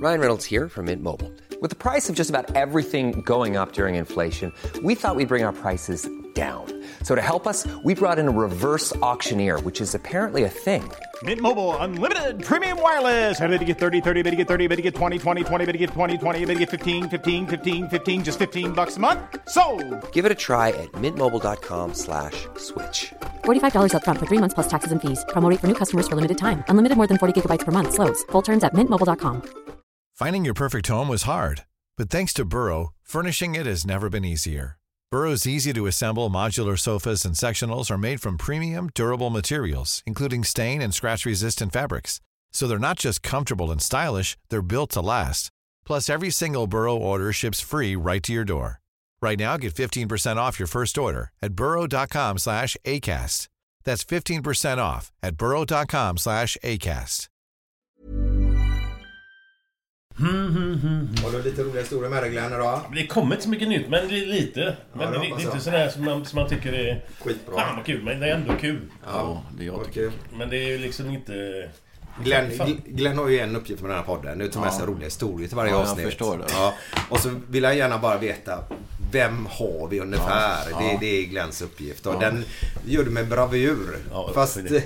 Ryan Reynolds here from Mint Mobile. With the price of just about everything going up during inflation, we thought we'd bring our prices down. So to help us, we brought in a reverse auctioneer, which is apparently a thing. Mint Mobile Unlimited Premium Wireless. How to get 30, 30, bit to get 30, bit to get 20, 20, 20, bit to get 20, 20, bit to get 15, 15, 15, 15, just $15 a month? Sold! Give it a try at mintmobile.com/switch. $45 up front for 3 months plus taxes and fees. Promo rate for new customers for limited time. Unlimited more than 40 gigabytes per month. Slows full terms at mintmobile.com. Finding your perfect home was hard, but thanks to Burrow, furnishing it has never been easier. Burrow's easy-to-assemble modular sofas and sectionals are made from premium, durable materials, including stain and scratch-resistant fabrics. So they're not just comfortable and stylish, they're built to last. Plus, every single Burrow order ships free right to your door. Right now, get 15% off your first order at burrow.com/ACAST. That's 15% off at burrow.com/ACAST. Har du lite roliga historier med dig, Glenn, idag? Det kommer inte så mycket nytt, men lite. Men det är inte sådär som man tycker är skitbra. Fan vad kul, men det är ändå kul. Ja, det är kul. Men det är ju liksom inte... Glenn har ju en uppgift med den här podden. Nu tar med sig roliga historier till varje avsnitt. Jag förstår det. Ja. Och så vill jag gärna bara veta, vem har vi ungefär? Ja. Det är Glenns uppgift. Och den gör du med bravur. Ja, fast det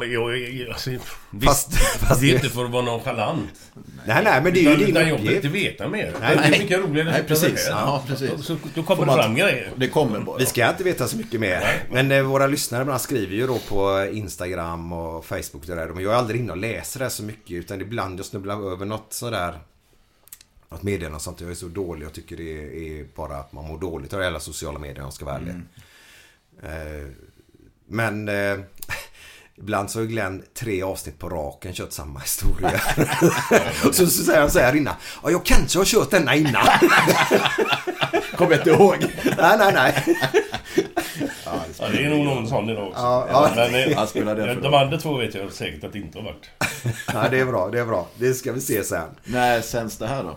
är inte för att vara nonchalant. Nej, men det är ju din uppgift. Jag inte veta mer. Det är mycket roligare. Nej, precis. Ja, precis. Så då kommer det fram grejer. Det kommer bara. Vi ska inte veta så mycket mer. Men våra lyssnare skriver ju då på Instagram och Facebook det där. De är aldrig inne och läser det så mycket, utan ibland jag snubblar över något sådär, något meddelande och sånt. Jag är så dålig, jag tycker det är bara att man mår dåligt av alla sociala medier, jag ska vara ärlig. Men ibland så har Glenn 3 avsnitt på raken kört samma historia. så säger han så här innan: ja, jag kanske har kört denna innan. Kommer jag inte ihåg. Nej. Ja, det är nog någon sån idag också. Men de andra 2 vet jag säkert att det inte har varit. Ja, det är bra. Det ska vi se sen. När sänds det här då?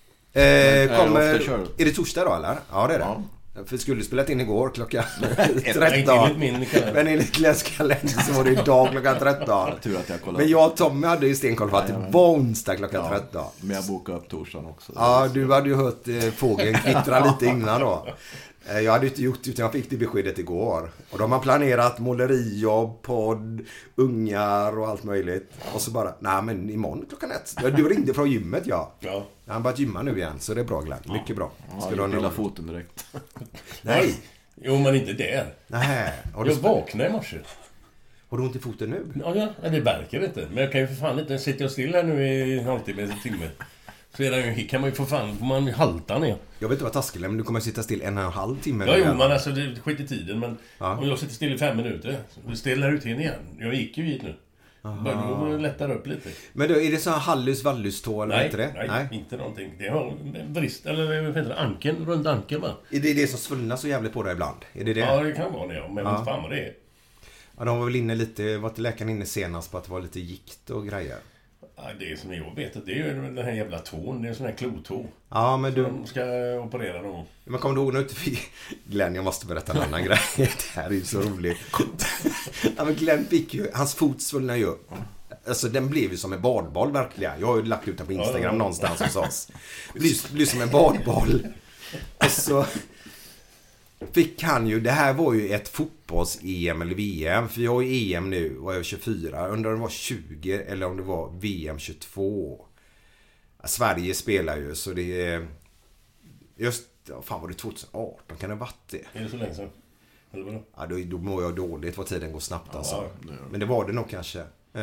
Är det torsdag då, eller? Ja, det är det. Ja. För skulle spelat in igår klockan 13. Men enligt Glenns kalender så var det idag klockan 13. Tur att jag kollade. Men jag och Tommy hade ju stenkoll för att det var onsdag klockan 13. Men jag bokade upp torsdagen också. Ja, du hade ju hört fågeln kvittra lite innan då. Jag hade inte gjort, utan jag fick det beskedet igår. Och de har planerat målerijobb, podd, ungar och allt möjligt. Och så bara, nej men imorgon klockan 1. Du ringde från gymmet, ja. Han bara gymma nu igen, så det är bra, Glenn. Mycket bra. Ska du ha lilla foten direkt? Nej. Jo, men inte där. Nej. Jag vaknade i morse. Har du ont i foten nu? Ja, det verkar inte. Men jag kan ju för fan inte sitta still här nu i en halvtimme, en timme. Så är det ju, kan man ju få fan, man halta ner. Jag vet inte vad taskigt är, men du kommer att sitta still 1,5 timme. Ja, jo, men alltså det skit i tiden. Men om jag sitter still i 5 minuter, det ställer ut igen. Jag gick ju hit nu. Bara lättar upp lite. Men då, är det så här hallus-vallus-tå eller inte det? Nej, inte någonting. Det har en brist, eller ankeln, runt ankeln va? Är det som svullnar så jävligt på dig ibland? Är det det? Ja, det kan vara det, men vad fan vad det är. Ja, de var väl inne lite, var inte läkaren inne senast på att det var lite gikt och grejer? Ja, det är som jag vet, det är ju den här jävla tån, det är en sån här klotå. Ja, men du... De ska operera då. Men kommer du ihåg när du fick... Glenn, jag måste berätta en annan grej. Det här är ju så roligt. Ja, men Glenn fick ju... Hans fot svullnade ju upp. Alltså, den blev ju som en badboll, verkligen. Jag har ju lagt ut den på Instagram någonstans hos oss. Blev som en badboll. Och så... fick han ju, det här var ju ett fotbolls-EM eller VM, för jag har ju EM nu, var jag 24, undrar om det var 20 eller om det var VM 22. Sverige spelar ju, så det är just, fan var det 2018, kan det ha varit det? Är det så länge sedan? Eller vadå? Ja, då mår jag dåligt, vad tiden går snabbt alltså. Men det var det nog kanske.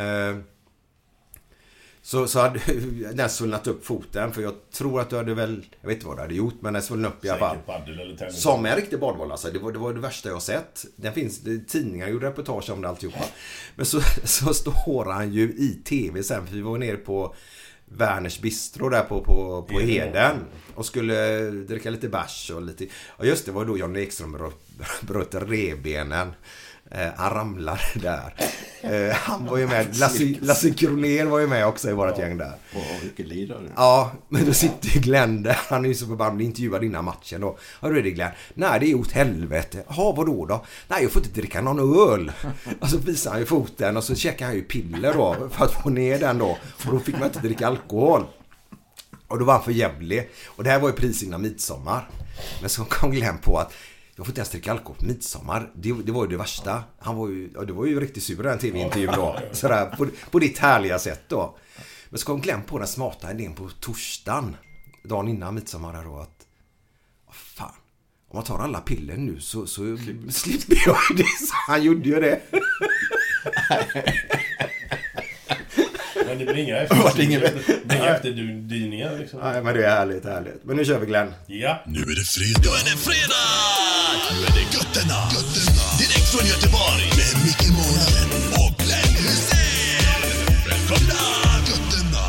Så hade den svullnat upp foten, för jag tror att du hade väl, jag vet inte vad du hade gjort, men den svullnade upp i alla fall. Som en riktig badboll alltså. Det var det värsta jag har sett. Den finns, tidningar gjorde reportage om det alltihopa. Men så står han ju i tv sen, för vi var nere på Werners Bistro där på Heden och skulle dricka lite bärs och lite. Och just det var då Jan Ekström bröt revbenen. Han ramlade där. Han var ju med. Lasse Kroner var ju med också i vårt gäng där. Vilken lirare. Ja, men då sitter Glenn där. Han är ju så förbannad, intervjuad innan matchen då. Ja, då är det Glenn. Nej, det är åt helvete. Ja, vadå då? Nej, jag får inte dricka någon öl. Och så visar han ju foten och så checkar han ju piller då för att få ner den då. Och då fick man inte dricka alkohol. Och då var han för jävlig. Och det här var ju precis innan midsommar. Men så kom Glenn på att jag får inte ens dricka alkohol på midsommar. Det var ju det värsta. Det var ju riktigt sur den tv-intervjun då. Sådär, på ditt härliga sätt då. Men så kom Glenn på den smarta idén på torsdagen. Dagen innan midsommar då att fan, om man tar alla piller nu så slipper jag det. Så han gjorde ju det. Men det blir inga efterdyningar liksom. Nej, men det är härligt. Men nu kör vi, Glenn. Ja. Nu är det fredag. Nu är det Götterna. Direkt från Göteborg. Med Micke Månaden och Glenn Hysén. Välkomna Götterna.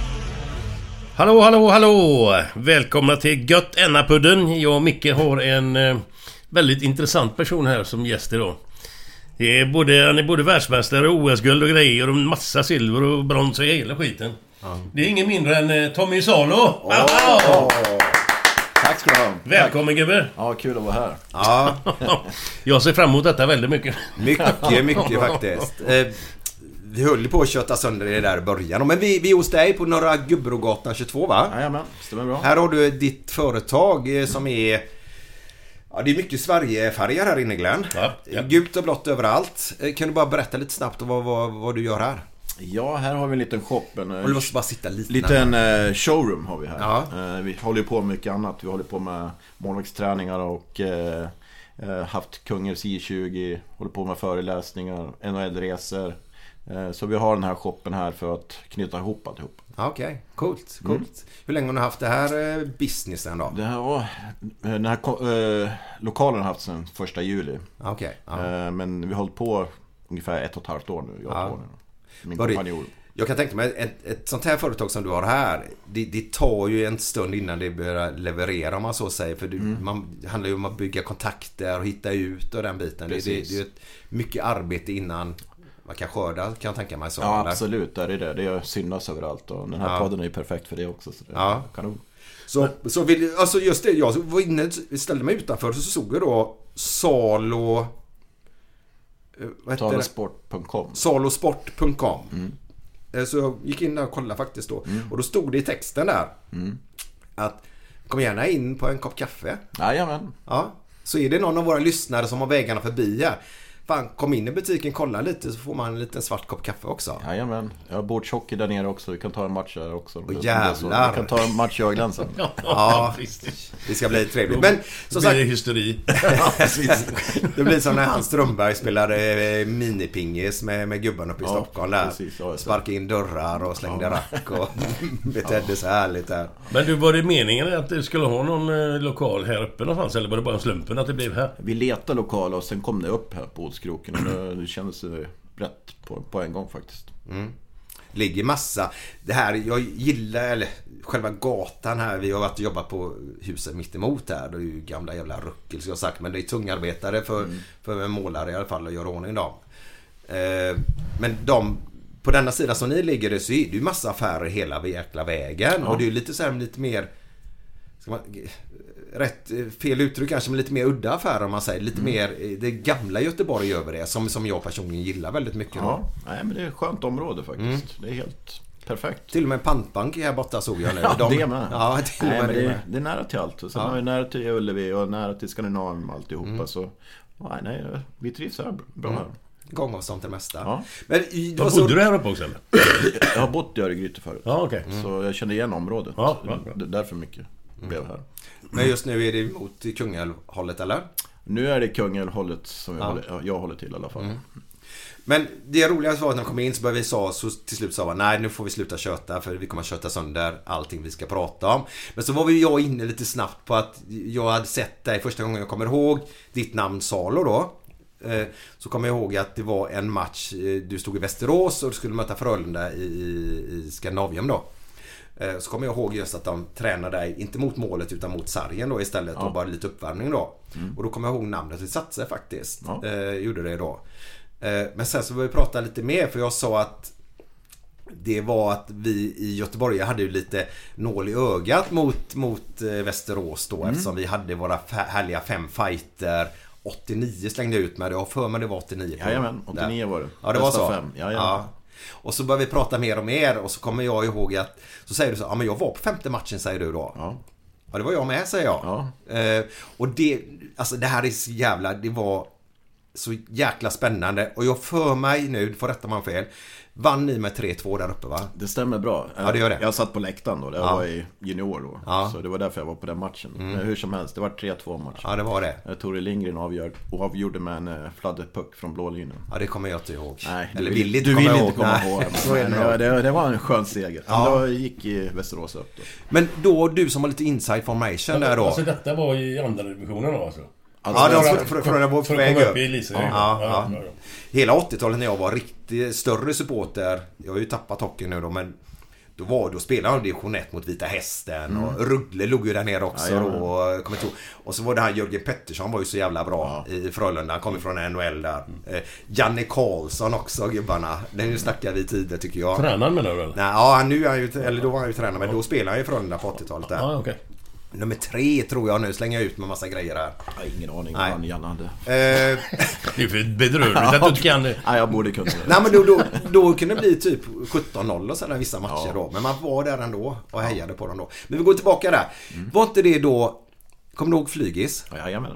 Hallå. Välkomna till Götterna-pudden. Jag och Micke har en väldigt intressant person här som gäst idag. Han är både världsmästare och OS-guld och grejer och en massa silver och brons och hela skiten. Det är ingen mindre än Tommy Salo. Tack ska du ha. Välkommen, gubbe. Ja, kul att vara här. Ja, Jag ser fram emot detta väldigt mycket. mycket faktiskt. Vi höll på att köta sönder det där i början. Men vi är hos dig på Norra Gubberogatan 22, va? Jajamän, stämmer bra. Här har du ditt företag som är... Ja, det är mycket Sverigefärger här inne, Glenn. Ja. Gult och blått överallt. Kan du bara berätta lite snabbt vad du gör här? Ja, här har vi en liten shop. Du måste bara sitta lite liten showroom har vi här. Ja. Vi håller på med mycket annat. Vi håller på med målvaktsträningar och haft Kungers I20. Håller på med föreläsningar, NHL-resor. Så vi har den här shoppen här för att knyta ihop alltihop. Okej, coolt. Hur länge har du haft det här businessen då? Den här lokalen har haft sedan 1 juli. Okej. Men vi har hållit på ungefär 1,5 år nu. Min kompanjon. Jag kan tänka mig ett sånt här företag som du har här, det tar ju en stund innan det börjar leverera, om man så säger. För det handlar ju om att bygga kontakter och hitta ut och den biten. Det är ju mycket arbete innan man kan skörda, kan jag tänka mig så. Ja, eller? Absolut, det är det. Det synas överallt och den här podden är ju perfekt för det också. Så det kanon. Så alltså just det, jag var inne, ställde mig utanför så såg jag då Salo... Salosport.com. Salosport.com. Så jag gick in där och kollade faktiskt då. Och då stod det i texten där att kom gärna in på en kopp kaffe. Jajamän. Ja, så är det någon av våra lyssnare som har vägarna förbi här. Fan, kom in i butiken, kolla lite så får man en liten svart kopp kaffe också. Jajamän. Jag har bordshockey där nere också. Vi kan ta en match där också. Jävlar. Vi kan ta en match jag och Glenn sen. Ja, det ska bli trevligt. Men som sagt, blir det hysteri. Det blir som när Hans Strömberg spelade minipingis med gubben uppe i Stockholm där. Sparkade in dörrar och slängde rack och betedde så härligt där. Men du, var det meningen att du skulle ha någon lokal här uppe någonstans, eller var det bara en slumpen att det blev här? Vi letade lokal och sen kom det upp här på Odskroken och det kändes rätt på en gång faktiskt. Ligger massa. Det här, jag gillar själva gatan här. Vi har varit och jobbat på huset mitt emot här. Det är ju gamla jävla ruckel, så jag sagt. Men det är tungarbetare för en målare i alla fall att göra ordning dem. Men på denna sida som ni ligger det, så är det ju massa affärer hela jäkla vägen. Och det är ju lite så här, lite mer... Rätt fel uttryck kanske, men lite mer udda affärer om man säger. Lite mer det gamla Göteborg över det, som jag personligen gillar väldigt mycket. Ja, nej, men det är ett skönt område faktiskt. Det är helt perfekt. Till och med en pantbank här borta såg jag nu. Det med. Ja, det är nära till allt. Och sen har vi nära till Ullevi och nära till Skandinavien och alltihopa. Så nej, vi trivs här bra här. Gångavstånd till mesta. Ja. Men bodde du här uppe också, eller? Jag har bott i Örgryte förut. Ja, okej. Så jag kände igen området. Ja. Därför mycket blev här. Men just nu är det mot Kungälv-hållet, eller? Nu är det Kungälv-hållet som jag håller till i alla fall. Men det roliga var att när de kom in så började vi så till slut sa nej, nu får vi sluta köta för vi kommer att köta sönder allting vi ska prata om. Men så var jag inne lite snabbt på att jag hade sett dig första gången jag kommer ihåg ditt namn Salo då. Så kommer jag ihåg att det var en match, du stod i Västerås och du skulle möta Frölunda i Skandinavien då. Så kommer jag ihåg just att de tränade dig inte mot målet utan mot sargen då istället och bara lite uppvärmning då. Och då kommer jag ihåg namnet, det satte sig faktiskt. Gjorde det då. Men sen så började vi prata lite mer, för jag sa att det var att vi i Göteborg hade ju lite nål i ögat mot Västerås då, eftersom vi hade våra härliga 5 fighter. 89 slängde ut med det, och för mig det var 89. Jajamän, 89 var det. Ja, det var så. 5. Ja. Och så börjar vi prata mer och mer. Och så kommer jag ihåg att, så säger du så, ja men jag var på 5:e matchen, säger du då. Ja, det var jag med, säger jag. Ja. Och det, alltså det här är så jävla, det var så jäkla spännande. Och jag för mig nu, får rätta man fel, vann ni med 3-2 där uppe, va? Det stämmer bra. Ja, det gör det. Jag satt på läktaren då, det var i junior då. Ja. Så det var därför jag var på den matchen. Men hur som helst, det var 3-2 match. Ja, det var det. Tore Lindgren avgjorde med en fladderpuck från blå linjen. Ja, det kommer jag inte ihåg. Nej, eller du vill inte komma ihåg. Så är Det var en skön seger. Ja. Då gick i Västerås upp då. Men då, du som har lite inside formation där då. Alltså detta var i andra divisionen då alltså? Från jag var på väg upp. Ja. Hela 80-talet när jag var riktigt större supporter, jag har ju tappat hockeyn nu då, men då spelade han division 1 mot Vita Hästen och Ruggle låg ju där nere också då, och så var det här Jörgen Pettersson var ju så jävla bra i Frölunda, han kom ju från NHL där. Janne Karlsson också, gubbarna. Den snackar vi tidigare, tycker jag. Tränaren menar du väl? Nej, ja, nu är han ju, eller då var han ju tränare, men då spelade han ju Frölunda på 80-talet där. Ja, okej. Nummer 3 tror jag nu, slänger ut med massa grejer här. Jag har ingen aning Nej. vad han Janne hade. Det är för bedrövligt att du inte kan det. Nej, jag borde kunna det. Nej, men då kunde det bli typ 17-0 och sådär vissa matcher då. Men man var där ändå och hejade på dem då. Men vi går tillbaka där. Var inte det då, kommer du ihåg Flygis? Ja, jag menar.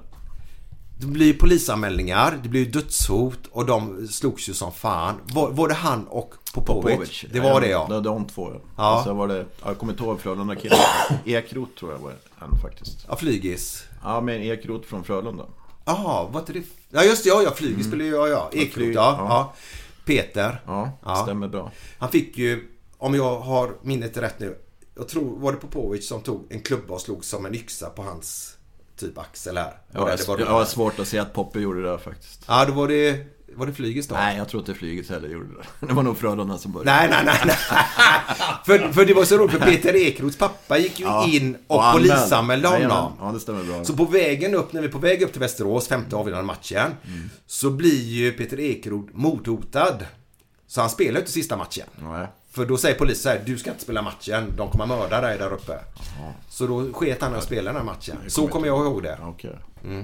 Det blir polisanmälningar, det blir dödshot och de slogs ju som fan. Var det han och Popovic? Det var det, ja. Det var de två, ja. Ja. Och så var det, jag kommer inte ihåg Frölunda killen. Ekrot tror jag var en faktiskt. Ja, Flygis. Ja, men Ekrot från Frölunda. Jaha, var inte det? Ja, just det, ja, Flygis spelar ju, ja. Ekrot, ja. Peter. Ja, stämmer bra. Han fick ju, om jag har minnet rätt nu, jag tror, var det Popovic som tog en klubba och slog som en yxa på hans typ axel här. Ja, det var svårt att se att Poppe gjorde det där faktiskt. Ja, då var det Flygis då? Nej, jag tror inte Flygis heller gjorde det. Det var nog Frölunda som började. Nej. för det var så roligt, för Peter Ekroths pappa gick ju in och polisanmälde honom. Ja, det stämmer bra. Så på vägen upp, när vi är på väg upp till Västerås, 5:e avgörande matchen, så blir ju Peter Ekroth mordhotad. Så han spelar inte sista matchen. Nej. För då säger polisen så här, du ska inte spela matchen, de kommer mörda dig där uppe. Så då sket han att spela den här matchen. Så kommer jag ihåg det. Okej.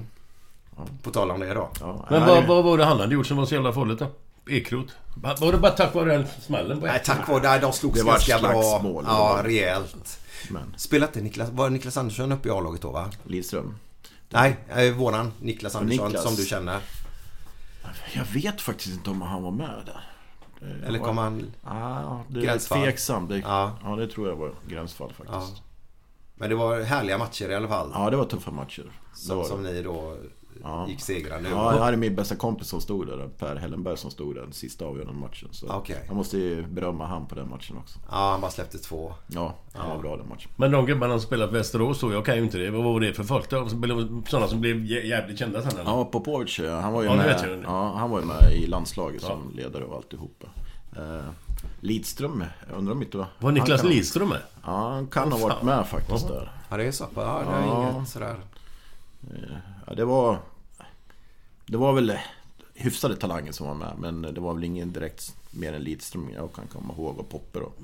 På tal om det då. Ja. Men vad var det han hade gjort som var så jävla farligt då? Ekrot? Var det bara tack vare den smällen? Nej, tack vare det. De slogs det var ganska bra. slagsmål. Ja, rejält. Men. Spelade inte var Niklas Andersson uppe i A-laget då, va? Lidström. Nej, våran Niklas Andersson, Niklas. som du känner. Jag vet faktiskt inte om han var med där. Eller kom han... det gränsfall? är tveksam. Ja, det tror jag var gränsfall faktiskt. Ja. Men det var härliga matcher i alla fall. Ja, det var tuffa matcher. Som ni då gick segrande. Ja, jag hade min bästa kompis som stod där, Per Hellenberg, som stod där den sista avgörande matchen. Så jag måste ju berömma han på den matchen också. Ja, han bara släppte 2. Ja, han var bra den matchen. Men de gubbarna som spelade på Västerås så, jag kan ju inte det. Vad var det för folk då? Sådana som blev jävligt kända sen? Ja, Popovic, han var ju med. Ja, han var ju med i landslaget som ledare och alltihopa. Lidström, jag undrar om inte var Niklas Lidström med? Ja, han kan ha varit med faktiskt där. Ja, det är så. Ja, det är inget sådär. Ja, det var väl hyfsade talanger som var med, men det var väl ingen direkt mer än Lidström jag kan komma ihåg, och Popper då.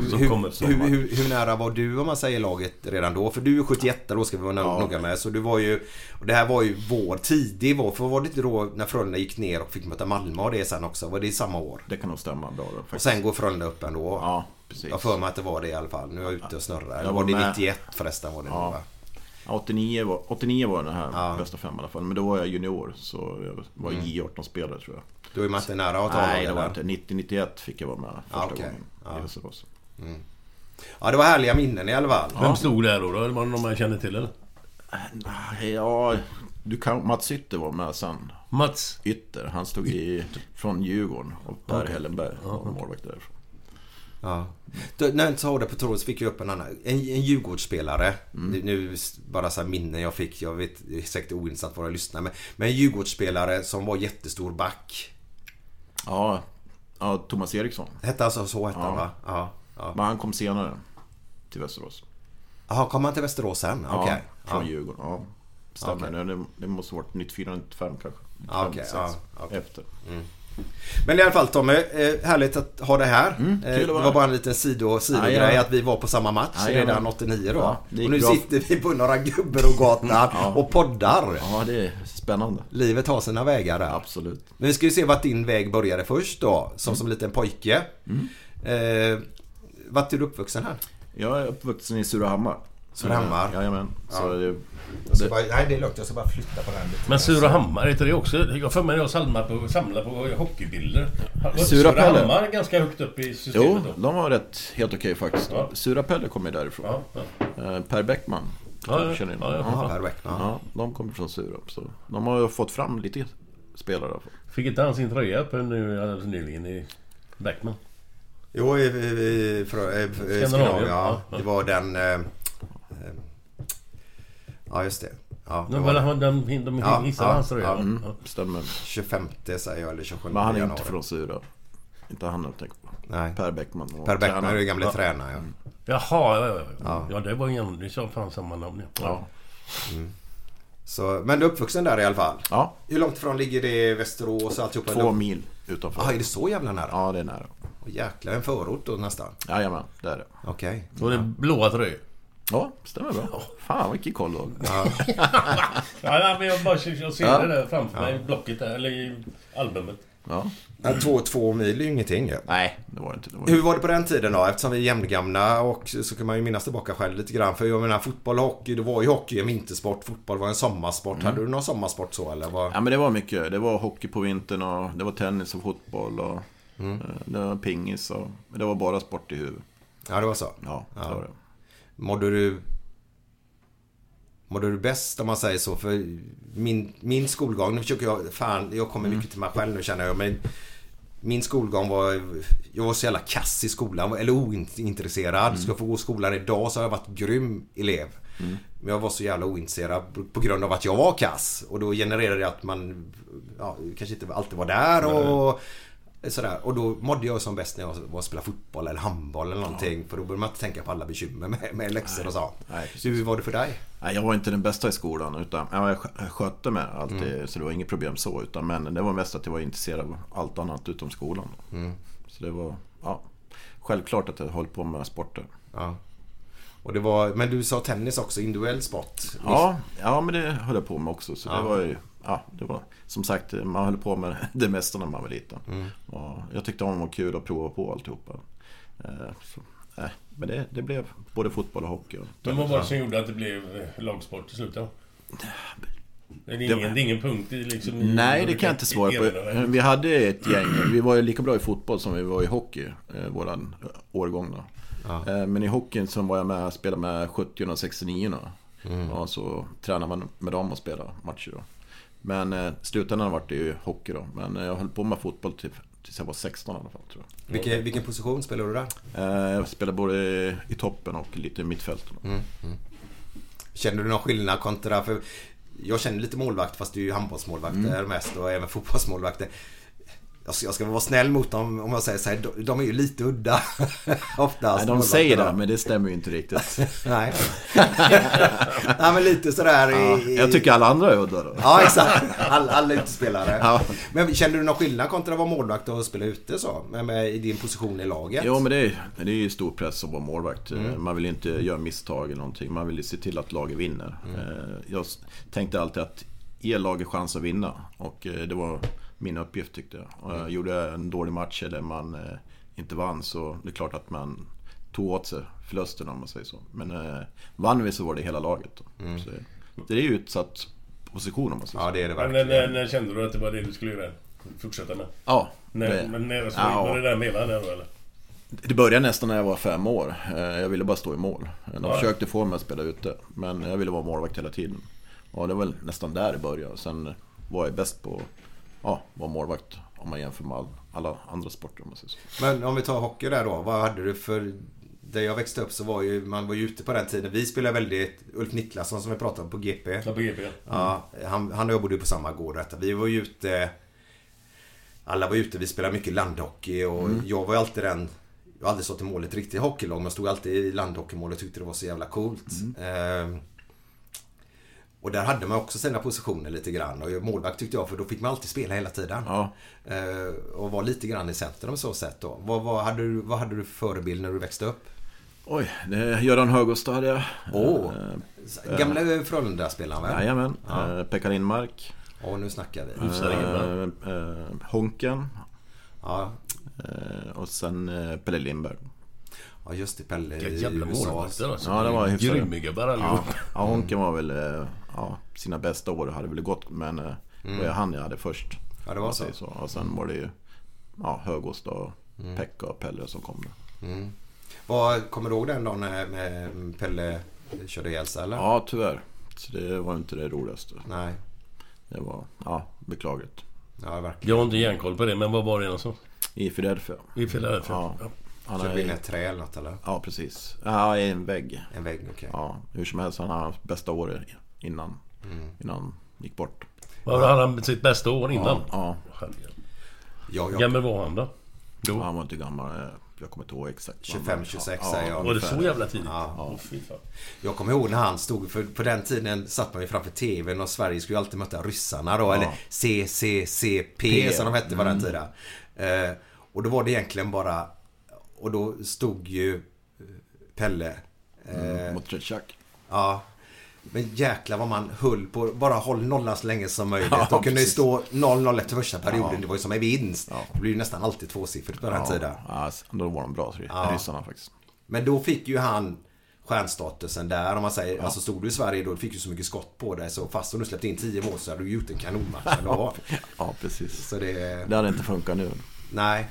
Hur nära var du, om man säger, laget redan då? För du är 71, då ska vi vara noga med. Så du var ju, och det här var ju tidig vår. För var det inte då när Frölunda gick ner och fick möta Malmö och det sen också? Var det i samma år? Det kan nog stämma bra då, faktiskt. Och sen går Frölunda upp ändå. Ja, precis. Jag för mig att det var det i alla fall. Nu är jag ute och snurrar. Eller var det 91 förresten? Var det nog, va? 89 var den här bästa 5 i alla fall. Men då var jag junior, så jag var J18-spelare tror jag. Då är man inte nära att tala. Nej, det var inte. 90-91 fick jag vara med första gången i Västerås. Ja, det var härliga minnen i alla fall. Vem stod där då? Eller var det någon man kände till eller? Ja, Mats Ytter var med sen. Mats Ytter, han stod från Djurgården, och Per Hellenberg var målvakt därifrån. Ja. När jag inte sa det på tråd så fick jag upp en Djurgårdsspelare. Nu bara så här minnen jag fick. Jag vet, det är säkert oinsatt vad jag lyssnar med. Men en Djurgårdsspelare som var jättestor back. Ja, Thomas Eriksson. Hette alltså så hette han, va? Ja. Men han kom senare till Västerås. Jaha, kom han till Västerås sen? Ja, okay. från Djurgården. Ja, stämmer. Det måste ha varit 94-95 kanske. Okej. Efter. Men i alla fall Tommy, härligt att ha det här. Det var bara en liten sidogrej att vi var på samma match redan 89 då. Ja, och nu sitter vi på några gubbar och gatan och poddar. Ja, det är spännande. Livet har sina vägar där. Absolut. Men vi ska ju se vart din väg började först då, som liten pojke. Vart är du uppvuxen här? Jag är uppvuxen i Surahammar. Surahammar? Jajamän. Så nej, det är lugnt. Jag ska bara flytta på den lite. Men Surahammar, är det också? Jag får med att samla på hockeybilder. Surahammar ganska högt upp i systemet. Jo, då. de var rätt helt okej faktiskt. Ja. Surapelle kommer därifrån. Per Bäckman. Per Bäckman. Ja, de kommer från Sura. Så de har ju fått fram lite spelare. Fick inte han sin tröja på nyligen i Bäckman? Jo, i Skandinavien. Ja. Det var den... ja, just det. Ja, det var de hissade hans tröja. Stämmer. 25 säger jag, eller 27 Men han är januari. inte från Sura. Inte han jag tänker på. Nej. Per Bäckman. Per Bäckman är ju gamla tränare. Ja, det var ju det sa fan samma namn. Ja. Så, men du är uppvuxen där i alla fall. Ja. Hur långt ifrån ligger det Västerås och alltihopa? 2 mil utanför. Är det så jävla nära? Ja, det är nära. Jäklar, en förort då nästan. Jajamän, det är det. Okej. Så det är blåa tröjor. Ja, stämmer bra. Fan, vilken koll då. Ja, men jag ser det där framför mig i blocket där, eller i albumet. Ja. 2 mil är ju ingenting. Ja. Nej, det var inte. Hur var det på den tiden då? Eftersom vi är jämngamla och så kan man ju minnas tillbaka själv lite grann. För jag menar, fotboll och hockey, det var ju hockey en vintersport. Fotboll var en sommarsport. Hade du någon sommarsport så eller? Ja, men det var mycket. Det var hockey på vintern och det var tennis och fotboll och det var pingis och det var bara sport i huvudet. Ja, det var så. Ja, det var det. Mådde du bäst om man säger så? För min skolgång, nu försöker jag kommer mycket till mig själv nu känner jag, men min skolgång jag var så jävla kass i skolan, eller ointresserad. Ska jag få gå i skolan idag så har jag varit grym elev. Men jag var så jävla ointresserad på grund av att jag var kass. Och då genererade det att man kanske inte alltid var där och sådär. Och då mådde jag som bäst när jag var spela fotboll eller handboll eller någonting. För då började man inte tänka på alla bekymmer med läxor och så. Hur var det för dig? Nej, jag var inte den bästa i skolan utan jag skötte mig alltid så det var inget problem så men det var mest att jag var intresserad av allt annat utom skolan. Så det var självklart att jag höll på med sporter. Ja. Och det var, men du sa tennis också, individuell sport. Ja, men det höll jag på med också så det var ju det var som sagt man höll på med det mesta när man var liten. Och jag tyckte det var kul att prova på alltihopa. Men det blev både fotboll och hockey. Men vad var det som gjorde att det blev lagsport till slut då? Det är ingen punkt liksom. Nej, det kan jag inte svara på. Vi hade ett gäng. Vi var ju lika bra i fotboll som vi var i hockey, våran årgång då. Men i hockeyn så var jag med och spelade med 70 och 69 och så tränade man med dem och spelade matcher då. Men slutändan var det ju hockey då. Men jag höll på med fotboll tills jag var 16 i alla fall tror jag. Vilken position spelade du där? Jag spelade både i toppen och lite i mittfälten. Kände du någon skillnad kontra, för jag känner lite målvakt fast du är ju handbollsmålvakter mest och även fotbollsmålvakter. Jag ska vara snäll mot dem om jag säger så här, de är ju lite udda oftast. Nej, de säger det, men det stämmer ju inte riktigt. Nej. Nej, men lite sådär jag tycker alla andra är udda då. Ja, exakt. Alla utespelare. Men känner du någon skillnad kontra att vara målvakt och spela ute så? I din position i laget? Jo, men det är ju stor press att vara målvakt. Man vill inte göra misstag eller någonting. Man vill se till att laget vinner. Jag tänkte alltid att ge laget chans att vinna. Och det var min uppgift tyckte jag. Gjorde en dålig match eller man inte vann så det är klart att man tog åt sig förlusten om man säger så. Men vann vi så var det hela laget. Så det är ju utsatt position om man säger så. Ja, det är det verkligen. När kände du att det var det du skulle göra? Fortsätta med? Ja. Var det där mellan där då eller? Det började nästan när jag var 5 år. Jag ville bara stå i mål. De försökte få mig att spela ute. Men jag ville vara målvakt hela tiden. Och det var väl nästan där det började. Sen var jag bäst på var målvakt om man jämför med alla andra sporter om man säger så. Men om vi tar hockey där då, vad hade du för... Där jag växte upp så var ju man var ju ute på den tiden. Vi spelade väldigt Ulf Niklasson som vi pratade om på GP. Ja, på GP. Ja, han och jag bodde på samma gård. Vi var ju ute, alla var ute, vi spelade mycket landhockey och jag var ju alltid jag har aldrig stått i målet riktigt hockeylag, men jag stod alltid i landhockeymålet och tyckte det var så jävla coolt. Och där hade man också sina positioner lite grann. Och målvakt tyckte jag, för då fick man alltid spela hela tiden. Ja. Och var lite grann i centrum så sätt då. Vad hade du för förebild när du växte upp? Oj, det är Göran Högostad hade jag. Gamla Frölunda-spelaren väl? Jajamän, Pekka Lindmark. Nu snackar vi. Honken. Ja. Och sen Pelle Lindberg. Ja, just det, Pelle i jävla USA. målvakter alltså. Ja, det var hyfsade. Grymmiga bara allihop. Ja, Honken var väl sina bästa år hade väl gått, men det var han jag hade först. Ja, det var så. Och sen var det ju Högostad och Pekka och Pelle som kom där. Vad kommer du ihåg den dagen med Pelle körde ihjäl sig, eller? Ja, tyvärr. Så det var inte det roligaste. Nej. Det var beklagligt. Ja, verkligen. Jag har inte järnkoll på det, men vad var det alltså? I Philadelphia. Ja. Han så det blir ett trä eller något, eller? Ja, precis. Ja, i en vägg. En vägg, okej. Ja, hur som helst, han har bästa året innan han gick bort. Vad hade han sitt bästa år innan? Ja. Gammal var han då? Ja, han var inte gammal. Jag kommer inte ihåg exakt. 25-26 säger jag. Var det så jävla tidigt? Ja. Jag kommer ihåg när han stod, för på den tiden satt man ju framför tvn och Sverige skulle ju alltid möta ryssarna då, eller CCCP som de hette på den tiden. Och då var det egentligen bara, och då stod ju Pelle mot Tretjak. Ja. Men jäklar vad man höll på, bara håll nollan så länge som möjligt. Ja, och kunde ju stå 0-0 efter första perioden. Det var ju som en vinst. Ja. Det blev ju nästan alltid tvåsiffrigt på den tiden. Ja, då var de bra, ryssarna faktiskt. Men då fick ju han stjärnstatusen där, om man säger. Alltså stod du i Sverige då, fick ju så mycket skott på dig. Så fast om du släppte in 10 mål så hade du gjort en kanonmatch. Ja, precis. Så det hade inte funkat nu. Nej.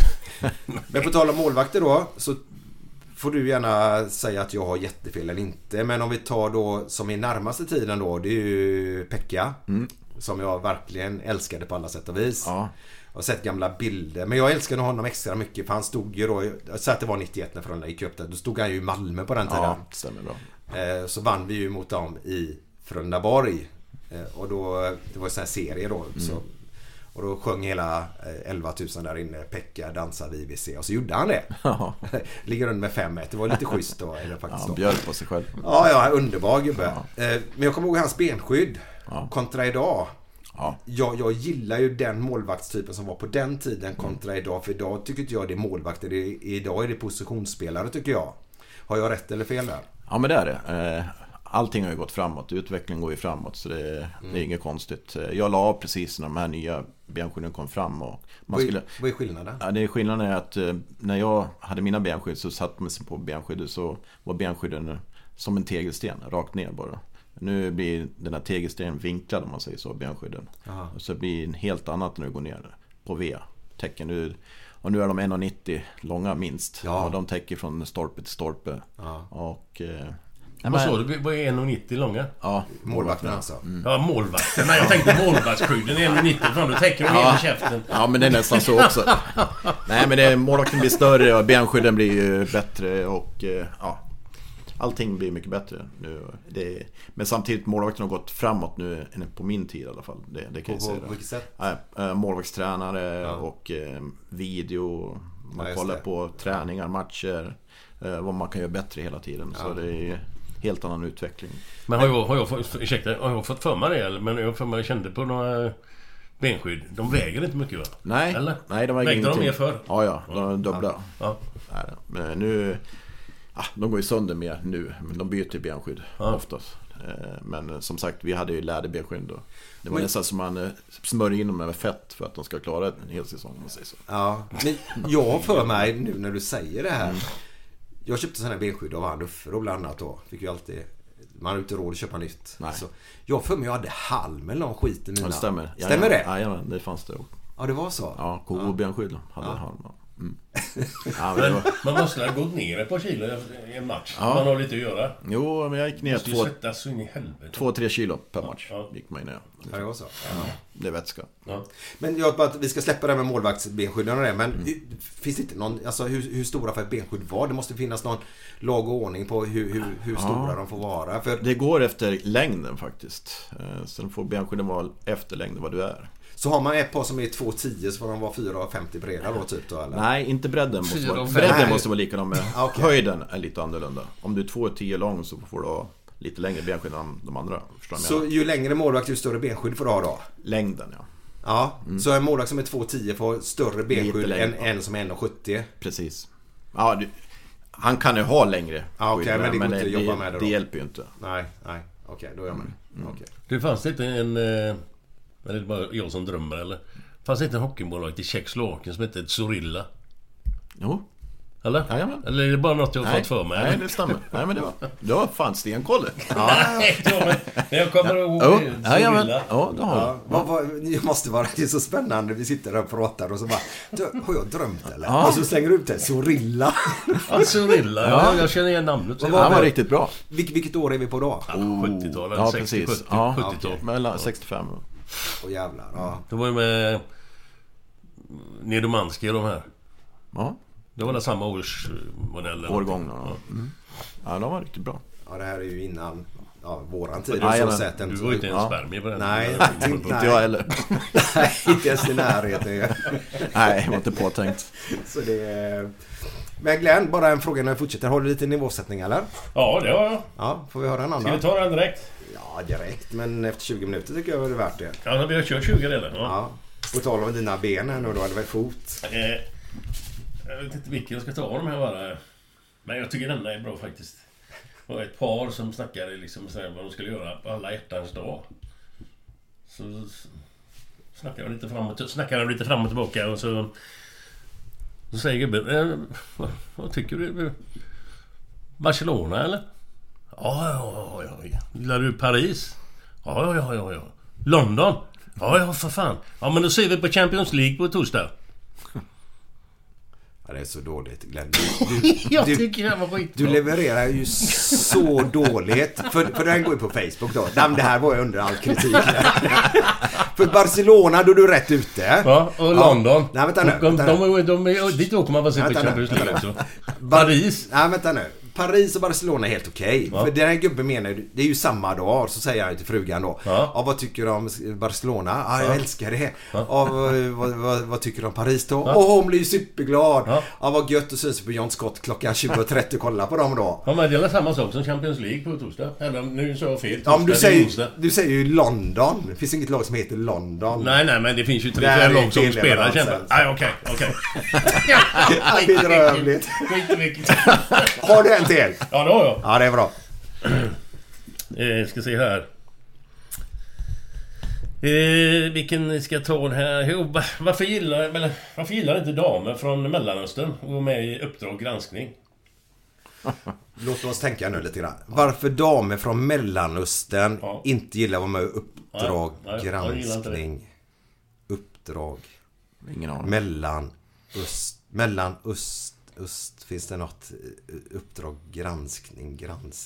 Men på tal om målvakter då, så får du gärna säga att jag har jättefel eller inte. Men om vi tar då som i närmaste tiden då, det är ju Pekka. Som jag verkligen älskade på alla sätt och vis. Ja. Jag har sett gamla bilder. Men jag älskade honom extra mycket, för han stod ju då, jag säger att det var 91 när Frölunda gick upp där. Då stod han ju i Malmö på den tiden. Ja, stämmer bra. Så vann vi ju mot dem i Frölundaborg. Och då, det var en sån här serie då. Så, och då sjöng hela 11 000 där inne, Pekka dansar vid IVC. Och så gjorde han det. Ja. Ligger under med 5-1. Det var lite schysst då. Eller faktiskt han bjöd på sig själv. Ja, underbar gubbe. Men jag kommer ihåg hans benskydd kontra idag. Ja. Jag gillar ju den målvaktstypen som var på den tiden kontra idag. För idag tycker inte jag det är målvakter. Idag är det positionsspelare, tycker jag. Har jag rätt eller fel där? Ja, men det är det. Allting har ju gått framåt. Utvecklingen går ju framåt, så det är inget konstigt. Jag la av precis när de här nya benskydden kom fram. Och vad är skillnaden? Ja, skillnaden är att när jag hade mina benskydd så satt man sig på benskyddet, så var benskydden som en tegelsten, rakt ner bara. Nu blir den här tegelstenen vinklad, om man säger så, benskydden. Och så blir det helt annat när du går ner på V-tecken. Och nu är de 1,90 långa minst. Och de täcker från stolpe till stolpe. Och... Vad sa du? Vad är 1,90 långa? Ja, målvakten alltså. Ja, målvakten. Nej, jag tänkte målvaktsskydden är 1,90 från. Du täcker de hela käften. Ja, men det är nästan så också. Nej, men målvakten blir större och benskydden blir ju bättre och allting blir mycket bättre nu. Men samtidigt målvakten har gått framåt nu än på min tid i alla fall. Det kan jag säga. På vilket sätt? Målvaktstränare och video. Man kollar på träningar, matcher, vad man kan göra bättre hela tiden. Så det är helt annan utveckling. Men har jag fått för mig det? Men jag kände på några benskydd. De väger inte mycket, va? Nej, eller? Nej, de väger vägde ingenting. De mer för? Ja, de är dubbla. Ja. Men nu... de går ju sönder mer nu, men de byter benskydd oftast. Men som sagt, vi hade ju läderbenskydd då. Det var nästan som man smörjer in dem med fett för att de ska klara en hel säsong, om man säger så. Ja, men jag för mig nu när du säger det här. Jag köpte sådana här benskydd av Uffe då bland annat då. Fick ju alltid... Man har inte råd att köpa nytt. Så jag för mig jag hade halm eller någon skit i mina. Ja, det stämmer. Stämmer det? Ja, det fanns det. Ja, det var så. Ja, KO-benskydd hade halm. Men man måste ha gått ner ett par kilo i en match. Man har lite att göra. Jo, men jag gick ner 2-3 kilo per match. Gick man ner. Ja, det var så. Det är vätska. Men jag bara att vi ska släppa det med målvaktsbenskydden och det. Men finns det inte någon, alltså hur stora för ett benskydd var? Det måste finnas någon lag och ordning på hur stora de får vara. För det går efter längden faktiskt. Sen får benskydden vara efter längden vad du är. Så har man ett par som är 2,10 så får de vara 4,50 breda då typ då, eller? Nej, inte bredden måste vara likadan med. Höjden är lite annorlunda. Om du är 2,10 lång så får du ha lite längre benskydd än de andra. Så ju längre målvakt, ju större benskydd får du ha då? Längden, ja. Ja, så en målvakt som är 2,10 får större benskydd än en som är 1,70. Precis. Ja, han kan ju ha längre skydd, men det går inte att jobba med det då. Det hjälper ju inte. Nej, okej, då är jag med. Okay. Det fanns inte en... Eller det är bara jag som drömmer, eller? Fanns inte en hockeymålvakt i Tjeckoslovakien som hette Zorilla? Jo. Eller? Jajamän. Eller är det bara något jag har fått för mig? Nej, det stämmer. Nej, men det var fan stenkoll. Nej, men jag kommer ihåg Zorilla. Ja, det har du. Det måste vara det är så spännande. Vi sitter där och pratar och så bara, har jag drömt eller? Ja. Och så slänger du ut det, Zorilla. Ja, Zorilla. Ja, jag känner igen namnet. Han var riktigt bra. Vilket år är vi på då? 70-talet. Ja, 60, precis. 70-tal. Mellan 65. Åh jävlar, ja. Det var ju med Nedomanski och de här. Ja. Det var samma årsmodell. Årgång, ja, de var riktigt bra. Ja, det här är ju innan våran tid. Du var inte en spermie på den. Nej, inte jag heller. Nej, inte ens i närheten. Nej, jag var inte påtänkt. Så det... Men Glenn, bara en fråga när vi fortsätter. Har du lite nivåsättning eller? Ja, det har jag. Ja, får vi höra en annan? Ska vi ta den direkt? Ja, direkt. Men efter 20 minuter tycker jag det är värt det. Ja, vi har kört 20 redan. Ja. På tal om dina ben här nu då, eller väl fot? Jag vet inte vilken jag ska ta av de här bara. Men jag tycker denna är bra faktiskt. Det var ett par som snackade liksom så här, vad de skulle göra på alla hjärtans dag. Så snackade de lite fram och tillbaka och så säger gubben, vad tycker du? Barcelona eller? Ja. Gillar du Paris? Ja. London? Ja, för fan. Ja, men då ser vi på Champions League på torsdag. Ja, det är så dåligt, Glenn. Jag tycker det var skitbra. Du levererar ju så dåligt. För den går ju på Facebook då. Det här var ju under all kritik. För Barcelona, då är du rätt ute. Ja, och London. Nej, vänta nu. Dit åker man bara se på Champions League också. Paris. Nej, vänta nu. Paris och Barcelona är helt okej. För den här gubben menar ju, det är ju samma dag. Så säger han till frugan då. Ja, vad tycker du om Barcelona? Ja, jag älskar det. Ja, vad tycker du om Paris då? Och hon blir ju superglad. Ja, vad gött att syns på John Scott klockan 20:30. Kolla på dem då. Ja, men det är samma sak som Champions League på torsdag. Eller nu så jag fel. Ja, men du säger ju London. Det finns inget lag som heter London. Nej, men det finns ju 3 lag som spelar Champions. Nej, okej. Bedrövligt. Har du en till? Ja, det har jag. Ja, det är bra. Ska se här. Vilken ska jag ta här? Varför gillar inte damer från Mellanöstern att gå med i Uppdrag granskning? Låt oss tänka nu lite grann. Varför damer från Mellanöstern inte gillar att vara med i Uppdrag granskning? Uppdrag. Ingen aning. Öst. Finns det något Uppdrag granskning?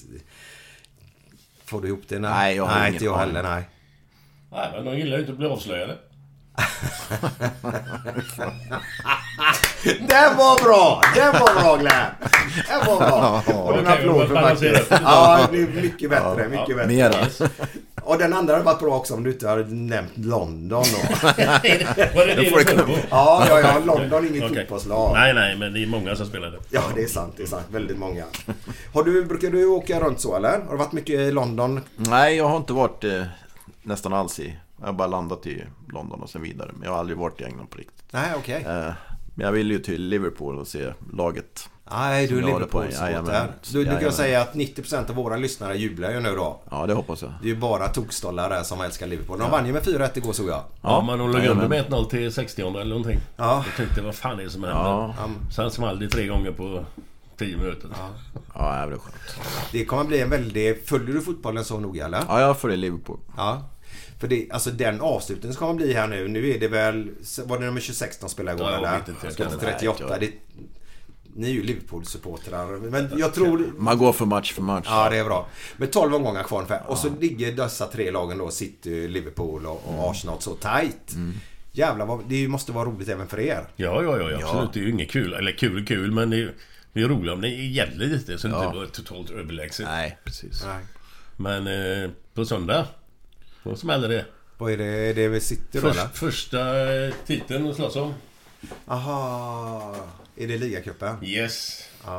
Får du ihop det? Nej, inte jag heller, nej. Nej, men de gillar ju inte att bli avslöjade. Den var bra, Glenn. Den var bra. Och en applåd för Macke. Ja, det är mycket bättre, mycket bättre. Mera. Och den andra har varit bra också om du inte hade nämnt London då. Var det det du Ja, London är inget fotbollslag. Nej, men det är många som spelar det. Ja, det är sant, väldigt många. Brukar du åka runt så, eller? Har du varit mycket i London? Nej, jag har inte varit nästan alls i. Jag har bara landat i London och sen vidare. Men jag har aldrig varit i England på riktigt. Nej, okej. Men jag vill ju till Liverpool och se laget. Nej, du är Liverpool-supporter. Du kan säga att 90% av våra lyssnare jublar ju nu då. Ja, det hoppas jag. Det är ju bara tokstollar där som älskar Liverpool. De vann ju med 4-1 igår, såg jag. Ja, man låg under med 1-0 till 60 eller någonting. Ja. Jag tänkte, vad fan är det som händer? Ja. Sen small det 3 gånger på 10 minuter. Ja, det är skönt. Det kommer bli en väldigt... Följer du fotbollen så noga, eller? Ja, jag följer Liverpool. Ja. För det, alltså den avslutningen ska bli här nu. Nu är det väl... Var det nummer 26 de spelar igår, eller? Ska inte 38. Ni är ju Liverpool-supportrar. Men jag tror... Man går för match. Ja, det är bra. Men 12 omgångar kvar ungefär. Och så ligger dessa 3 lagen då. City, Liverpool och Arsenal så tight. Jävlar, det måste vara roligt även för er. Ja, absolut. Det är ju inget kul. Eller kul, men det är roligt om det gäller lite. Så det inte var totalt överlägset. Nej, precis. Nej. Men på söndag... Vad smäller det? Vad är det? Det är väl City då, eller? Första titeln att slåss om. Aha. Är det ligacupen? Yes. Ja.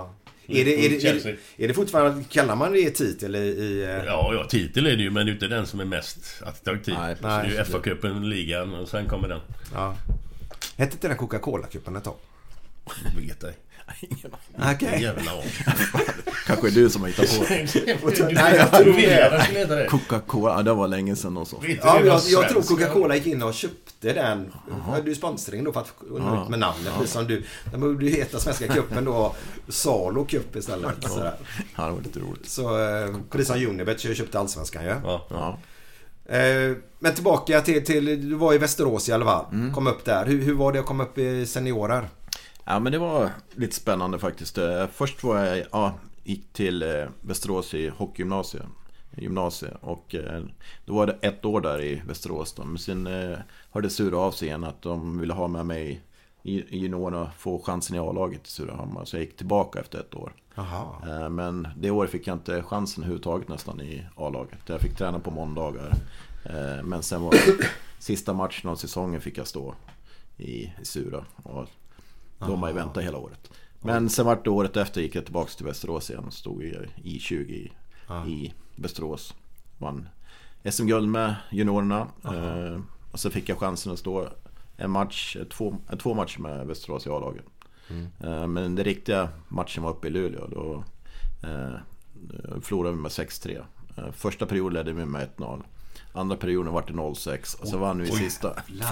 Är det fortfarande, kallar man det titel i... Ja, titel är det ju, men inte den som är mest attraktiv. Nej, så det är ju FA-cupen, ligan och sen kommer den. Ja. Hette inte den Coca-Cola-cupen ett tag? Vet jag. Okej. Kanske är du som har hittat på det. Nej, jag tror det. Coca-Cola, det var länge sedan och så. Ja, jag tror Coca-Cola gick in och köpte den. Du sponsring då för att gå ut med namnet. Som du, den borde ju heta Svenska cupen då, Salo Cup istället. Ja, det var lite roligt. Så precis som Unibet köpte Allsvenskan ju. Ja. Men tillbaka till du var i Västerås i alla fall. Kom upp där. Hur var det att komma upp i seniorer? Ja, men det var lite spännande faktiskt. Först var jag gick till Västerås i hockeygymnasiet och då var det 1 år där i Västerås då. Men sen hörde Sura av sig igen att de ville ha med mig i juniorerna och få chansen i A-laget i Surahammar, så jag gick tillbaka efter 1 år. Men det året fick jag inte chansen överhuvudtaget nästan i A-laget. Jag fick träna på måndagar, men sen var sista matchen av säsongen fick jag stå i Sura och då man ju väntat hela året. Men sen vart det året efter gick jag tillbaka till Västerås igen och stod i 20 i Västerås. Vann SM-guld med juniorerna. Och så fick jag chansen att stå två matcher med Västerås i A-laget. Men den riktiga matchen var uppe i Luleå. Då förlorade vi med 6-3. Första perioden ledde vi med 1-0. Andra perioden var det 0-6 och så vann vi sista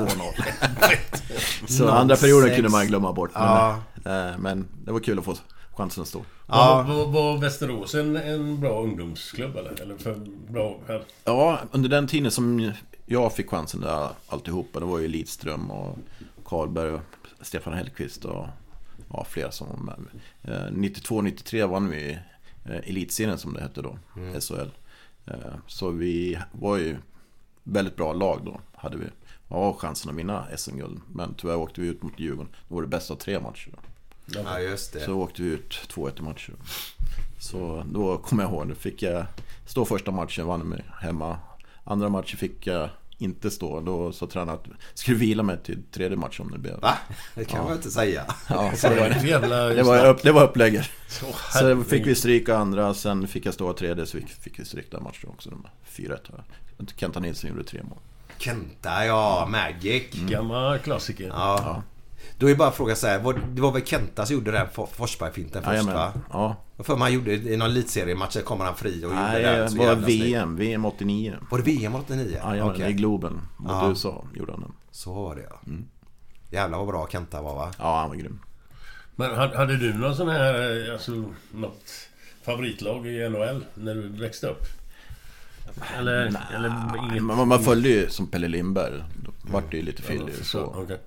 2-0. Så andra perioden kunde man glömma bort. Men det var kul att få chansen att stå. Var Västerås en bra ungdomsklubb eller för bra här? Ja, under den tiden som jag fick chansen där alltihopa, det var ju Lidström och Karlberg och Stefan Hellqvist och flera som var med. 92-93 vann vi elitserien som det hette då, SHL. Så vi var ju väldigt bra lag då. Hade vi chansen att vinna SM-guld, men tyvärr åkte vi ut mot Djurgården. Det var det bästa av 3 matcher då. Ja, just det. Så åkte vi ut 2-1 matcher. Så då kommer jag ihåg, fick jag stå första matchen, vann mig hemma. Andra matchen fick jag inte stå. Då sa tränaren att skulle vila mig till 3:e matchen om det blev. Va? Det kan man inte säga. Ja, så det var upplägget. Så fick vi stryka andra, sen fick jag stå 3:e, så fick vi stryka matchen också. 4-1. Kenta Nilsson gjorde 3 mål. Kenta, Magic. Gammal klassiker. Ja. Då är bara fråga så här, det var väl Kenta som gjorde den Forsberg-finten först, va? Ja. För man gjorde i någon elitseriematch kommer han fri och gjorde det. Det var VM 89. Var det VM 89? Ja, okay. I Globen mot USA gjorde han den. Så var det, ja. Jävlar vad bra Kenta var, va? Ja, han var grym. Men hade du någon sån här, alltså något favoritlag i NHL när du växte upp? Eller inget? Man följde ju som Pelle Lindberg. Då var det ju lite fyllig så. Okay.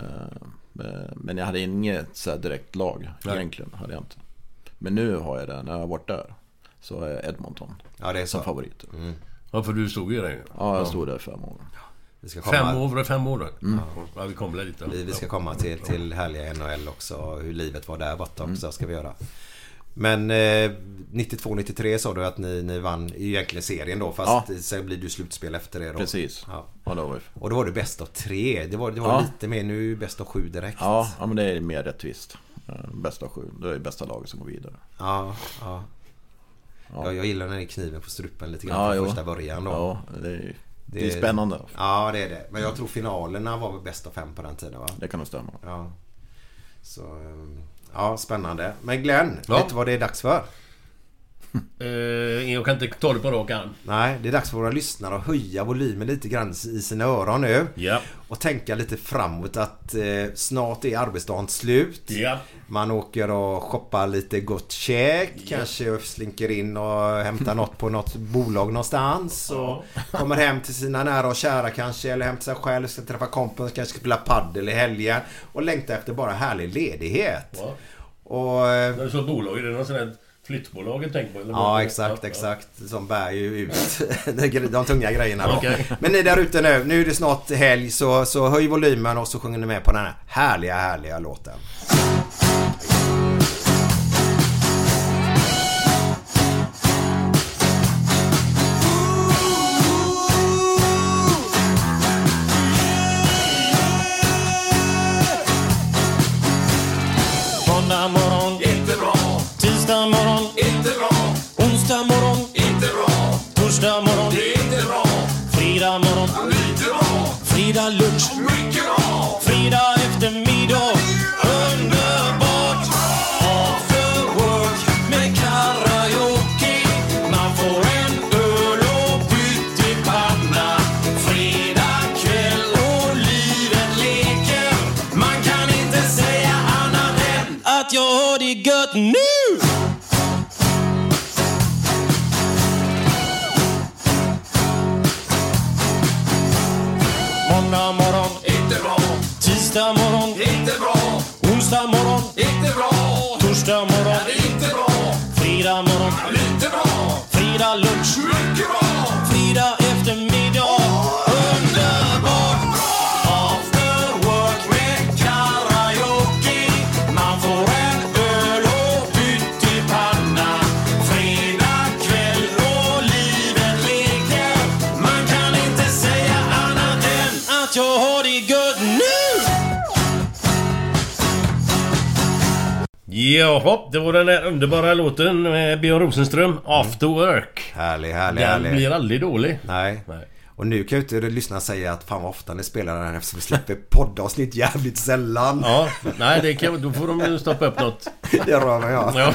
Men jag hade inget så här direkt lag. Egentligen hade jag inte. Men nu har jag det, när jag har varit där, så har jag Edmonton som favorit. Ja, för du stod ju där. Ja, jag stod där 5 år. Vi ska komma... 5 år då? Ja, vi kommer lite. Vi ska komma till härliga NHL också. Hur livet var där borta också ska vi göra. Men 92-93 sa du att ni vann egentligen serien då, fast så blir du slutspel efter det då. Precis. Ja, då var vi. Och då var det bäst av 3. Det var lite mer, nu bäst av 7 direkt. Ja, men det är mer rättvist. Bäst av 7. Det är det bästa laget som går vidare. Ja. Jag gillar den här kniven på strupen lite grann från första början då. Ja, det är spännande. Ja, det är det. Men jag tror finalerna var väl bäst av 5 på den tiden, va? Det kan nog stämma. Ja. Så... Ja, spännande. Men Glenn, vet du vad det är dags för? Jag kan inte ta det på rak arm. Nej, det är dags för våra lyssnare att höja volymen lite grann i sina öron nu. Ja. Och tänka lite framåt att snart är arbetsdagen slut. Ja. Man åker och shoppar lite gott käk. Kanske slinker in och hämtar något på något bolag någonstans. Och kommer hem till sina nära och kära kanske. Eller hem till sig själv, ska träffa kompis, kanske spela paddel i helgen. Och längta efter bara härlig ledighet. Ja. Och det är så bolag, är det någon sån här flyttbolaget tänker på? Eller ja, exakt. Som bär ju ut de tunga grejerna då. Okay. Men ni där ute nu är det snart helg, så höj volymen och så sjunger ni med på den här härliga låten. Måndag morgon, inte bra. Tisdag inte bra. Torsdag morgon, Det är inte bra. fredag morgon, Lite bra. fredag lunch, Mycket bra. fredag eftermiddag. Underbart! After work med karaoke. Man får en öl och pyttipanna. Fredag kväll och livet leker. Man kan inte säga annat än att jag har det gött nu! Måndag morgon, Inte bra. tisdag morgon, Inte bra. onsdag morgon, Inte bra. torsdag morgon, Det är inte bra. fredag morgon, Lite bra. fredag lunch, Mycket bra. fredag eftermiddag. Underbart! After work med karaoke. Man får en öl och pyttipanna. Fredag kväll och livet leker. Man kan inte säga annat än att jag har det gött nu! Jaha, det var den där underbara låten med Björn Rosenström, After Work. Härlig. Den blir aldrig dålig. Nej. Nej. Och nu kan ju inte lyssna säga att fan vad ofta ni spelar den eftersom vi släpper poddavsnitt jävligt sällan. Ja, nej, det kan, då får de ju stoppa upp något. Det rör mig, ja. Ja.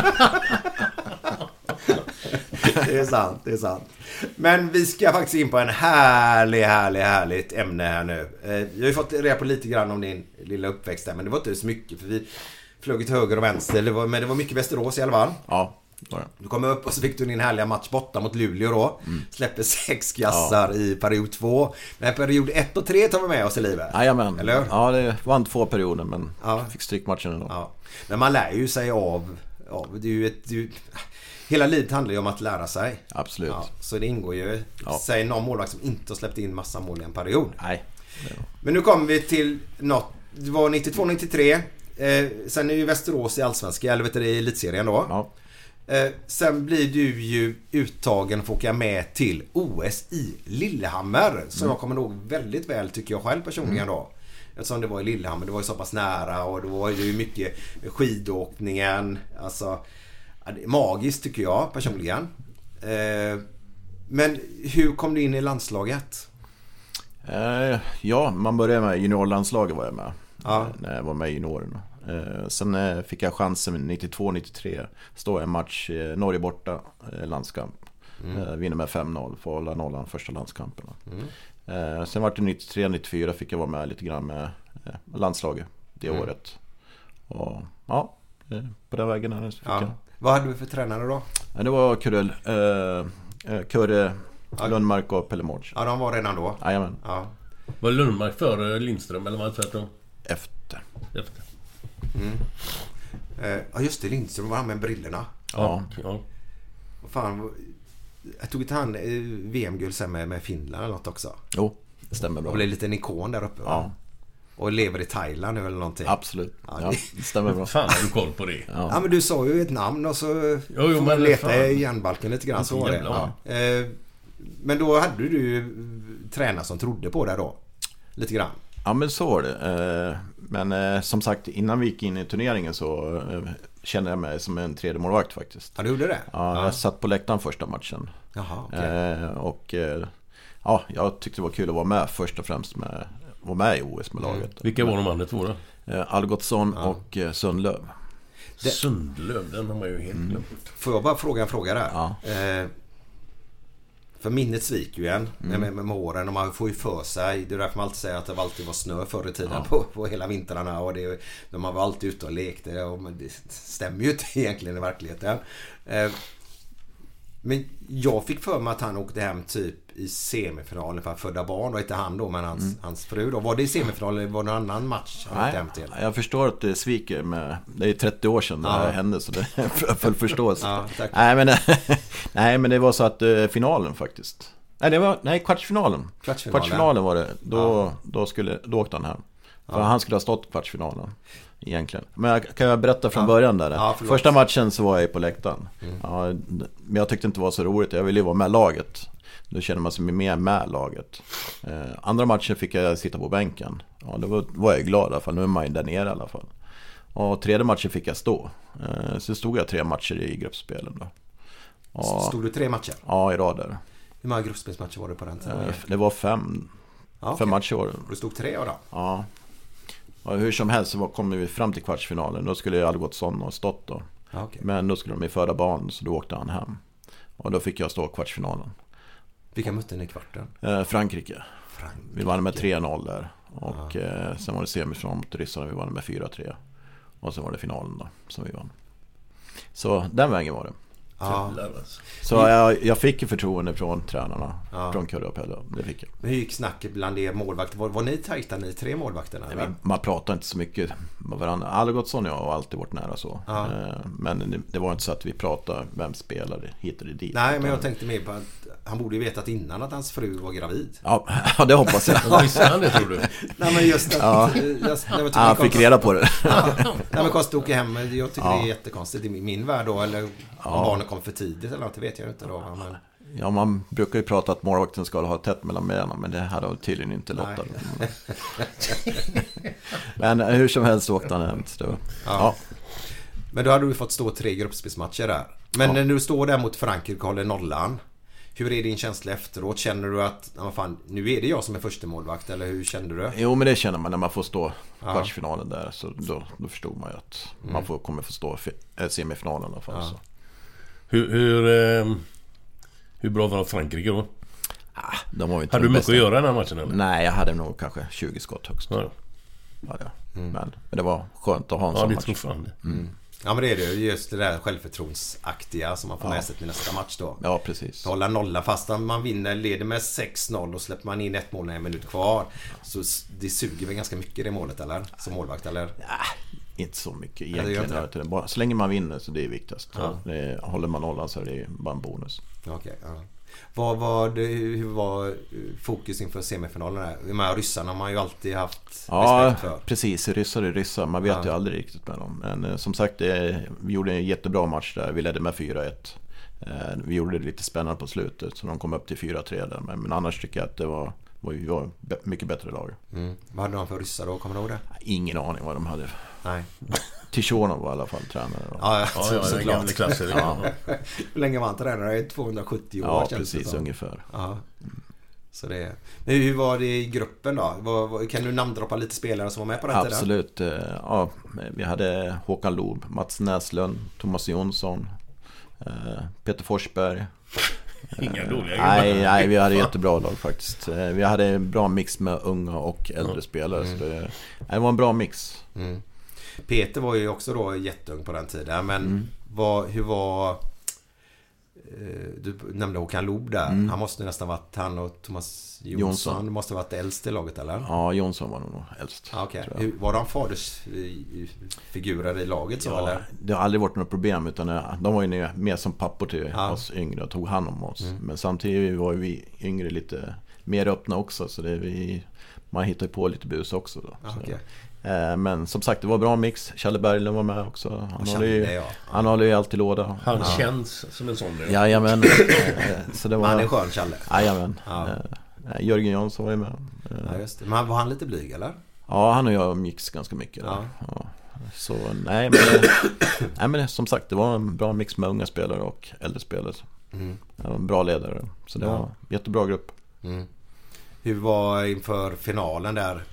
Det är sant. Men vi ska faktiskt in på en härligt ämne här nu. Jag har ju fått reda på lite grann om din lilla uppväxt där, men det var inte så mycket för vi flög till höger och vänster. Men det var mycket Västerås i alla fall. Ja, det var det. Du kom upp och så fick du din härliga match borta mot Luleå då. Släpper 6 gassar i period 2. Men period 1 och 3 tar vi med oss i livet. Jajamän. Eller hur? Ja, det var en 2 perioder, men Ja. fick strykmatchen ändå. Ja. Men man lär ju sig av det är ju hela livet handlar ju om att lära sig. Absolut. Ja, så det ingår ju. Ja. Säg någon målvakt som inte har släppt in massa mål i en period. Nej. Men nu kommer vi till något. Det var 92-93. Sen är ju Västerås i Allsvenskan, eller vet du, det är elitserien då. Ja. Sen blir du ju uttagen för att åka med till OS i Lillehammer. Som jag kommer ihåg väldigt väl, tycker jag själv personligen då. Eftersom det var i Lillehammer, det var ju så pass nära. Och det var ju mycket skidåkningen. Alltså, ja, det är magiskt tycker jag personligen. Men hur kom du in i landslaget? Ja, man började med juniorlandslaget var jag med. Ja. När jag var med i juniorerna. Sen fick jag chansen 92-93. Står jag en match Norge borta, landskamp. Vinner med 5-0, får hålla nollan första landskampen. Sen var det 93-94 fick jag vara med lite grann med landslaget det året. Och ja, på den vägen här så fick jag. Vad hade du för tränare då? Ja, det var Kurre, Lundmark och Pelle Mårds. Ja, de var redan då. Jajamän. Ja. Var Lundmark före Lindström eller var det tvärtom? Efter. Ja, just det, Lindström var han med brillorna. Ja. Vad fan, jag tog inte han VM-guld sen med Finland eller något också. Jo, det stämmer bra. Och blev lite en ikon där uppe, va? Ja. Och lever i Thailand nu eller någonting. Absolut. Ja, Ja, det stämmer bra. Fan har du koll på det? Ja, men du sa ju ett namn och så Jo, får man men leta fan. i järnbalken lite grann, så var det. Jävlar. Ja. Men då hade du tränare som trodde på det då? Lite grann. Ja, men så var det. Men som sagt, innan vi gick in i turneringen så kände jag mig som en tredje målvakt faktiskt. Ja, du gjorde det? Ja, jag satt på läktaren första matchen. Jaha, okej. Och ja, jag tyckte det var kul att vara med först och främst vara med i OS med laget. Vilka var de andra två då? Algotsson och Sundlöv. Sundlöv, den har man ju helt glömt. Får jag bara fråga en fråga där? Ja. För minnet sviker ju en med åren och man får ju för sig. Det är därför man alltid säger att det alltid var snö förr i tiden på hela vintrarna och de var alltid ute och lekte och det stämmer ju inte egentligen i verkligheten. Men jag fick för mig att han åkte hem typ i semifinalen för att födda barn och inte han då, men hans fru då. Var det i semifinalen eller var det någon annan match han åkte hem till? Jag förstår att det sviker med, det är 30 år sedan det här hände, så det är full förståelse. Ja, tack. Nej, men det var så att finalen faktiskt. Kvartsfinalen. Kvartsfinalen var det. Då åkte han hem. För han skulle ha stått kvartsfinalen egentligen. Men kan jag berätta från början där? Ja, första matchen så var jag på läktaren. Ja, men jag tyckte inte det var så roligt. Jag ville ju vara med laget. Då kände man sig mer med laget. Andra matchen fick jag sitta på bänken. Ja, då var jag glad i alla fall. Nu är man ju där nere i alla fall. Och tredje matchen fick jag stå. Så stod jag 3 matcher i gruppspelen då. Ja. Stod du 3 matcher? Ja, i rader. Hur många gruppspelsmatcher var det på den tiden? Det var 5 matcher i år. Du stod 3 år då? Ja. Och hur som helst så kom vi fram till kvartsfinalen. Då skulle Algotsson ha stått då. Okay. Men då skulle de föda barn, så då åkte han hem. Och då fick jag stå kvartsfinalen. Vilka mötte ni i kvarten? Frankrike. Vi vann med 3-0 där. Och sen var det semifinal mot ryssarna. Vi vann med 4-3. Och sen var det finalen då som vi vann. Så den vägen var det. Så jag fick förtroende från tränarna, från Kurre och Pelle. Det fick jag. Men hur gick snacket bland er målvakter? Var ni tajta, ni 3 målvakterna? Man pratar inte så mycket med varandra. Algotsson och jag har alltid varit nära så. Men det var inte så att vi pratade vem spelade hit eller dit. Nej, men jag tänkte mer på att han borde ju vetat innan att hans fru var gravid. Ja, det hoppas jag. Visste han det, tror du? Nej, men just att... Han fick reda på det. Nej, men konstigt att åka hem. Jag tycker det är jättekonstigt i min värld då. Eller om barnen kom för tidigt eller något, det vet jag inte då. Men... Ja, man brukar ju prata att målvakten ska ha tätt mellan benen, men det hade tydligen inte Lotta. Men hur som helst åkte han hem. Ja. Men då hade du fått stå 3 gruppspelsmatcher där. Men när du står där mot Frankrike och håller nollan, hur är din känsla efteråt? Känner du att nu är det jag som är första målvakt, eller hur kände du? Jo, men det känner man när man får stå kvartsfinalen där. Så då förstod man ju att man kommer få stå semifinalen i alla fall. Så. Hur bra var Frankrike då? De var inte hade du mycket att göra i den här matchen eller? Nej, jag hade nog kanske 20 skott högst. Men det var skönt att ha en sån match. Ja, men det är det just det där självförtroensaktiga som man får med sig till nästa match då. Ja, precis. Hålla nolla fast man leder med 6-0 och släpper man in 1 mål när 1 minut kvar. Så det suger väl ganska mycket det målet, eller? Som målvakt, eller? Ja, inte så mycket egentligen. Bara, så länge man vinner så det är viktigast. Håller man nollan så är det bara en bonus. Okej, hur var fokus inför semifinalen här? De här ryssarna har man ju alltid haft respekt för. Ja, precis. Ryssar är ryssar. Man vet ju aldrig riktigt med dem. Men som sagt, vi gjorde en jättebra match där. Vi ledde med 4-1. Vi gjorde det lite spännande på slutet. Så de kom upp till 4-3 där. Men annars tycker jag att det var mycket bättre lag. Vad hade de för ryssar då? Kommer du ihåg det? Ingen aning vad de hade. Nej. Tichonov var i alla fall tränare då. Ja, den gamla klassen. Hur länge var han tränare? 270 år. Ja, precis, ungefär. Ja. Så det. Men hur var det i gruppen då? Kan du namndroppa lite spelare som var med på den tiden? Absolut. Ja, vi hade Håkan Loob, Mats Näslund, Thomas Jonsson, Peter Forsberg. Inga dåliga. Nej, vi hade jättebra lag faktiskt. Vi hade en bra mix med unga och äldre spelare. Så det var en bra mix. Peter var ju också då jätteung på den tiden. Men hur var... Du nämnde Håkan Loob där. Han måste nästan varit, han och Thomas Jonsson måste varit äldst i laget, eller? Ja, Jonsson var nog äldst. Okay. Var de fadersfigurer i laget så, eller? Det har aldrig varit något problem, utan de var ju mer som pappor till oss yngre och tog hand om oss. Men samtidigt var vi yngre lite mer öppna också, så man hittar på lite bus också då. Men som sagt, det var bra mix. Challe Berglund var med också. Han håller ju alltid låda. Han känns som en sån. Jajamän. Så det var... Han är skön, Challe. Jajamän. Jörgen Jansson var ju med. Ja, just det. Men var han lite blyg, eller? Ja, han och jag mix ganska mycket. Ja. Så nej, men som sagt, det var en bra mix med unga spelare och äldre spelare. Det var en bra ledare. Så det var en jättebra grupp. Hur var inför finalen där?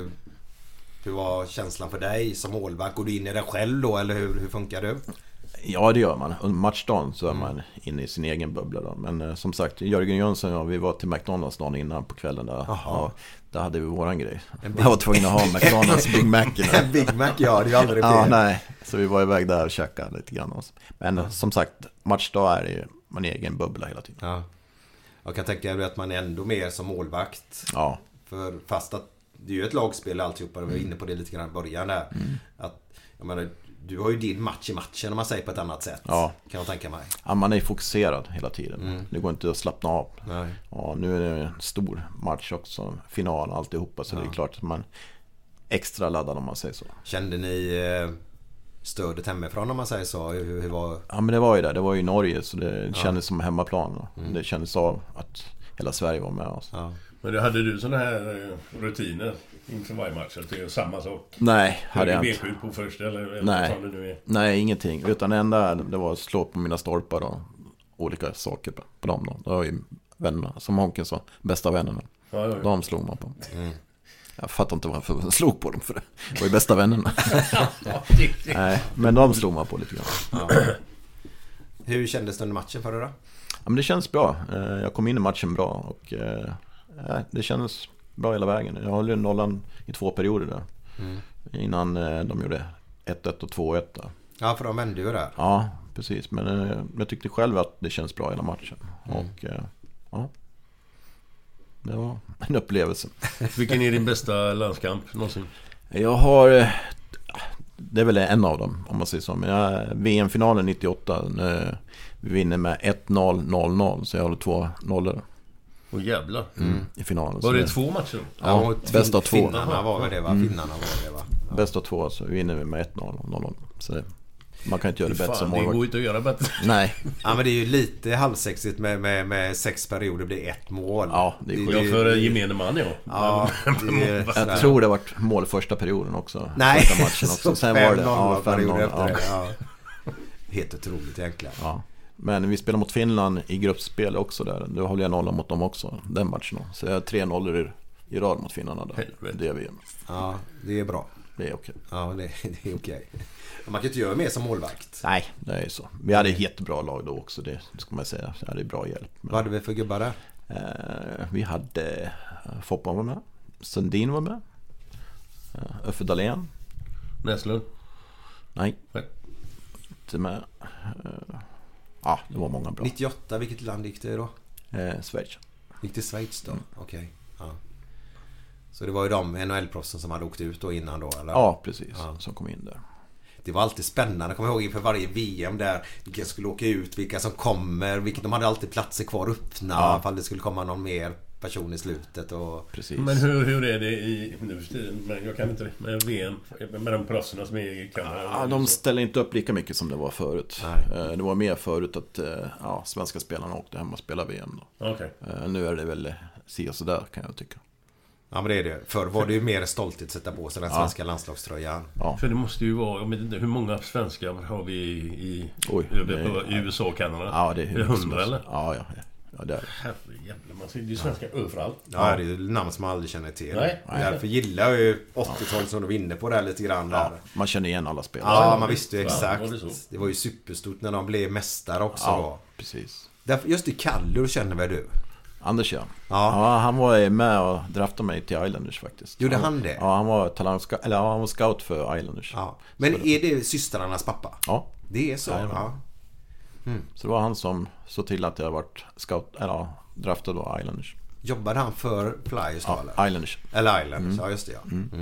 Hur var känslan för dig som målvakt? Går du in i det själv då, eller hur funkar det? Ja, det gör man. Under matchdagen så är man inne i sin egen bubbla då. Men som sagt, Jörgen Jönsson och vi var till McDonalds dagen innan på kvällen där. Ja, där hade vi våran grej. Jag var tvungen att ha McDonalds Big Mac. En Big Mac, ja, det är aldrig fel. Ja, nej. Så vi var iväg där och käkade lite grann. Men som sagt, matchdag är det man egen bubbla hela tiden. Ja. Jag kan tänka mig att man är ändå mer som målvakt. Ja. För fast att det är ju ett lagspel alltihopa. Vi var inne på det lite grann i början där. Att, jag menar, du har ju din match i matchen om man säger på ett annat sätt. Ja. Kan jag tänka mig. Ja, man är fokuserad hela tiden. Det går inte att slappna av. Nej. Ja, nu är det en stor match också. Final och alltihopa. Så det är klart att man extra laddad om man säger så. Kände ni stödet hemifrån om man säger så? Hur var... Ja, men det var ju där. Det var ju Norge, så det kändes som hemmaplan. Det kändes av att hela Sverige var med oss. Ja. Men hade du såna här rutiner inför varje match? Att det är samma sak? Nej, hade jag inte. B-skydd på först eller nej. Det nu är? Nej, ingenting. Utan det enda det var att slå på mina stolpar då. olika saker på dem då. Det var ju vännerna, som Honken sa, bästa vännerna. Ja. De slog man på. Jag fattar inte varför jag slog på dem, för det var ju bästa vännerna. Nej, men de slog man på lite grann. Hur kändes det under matchen för dig då? Ja, men det känns bra. Jag kom in i matchen bra och det kändes bra hela vägen. Jag höll nollan i 2 perioder där. Innan de gjorde 1-1 och 2-1 där. Ja, för de vände ju där. Ja, precis. Men jag tyckte själv att det känns bra hela matchen. Och ja, det var en upplevelse. Vilken är din bästa landskamp någonsin? Jag har... Det är väl en av dem, om man säger så. Men VM-finalen 98, vi vinner med 1-0, 0-0. Så jag håller 2 nollor. Åh jävlar. I finalen. Var det 2 matcher? Ja, bäst av 2. Finnarna var det va? Ja. Bäst av 2, så vi vinner med 1-0, 0-0. Så det, man kan inte göra det bättre som det målvakt. går inte att göra bättre. Nej. Ja, men det är ju lite halvsexigt med 6 perioder blir 1 mål. Ja, det är Ja, för gemene man, ja. Jag tror det har varit mål första perioden också. Nej, första matchen också. Sen var det 5-0 efter det. Ja. Helt otroligt egentligen. Ja. Men vi spelar mot Finland i gruppspel också där. Då håller jag nolla mot dem också, den matchen. Så jag har 3 nollor i rad mot finnarna där. Det är vi. Ja, det är bra. Det är okej. Ja, det är okej. Man kan inte göra mer som målvakt. Nej, det är ju så. Vi hade ett jättebra lag då också, det ska man säga. Vi hade bra hjälp. Vad hade vi för gubbar där? Vi hade Foppan var med. Sundin var med. Uffe Dahlén. Näslund? Nej. Inte med. Ja, det var många bra. 98, vilket land gick det då? Schweiz. Gick till Schweiz då? Okej. Ja. Så det var ju de NHL-proffsen som hade åkt ut då innan då, eller? Ja, precis. Som kom in där. Det var alltid spännande, kommer ihåg inför varje VM där vilka skulle åka ut, vilka som kommer, vilka de hade alltid platser kvar öppna ifall det skulle komma någon mer person i slutet och... Precis. Men hur är det i nu för tiden? Men jag kan inte det med VM, med de proffsen som är i Kanada. Ja, de ställer inte upp lika mycket som det var förut. Nej. Det var mer förut att svenska spelarna åkte hem och spelade VM då. Okay. Nu är det väl si och så där, kan jag tycka. Ja, men det är det. Förr var det ju mer stolthet att sätta på sig den svenska landslagströjan. Ja. För det måste ju vara, jag vet inte, hur många svenskar har vi i USA och Kanada? Ja, det är 100 eller? Ja, det är det. Herrejävlar, man ser ju svenskar överallt. Ja, det är namn som man aldrig känner till. Nej. Därför gillar jag ju 80-talet som du var inne på där lite grann där. Ja, man känner igen alla spelare. Ja, man visste ju exakt. Var det var ju superstort när de blev mästare också då. Precis. Därför, just i Kallur känner väl du? Anders, ja, han var med och draftade mig till Islanders faktiskt. Gjorde han det? Ja, han var scout för Islanders. Ja. Men är det systrarnas pappa? Ja. Det är så, ja. Så det var han som såg till att jag varit scout, eller draftad då Islanders. Jobbade han för Flyers då, eller? Islanders. Eller Islanders, ja just det,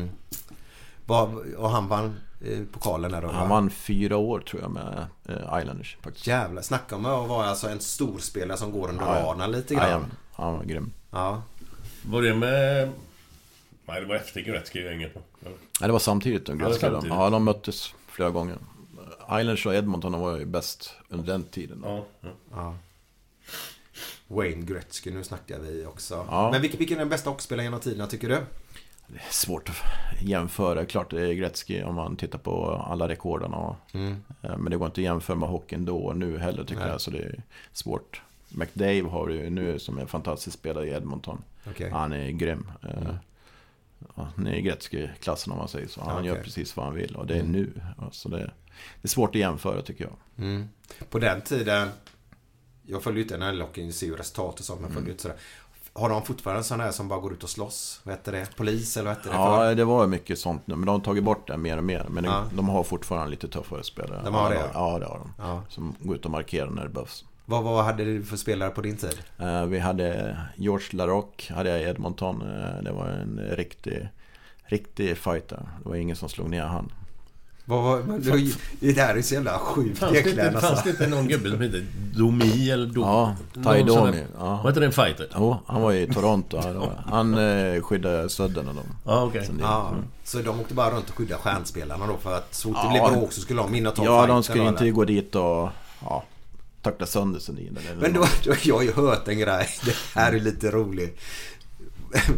Och han vann pokalen där då? Han vann 4 år tror jag med Islanders faktiskt. Jävlar, snacka om att vara alltså en stor spelare som går under radarn lite grann. Ja, han var grym. Ja. Var det med... Nej, det var efter Gretzky-gänget. Ja, det var samtidigt då, Gretzky. Ja, de möttes flera gånger. Islanders och Edmonton var ju bäst under den tiden. Ja. Wayne Gretzky, nu snackar vi också. Ja. Men vilken är den bästa hockeyspelaren genom tiderna, tycker du? Det är svårt att jämföra. Klart det är Gretzky om man tittar på alla rekorderna. Men det går inte att jämföra med hockeyn då och nu heller, tycker jag. Så det är svårt. McDavid har ju nu som är en fantastisk spelare i Edmonton. Okay. Han är grym. Han är i Gretzky-klassen om man säger så. Han gör precis vad han vill. Och det är nu. Så det är svårt att jämföra, tycker jag. På den tiden, jag följer ut när Locken ser ju resultat och sånt, men följer ut sådär. Har de fortfarande sådana här som bara går ut och slåss? Vad heter det? Polis eller vad heter det? Ja, det var mycket sånt nu. Men de har tagit bort det mer och mer. Men de har fortfarande lite tuffare spelare. De har det? Ja, det har de. Ja. Som går ut och markerar när det behövs. Vad hade du för spelare på din tid? Vi hade George Larocque, hade jag i Edmonton. Det var en riktig fighter. Det var ingen som slog ner han. Det där är så jävla sjukt. Fanns det inte någon gubbe som heter Domi eller Domi? Ja, Ty Domi. Var inte det en fighter? Ja, han var i Toronto. Han skyddade Södern och dem. Ja, okej. Så de åkte bara runt och skyddade stjärnspelarna då, för att så det blev bråk så skulle de in och ta fighten. Ja, de skulle inte gå dit och tackla sönder Sundin. Men då jag har ju hört en grej. Det här är lite roligt.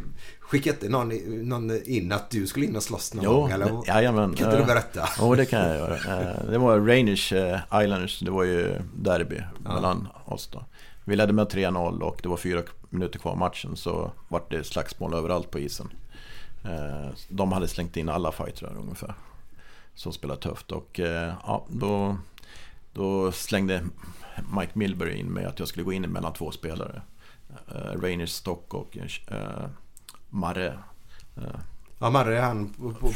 Skickade någon in att du skulle in och slåss någon gång? Eller? Jajamän. Kan inte du berätta? Jo, det kan jag göra. Det var Rangers Islanders. Det var ju derby mellan oss då. Vi ledde med 3-0 och det var 4 minuter kvar matchen, så var det slagsmål överallt på isen. De hade slängt in alla fighter ungefär som spelar tufft, och då slängde Mike Milbury in med att jag skulle gå in mellan 2 spelare, Rangers Stock och Marre. Marre är han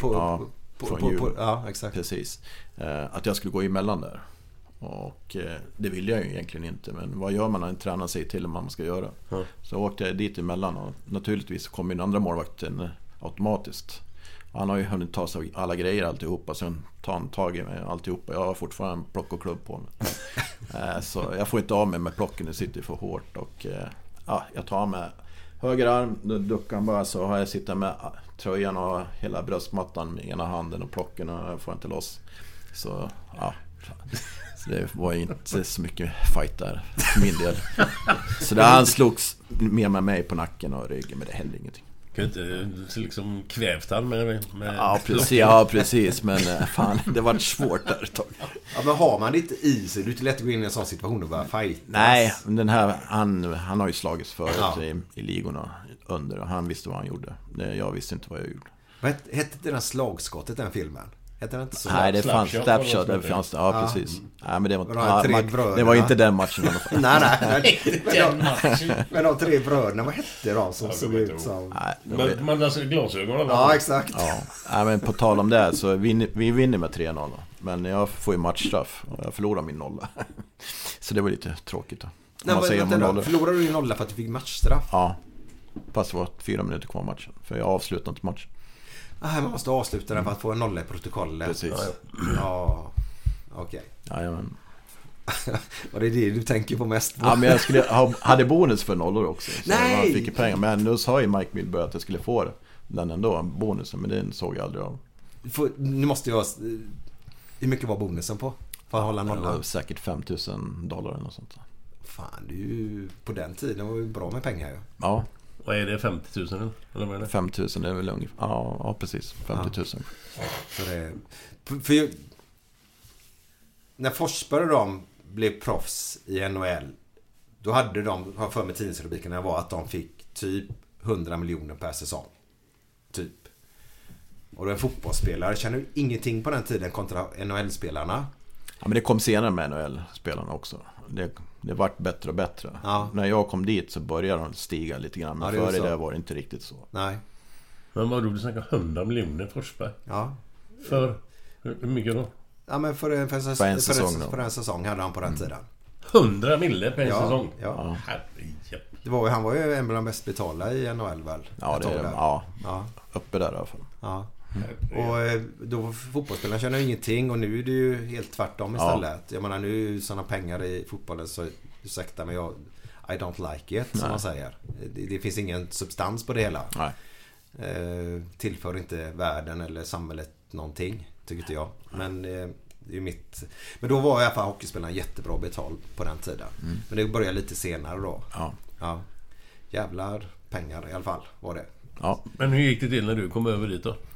på exakt. Precis. Att jag skulle gå emellan där. Och det vill jag ju egentligen inte, men vad gör man när en tränare säger till om man ska göra? Så åkte jag dit emellan, och naturligtvis kom min andra målvakten automatiskt. Han har ju hunnit ta sig alla grejer alltihopa, sen tar han tag i mig alltihopa. Jag har fortfarande en plock och klubb på mig. Så jag får inte av mig med plocken, det sitter för hårt. Och jag tar med höger arm, då duckar han bara, så har jag sitter med tröjan och hela bröstmattan med ena handen och plocken, och jag får inte loss. Så det var inte så mycket fight där för min del. Så där han slogs mer med mig på nacken och ryggen, men det hände ingenting. Kan inte liksom kvävt han med precis, men fan, det var svårt där ett tag. Ja, men har man inte i sig, det är inte lätt att gå in i en sån situation och börja fightas. Nej, den här, han har ju slagits förut i ligorna under, och han visste vad han gjorde. Jag visste inte vad jag gjorde. Vad hette det där slagskottet, den filmen? Hette det inte så? Nej, det fanns Slapshot, det fanns det. Ja, precis. Nej, men det var inte den matchen. nej. Men de 3 bröderna, vad hette de som såg ut som... Man alltså glasögon. Ja, exakt. Ja. Nej, men på tal om det, så vi vinner med 3-0. Men jag får ju matchstraff och jag förlorar min nolla. Så det var lite tråkigt då. Förlorade du din nolla för att du fick matchstraff? Ja, fast det var 4 minuter kvar matchen. För jag avslutade inte matchen. Man måste avsluta den för att få en nolla i protokollet. Precis. Ja, okej. Jajamän. Och det är det du tänker på mest på. Ja, men jag hade bonus för nollor också. Så nej! Man fick pengar. Men nu sa ju Mike Milbury att jag skulle få den ändå, bonusen. Men den såg jag aldrig av. Nu måste jag... Hur mycket var bonusen på? För att hålla nollan? Det var säkert $5,000 eller något sånt. Fan, du på den tiden var ju bra med pengar ju. Ja. Vad är det, 50 000 eller vad är det? 5 000 är väl ungefär. Ja, precis, 50 000. Så det, för när Forsberg de blev proffs i NHL, då hade de, har för mig tidningsrubrikerna var att de fick typ 100 miljoner per säsong. Typ. Och då en fotbollsspelare känner ju ingenting på den tiden kontra NHL-spelarna. Ja, men det kom senare med NHL-spelarna också. Det vart bättre och bättre. Ja. När jag kom dit så började de stiga lite grann. Men före det var det inte riktigt så. Nej. Men vad du snackar 100 miljoner Forsberg? Ja. För hur mycket då? Ja, men för en säsong hade han på den tiden. 100 miljoner per säsong? Ja. Han var ju en av de bäst betalda i NHL väl? Ja, det är det. Ja. Uppe där i alla fall. Ja. Och då fotbollsspelaren känner ingenting, och nu är det ju helt tvärtom istället. Jag menar, nu är ju sådana pengar i fotbollen, så ursäkta mig, I don't like it, som man säger. Det finns ingen substans på det hela. Tillför inte världen eller samhället någonting, tycker inte jag. Men det är mitt. Men då var i alla fall hockeyspelaren jättebra betald på den tiden. Men det började lite senare då. Ja. Jävlar pengar i alla fall var det. Ja. Men hur gick det till när du kom över dit då?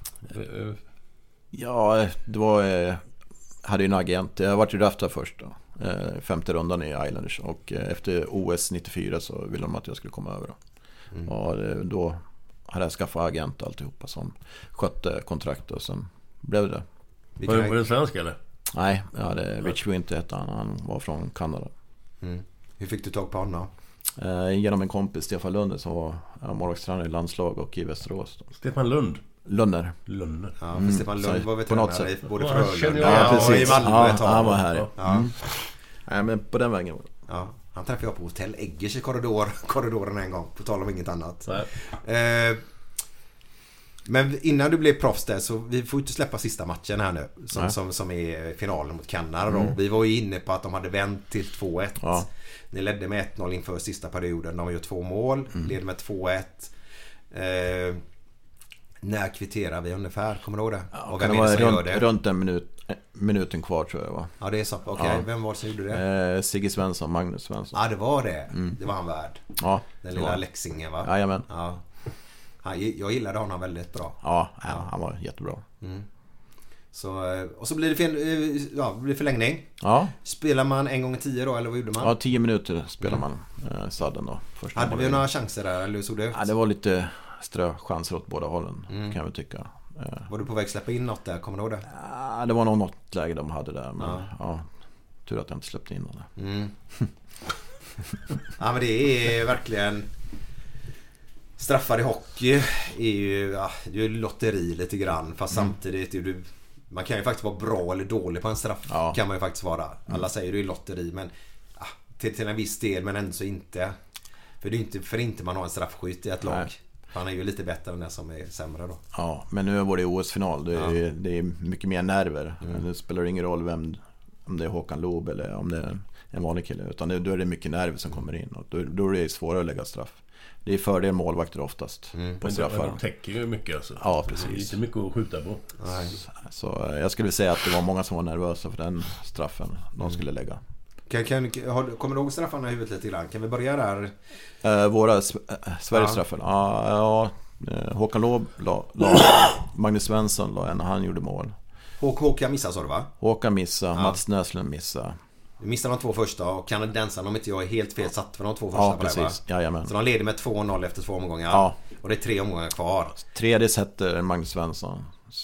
Ja, det var hade ju en agent. Jag var ju draftad först då. 5:e rundan i Islanders, och efter OS 94 så ville de att jag skulle komma över då. Och då hade jag skaffat agent och alltihopa som skötte kontrakt, och sen blev det. Var det svensk eller? Nej, Rich Winter hette han var från Kanada. Hur fick du tag på honom? Genom en kompis, Stefan Lunde, som var målvaktstränare i landslag och i Västerås då. Stefan Lund? Lunner. Ja, för Stefan Lund var veterinär i både Frölunda. Ja, precis. I Malmö han var här. Nej, men på den vägen. Ja, han träffade jag på Hotell Eggers i korridoren en gång, på tal om inget annat. Men innan du blev proffs där, så vi får inte släppa sista matchen här nu som är finalen mot Kanada då. Vi var ju inne på att de hade vänt till 2-1. Ni ledde med 1-0 inför sista perioden. De har gjort 2 mål, leder med 2-1. När kvitterar vi ungefär? Kommer du ihåg det? Och vem är det som gör det? Runt en minuten kvar, tror jag, va? Ja, det är så. Okej. Vem var det som gjorde det? Sigge Svensson, Magnus Svensson. Ja, det var det. Det var han värd. Ja. Den lilla Leksingen, va? Jajamän. Ja. Jag gillade honom väldigt bra. Ja, han var jättebra. Så, och så blir det förlängning. Ja. Spelar man en gång 10 då, eller vad gjorde man? Ja, 10 minuter spelar man sadden då. Hade vi några chanser där, eller hur såg det ut? Ja, det var lite chanser åt båda hållen, kan jag väl tycka. Var du på väg att släppa in något där, kommer du ihåg det? Ja, det var nog något läge de hade där, men tur att jag inte släppte in något. Ja, men det är verkligen... Straffar i hockey är ju, det är ju lotteri lite grann, fast samtidigt är du... Man kan ju faktiskt vara bra eller dålig på en straff, kan man ju faktiskt vara. Alla säger det är lotteri, men till en viss del, men ändå så inte. För det är inte för inte man har en straffskytt i ett lag. Han är ju lite bättre än den som är sämre då. Ja, men nu var det OS-final. Det är mycket mer nerver. Det spelar ingen roll om det är Håkan Loob eller om det är en vanlig kille. Utan då är det mycket nerver som kommer in. Och då är det svårare att lägga straff. Det är fördel målvakter oftast på straffar. Men de täcker ju mycket alltså. Ja, precis. Det är inte mycket att skjuta på. Så jag skulle säga att det var många som var nervösa för den straffen de skulle lägga. Kommer du ihåg straffarna i huvudet lite grann? Kan vi börja där? Våra Sveriges straffar. Håkan Loob la Magnus Svensson la en, han gjorde mål. Håkan missade, sa du, va? Håkan missade, Mats Näslund missade. Vi missade de 2 första och kanadensarna, om inte jag är helt fel, satt för de 2 första på precis. det, va? Så de leder med 2-0 efter 2 omgångar. Och det är 3 omgångar kvar. Tredje sätter Magnus Svensson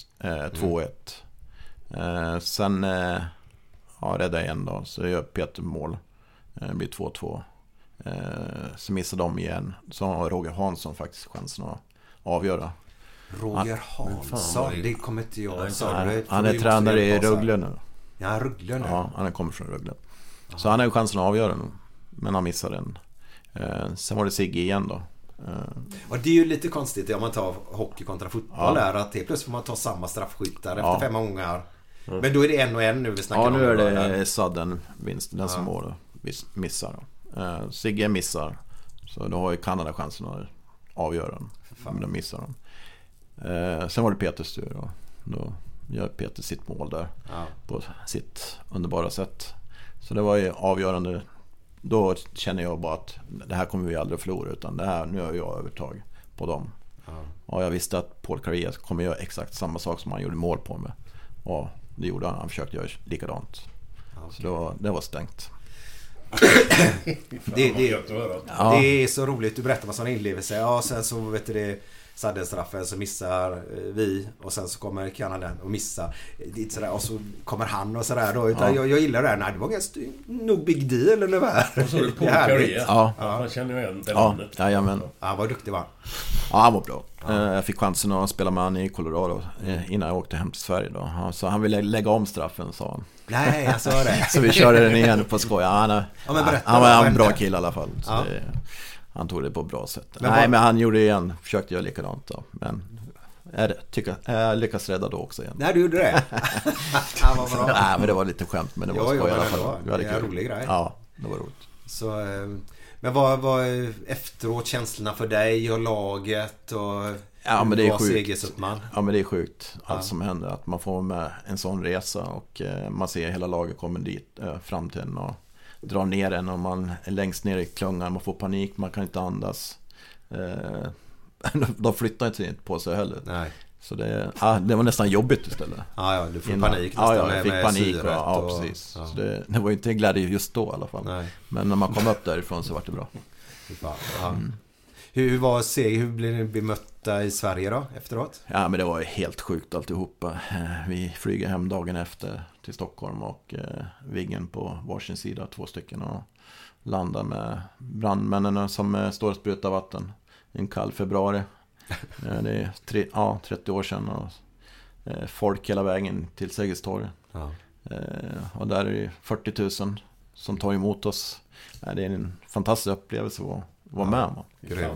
2-1. Sen räddar jag en då, så gör Peter mål. Det blir 2-2. Så missar de igen. Så har Roger Hansson faktiskt chansen att avgöra. Roger Hansson, det kommer inte jag. Han är tränare i Rögle nu. Ja, Rögle nu. Ja, han kommer från Rögle. Så han har ju chansen att avgöra nu. Men han missar den. Sen var det Sigge igen då. Och det är ju lite konstigt om man tar hockey kontra fotboll där, att det plötsligt får man ta samma straffskyttar efter 5 omgångar. Men då är det 1-1 nu vi snackar om. Ja, nu är det sadden vinst, den som mål missar. Sigge missar. Så då har ju Kanada chansen att avgöra den. Men de missar den. Sen var det Peters tur då gör Peter sitt mål där på sitt underbara sätt. Så det var ju avgörande. Då känner jag bara att det här kommer vi aldrig att förlora, utan det här, nu har jag övertag på dem. Och jag visste att Paul Kariya kommer göra exakt samma sak som han gjorde mål på mig. Och det gjorde han försökte göra likadant. Så det var stängt. Det är så roligt. Du berättar vad som inlevelse. Ja, sen så vet du det, saddenstraffen, så missar vi, och sen så kommer Kanada och missar dit sådär, och så kommer han och sådär då, utan jag gillar det här. Nej, det var ganska nog big deal eller vad. Och så är det Paul Kariya. Man känner ju igen det namnet. Han var duktig, va? Ja, han var bra. Jag fick chansen att spela med han i Colorado innan jag åkte hem till Sverige då. Så han ville lägga om straffen, sa han. Nej, jag sa det. Så vi körde den igen på skoj. Han var en bra kille i alla fall. Så han tog det på ett bra sätt. Men han gjorde det igen. Försökte göra likadant då. Men jag lyckas rädda då också igen. Nej, du gjorde det. Han var bra. Nej, men det var lite skämt. Men det var skoj i alla fall. Det var en rolig grej. Ja, det var roligt. Så, men vad var efteråt känslorna för dig och laget och men det är sjukt. Segersutman? Ja, men det är sjukt allt som händer. Att man får med en sån resa och man ser hela laget kommer dit fram till en och drar ner en, och man är längst ner i klungan, man får panik, man kan inte andas. De flyttar inte på sig heller. Nej. Så det var nästan jobbigt istället. Ja, du får panik nästan. Ja, jag fick panik. Precis. Så det var ju inte glädje just då i alla fall. Nej. Men när man kom upp därifrån så var det bra. Hur blev ni bemötta i Sverige då efteråt? Ja, men det var ju helt sjukt alltihopa. Vi flyger hem dagen efter till Stockholm och Viggen på varsin sida, 2 stycken, och landar med brandmännen som står och sprutar vatten en kall februari. Det är 30 år sedan, och folk hela vägen till Sergels torg. Och där är det 40 000 som tar emot oss. Det är en fantastisk upplevelse att vara med om.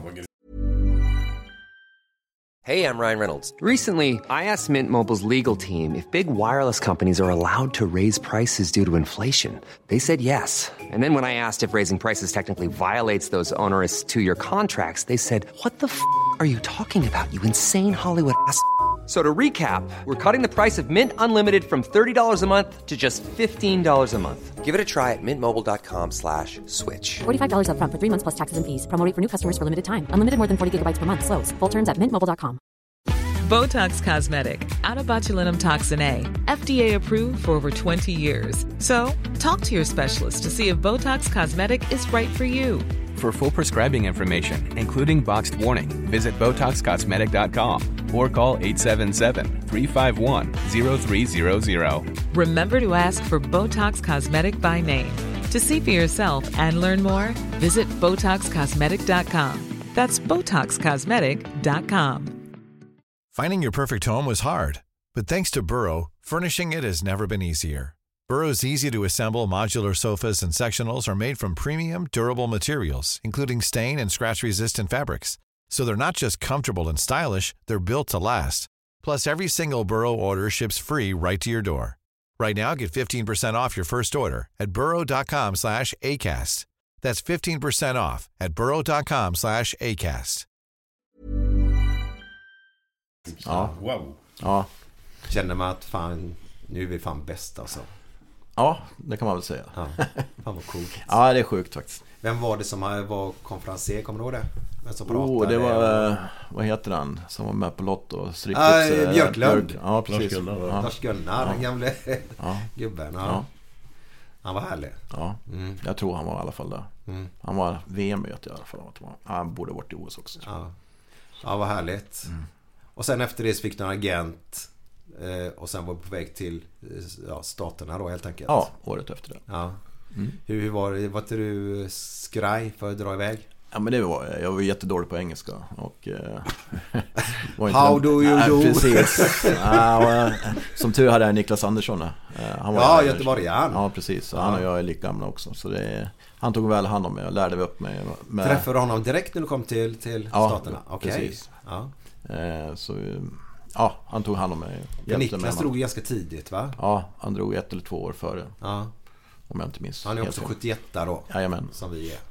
Hey, I'm Ryan Reynolds. Recently, I asked Mint Mobile's legal team if big wireless companies are allowed to raise prices due to inflation. They said yes. And then when I asked if raising prices technically violates those onerous 2-year contracts, they said, "What the f*** are you talking about, you insane Hollywood ass?" So to recap, we're cutting the price of Mint Unlimited from $30 a month to just $15 a month. Give it a try at mintmobile.com/switch. $45 up front for 3 months plus taxes and fees. Promo rate for new customers for limited time. Unlimited more than 40 gigabytes per month. Slows full terms at mintmobile.com. Botox Cosmetic, out of botulinum toxin A, FDA approved for over 20 years. So, talk to your specialist to see if Botox Cosmetic is right for you. For full prescribing information, including boxed warning, visit BotoxCosmetic.com or call 877-351-0300. Remember to ask for Botox Cosmetic by name. To see for yourself and learn more, visit BotoxCosmetic.com. That's BotoxCosmetic.com. Finding your perfect home was hard, but thanks to Burrow, furnishing it has never been easier. Burrow's easy-to-assemble modular sofas and sectionals are made from premium, durable materials, including stain and scratch-resistant fabrics. So they're not just comfortable and stylish, they're built to last. Plus, every single Burrow order ships free right to your door. Right now, get 15% off your first order at burrow.com/ACAST. That's 15% off at burrow.com/ACAST. Ja. Wow. Ja. Känner man att fan, nu är vi fan bäst alltså. Ja, det kan man väl säga. Ja, fan vad coolt. Ja, det är sjukt faktiskt. Vem var det som var konferenser, kommer du ihåg det? Vem som pratade? Det var, vad heter han som var med på Lotto och stryktips? Björklund. Ja, precis. Lars Gunnar, den gamle gubben. Ja. Han var härlig. Ja, jag tror han var i alla fall där. Han var VM, vet jag i alla fall. Han borde varit i OS också. Ja, vad härligt. Och sen efter det så fick du en agent och sen var du på väg till staterna då helt enkelt. Ja, året efter det. Ja. Hur var det? Var du skraj för att dra iväg? Ja, men det var jag var jättedålig på engelska och var inte How do you do? Precis. Som tur hade jag Niklas Andersson. Han var göteborgaren. Ja, precis. Så han och jag är lika gamla också. Så han tog väl hand om mig och lärde upp mig. Träffade du honom direkt när du kom till staterna? Okay. Precis. Ja. Så han tog hand om mig. Niklas drog ganska tidigt, va? Ja, han drog 1 eller 2 år före. Ja. Om jag inte minns. Han är också 71 då. Jajamän. Som vi är.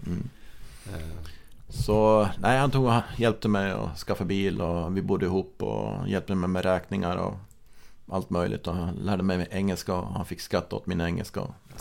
Så han hjälpte mig att skaffa bil och vi bodde ihop och hjälpte mig med räkningar och allt möjligt och han lärde mig engelska och han fick skatta åt min engelska.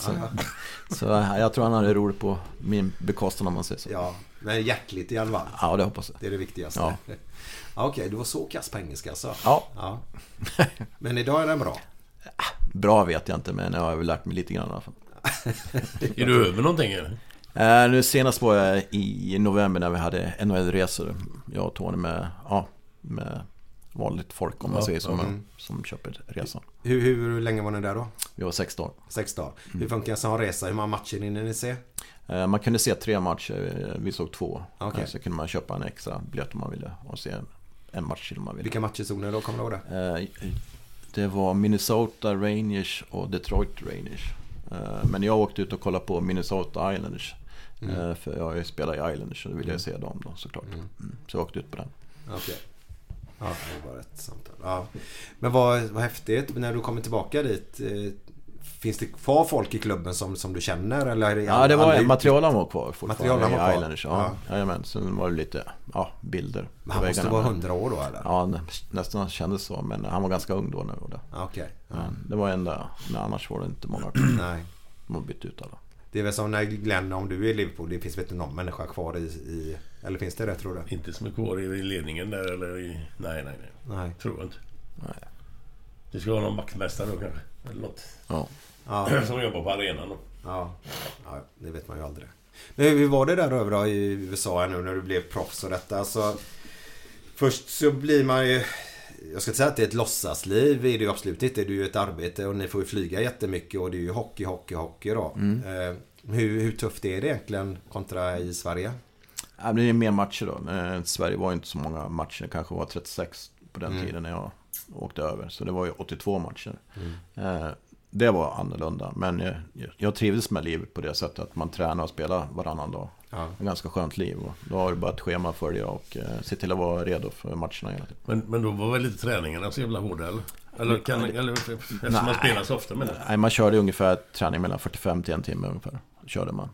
Så jag tror han hade roligt på min bekostnad om man säger så. Ja, men hjärtligt i alla fall. Ja, det hoppas jag. Det är det viktigaste. Ja. Okej, du var så kass på engelska så. Ja. Men idag är den bra. Bra vet jag inte, men jag har väl lärt mig lite grann i alla fall. Är du över någonting eller? Nu senast var jag i november när vi hade NHL-resor. Jag och Tony med vanligt folk om man säger som köper resan. Hur länge var ni där då? Vi var 6 dagar. 6 dagar. Hur funkar en sån resa? Hur många matcher hinner ni se? Man kunde se 3 matcher. Vi såg 2. Okay. Så kunde man köpa en extra biljett om man ville och se en match till om man ville. Vilka matcher såg ni då? Kommer du ihåg det? Det var Minnesota Rangers och Detroit Rangers. Men jag åkte ut och kollade på Minnesota Islanders. För jag spelar i Islanders så då ville jag se dem då såklart. Så jag åkte ut på den. Okej. Ja, det var ett samtal. Ja. Men vad häftigt när du kommer tillbaka dit. Finns det kvar folk i klubben som du känner? Eller ja, det var materialen var kvar materialen var kvar. Islanders, jajamän. Så var det lite bilder. Men han måste vara 100 år då eller? Ja, nästan kändes så. Men han var ganska ung då nu. Okej. Det var enda, men annars var det inte många. Nej. De har bytt ut alla. Det är väl som när Glenn, om du är i Liverpool, det finns någon människa kvar i eller finns det tror du? Inte som är kvar i ledningen där eller nej. Tror jag inte. Nej. Du ska ha någon vaktmästare då kanske eller något. Ja. Som jobbar på arenan då. Ja, det vet man ju aldrig. Men hur var det där över då i USA nu när du blev proffs och detta? Alltså, först så blir man ju, jag ska inte säga att det är ett låtsasliv, det är ju absolut inte. Det är ju ett arbete och ni får ju flyga jättemycket och det är ju hockey då. Hur tufft är det egentligen kontra i Sverige? Ja, det är mer matcher då. Sverige var inte så många matcher, det kanske var 36 på den tiden när jag åkte över. Så det var ju 82 matcher. Det var annorlunda, men jag trivdes med livet på det sättet att man tränar och spelar varannan dag. Ja. Ett ganska skönt liv och då har du bara ett schema för dig och se till att vara redo för matcherna hela tiden. Men då var väl lite träningarna så jävla hårda eller eftersom man spelar så ofta med det? Nej, man körde ungefär träning mellan 45 till 1 timme ungefär körde man.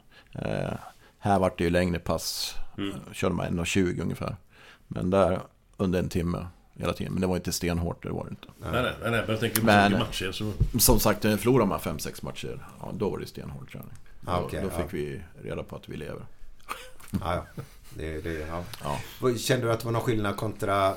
Här var det ju längre pass, körde man 1:20 ungefär. Men där under 1 timme hela tiden. Men det var inte stenhårt, det var det inte. Nej, jag tänker på så matcher så... Som sagt, när vi förlorade man 5-6 matcher, då var det stenhårt träning. Då fick vi reda på att vi lever. Ja. Kände du att det var någon skillnad kontra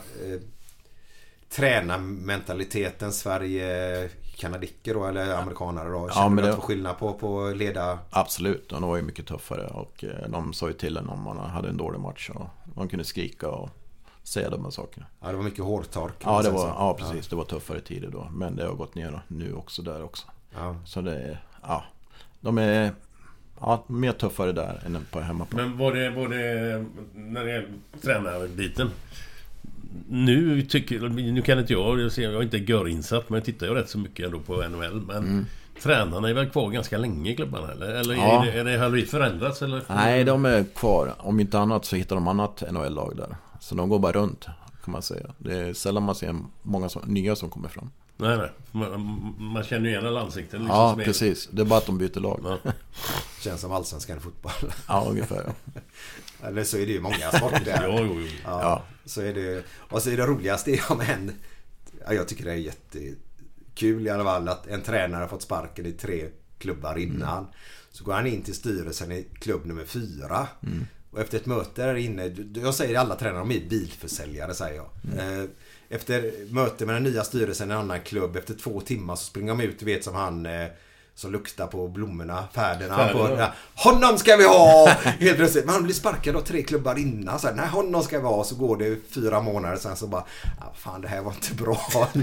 tränarmentaliteten Sverige kanadiker då, eller amerikanare då? Kände du att det var skillnad på leda? Absolut, de var ju mycket tuffare och de sa ju till en om man hade en dålig match och man kunde skrika och säga de här sakerna. Ja, det var mycket hårtork. Ja, precis, det var tuffare tider då, men det har gått ner nu också där också. Ja. Så det är, de är mer tuffare där än på hemmaplan. Men var det när det är tränarbiten? Nu kan inte jag är inte görinsatt, men jag tittar ju rätt så mycket ändå på NHL, men tränarna är väl kvar ganska länge i klubbarna, eller är det har det förändrats eller? Nej, de är kvar. Om inte annat så hittar de annat NHL-lag där. Så de går bara runt, kan man säga. Det är sällan man ser många nya som kommer fram. Nej. Man känner ju igen alla ansikten. Liksom, ja, precis. Det är bara att de byter lag. Ja. Känns som allsvenskan fotboll. Ja, ungefär. Eller så är det ju många sporter där. Jo. Ja. Så är det. Och så är det roligaste jag tycker det är jättekul i alla fall att en tränare har fått sparken i 3 klubbar innan. Så går han in till styrelsen i klubb nummer 4. Och efter ett möte där inne, jag säger alla tränare, de är bilförsäljare, säger jag. Efter möte med den nya styrelsen i en annan klubb, efter 2 timmar så springer de ut, vet som han som luktar på blommorna, färderna. Honom ska vi ha! Helt plötsligt. Men han blir sparkad då 3 klubbar innan. Så här, nej, honom ska vi ha. Så går det 4 månader sen så bara, fan det här var inte bra.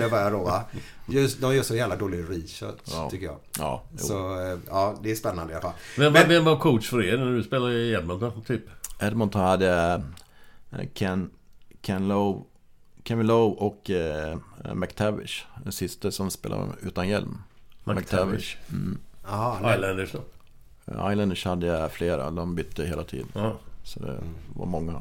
De gör så jävla dålig research, tycker jag. Ja, så det är spännande i alla fall. Vem var coach för er när du spelade i Edmonton, typ? Edmonton hade Kevin Lowe och McTavish, den sista som spelade utan hjälm. McTavish. Islanders då? Islanders hade jag flera, de bytte hela tiden. Så det var många.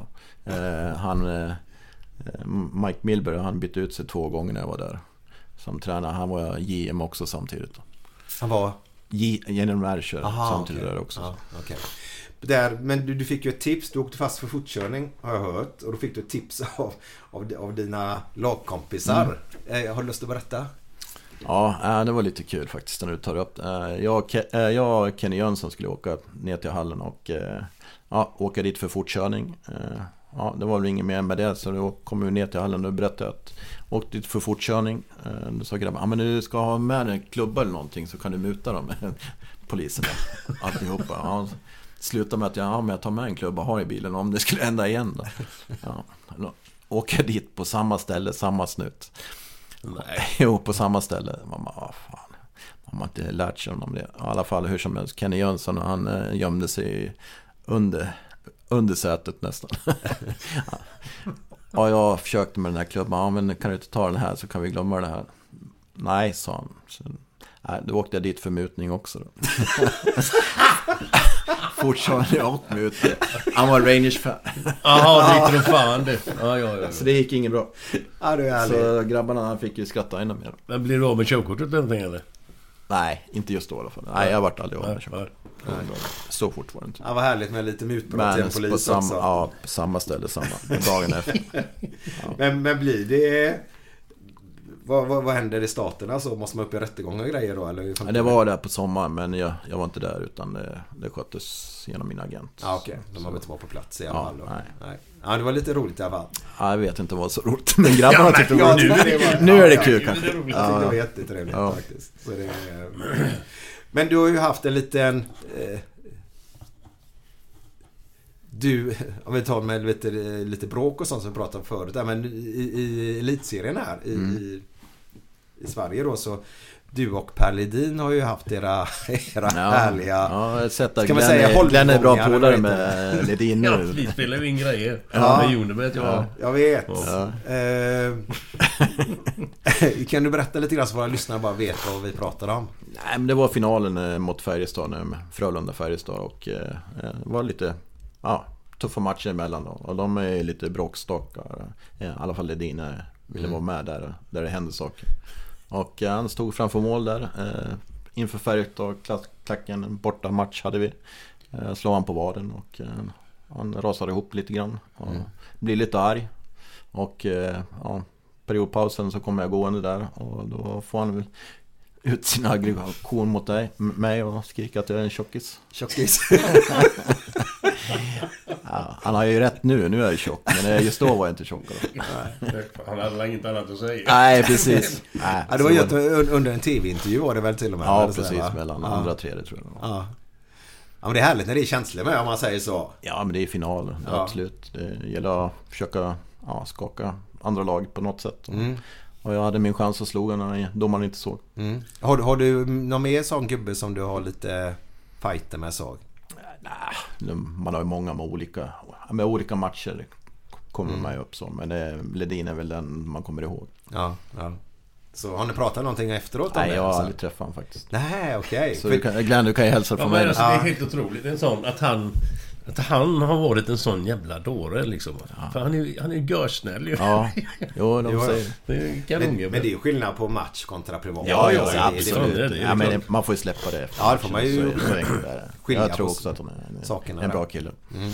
Mike Milbury, han bytte ut sig 2 gånger när jag var där som tränare. Han var GM också samtidigt. Han var? General manager samtidigt där också. Okay. Där, men du fick ju ett tips. Du åkte fast för fortkörning, har jag hört. Och då fick du ett tips av dina lagkompisar. Har du lust att berätta? Ja, det var lite kul faktiskt när du tar upp. Jag och Kenny Jönsson skulle åka ner till hallen och åka dit för fortkörning. Det var väl inget mer med det, så då kom vi ner till hallen och berättade att åkte dit för fortkörning. Då sa grabben, men du ska ha med en klubba eller någonting så kan du muta dem. Polisen alltihopa. Sluta med att jag tar med en klubba och har i bilen om det skulle hända igen då. Då åker dit på samma ställe, samma snut. Nej. Jo, på samma ställe. Man har inte lärt sig om det. I alla fall hur som helst. Kenny Jönsson, han gömde sig under sätet nästan. Ja, jag försökte med den här klubban. Men kan du inte ta den här så kan vi glömma det här. Nej, sa han. Så, då åkte jag dit för mutning också då. Fortfarande åt mutning. Han var Rangers-fan. Jaha, det är fan det. Ja. Så det gick inget bra. Ja, det är så grabbarna fick ju skratta ännu mer. Men blir du av med körkortet någonting eller? Nej, inte just då i alla fall. Nej, jag har varit aldrig av med körkortet. Så fort var det inte. Ja, vad härligt med lite mutbrott till en polis också. Ja, på samma ställe, dagen efter. Men blir det... Vad händer i staten? Alltså, måste man upp i rättegång och grejer då? Eller? Det var där på sommaren, men jag var inte där utan det sköttes genom min agent. Ja, okej. De har inte varit på plats i alla fall då. Nej. Ja, det var lite roligt i alla fall. Ja, jag vet inte vad så roligt. Men grabbarna tyckte det var nu är det kul kanske. Det var jättetrevligt faktiskt. Så det men du har ju haft en liten... om vi tar med lite bråk och sånt som vi pratade om förut där, men i elitserien här i Sverige då, så du och Per Ledin har ju haft era härliga ska man säga Glenn är bra polare med Ledin nu. Ja, vi spelar ju in grejer. Jag vet. Kan du berätta lite grann så våra lyssnare bara vet vad vi pratar om? Nej, men det var finalen mot Färjestad nu, Frölunda-Färjestad, och det var lite tuffa matcher emellan då. Och de är lite bråkstockar. I alla fall Ledin ville vara med där det hände saker. Och han stod framför mål där inför Färjestad, klacken, borta match hade vi. Slår han på vaden och han rasade ihop lite grann och blir lite arg. Och periodpausen så kommer jag gående där. Och då får han väl ut sin aggression mot mig och skrika att jag är en tjockis. Ja, han har ju rätt nu är jag tjock. Men just då var jag inte tjock. Han hade inget annat att säga. Nej, precis. Nej, det var ju under en tv-intervju var det väl till och med. Ja, precis. Mellan andra och tredje tror jag. Ja, men det är härligt när det är känslor med, om man säger så. Ja, men det är final. Absolut. Det gäller att försöka skaka andra lag på något sätt. Och jag hade min chans att slå när domaren inte såg. Har du någon mer sån gubbe som du har lite fighter med såg? Nej, man har ju många med olika matcher kommer man ju upp så. Men Ledin är väl den man kommer ihåg. Ja. Så har ni pratat någonting efteråt om det? Nej, jag har aldrig träffat honom faktiskt. Nej, okej. Så Glenn, du kan ju hälsa från mig. Alltså, det är helt otroligt. En sån att han har varit en sån jävla dåre liksom. För han är ju görsnäll ju. Ja, jo, de säger men det är ju skillnad på match kontra privat. Ja, absolut. Ja, men man får ju släppa det efter. Ja, det får man ju jag tror också att han är en bra kille.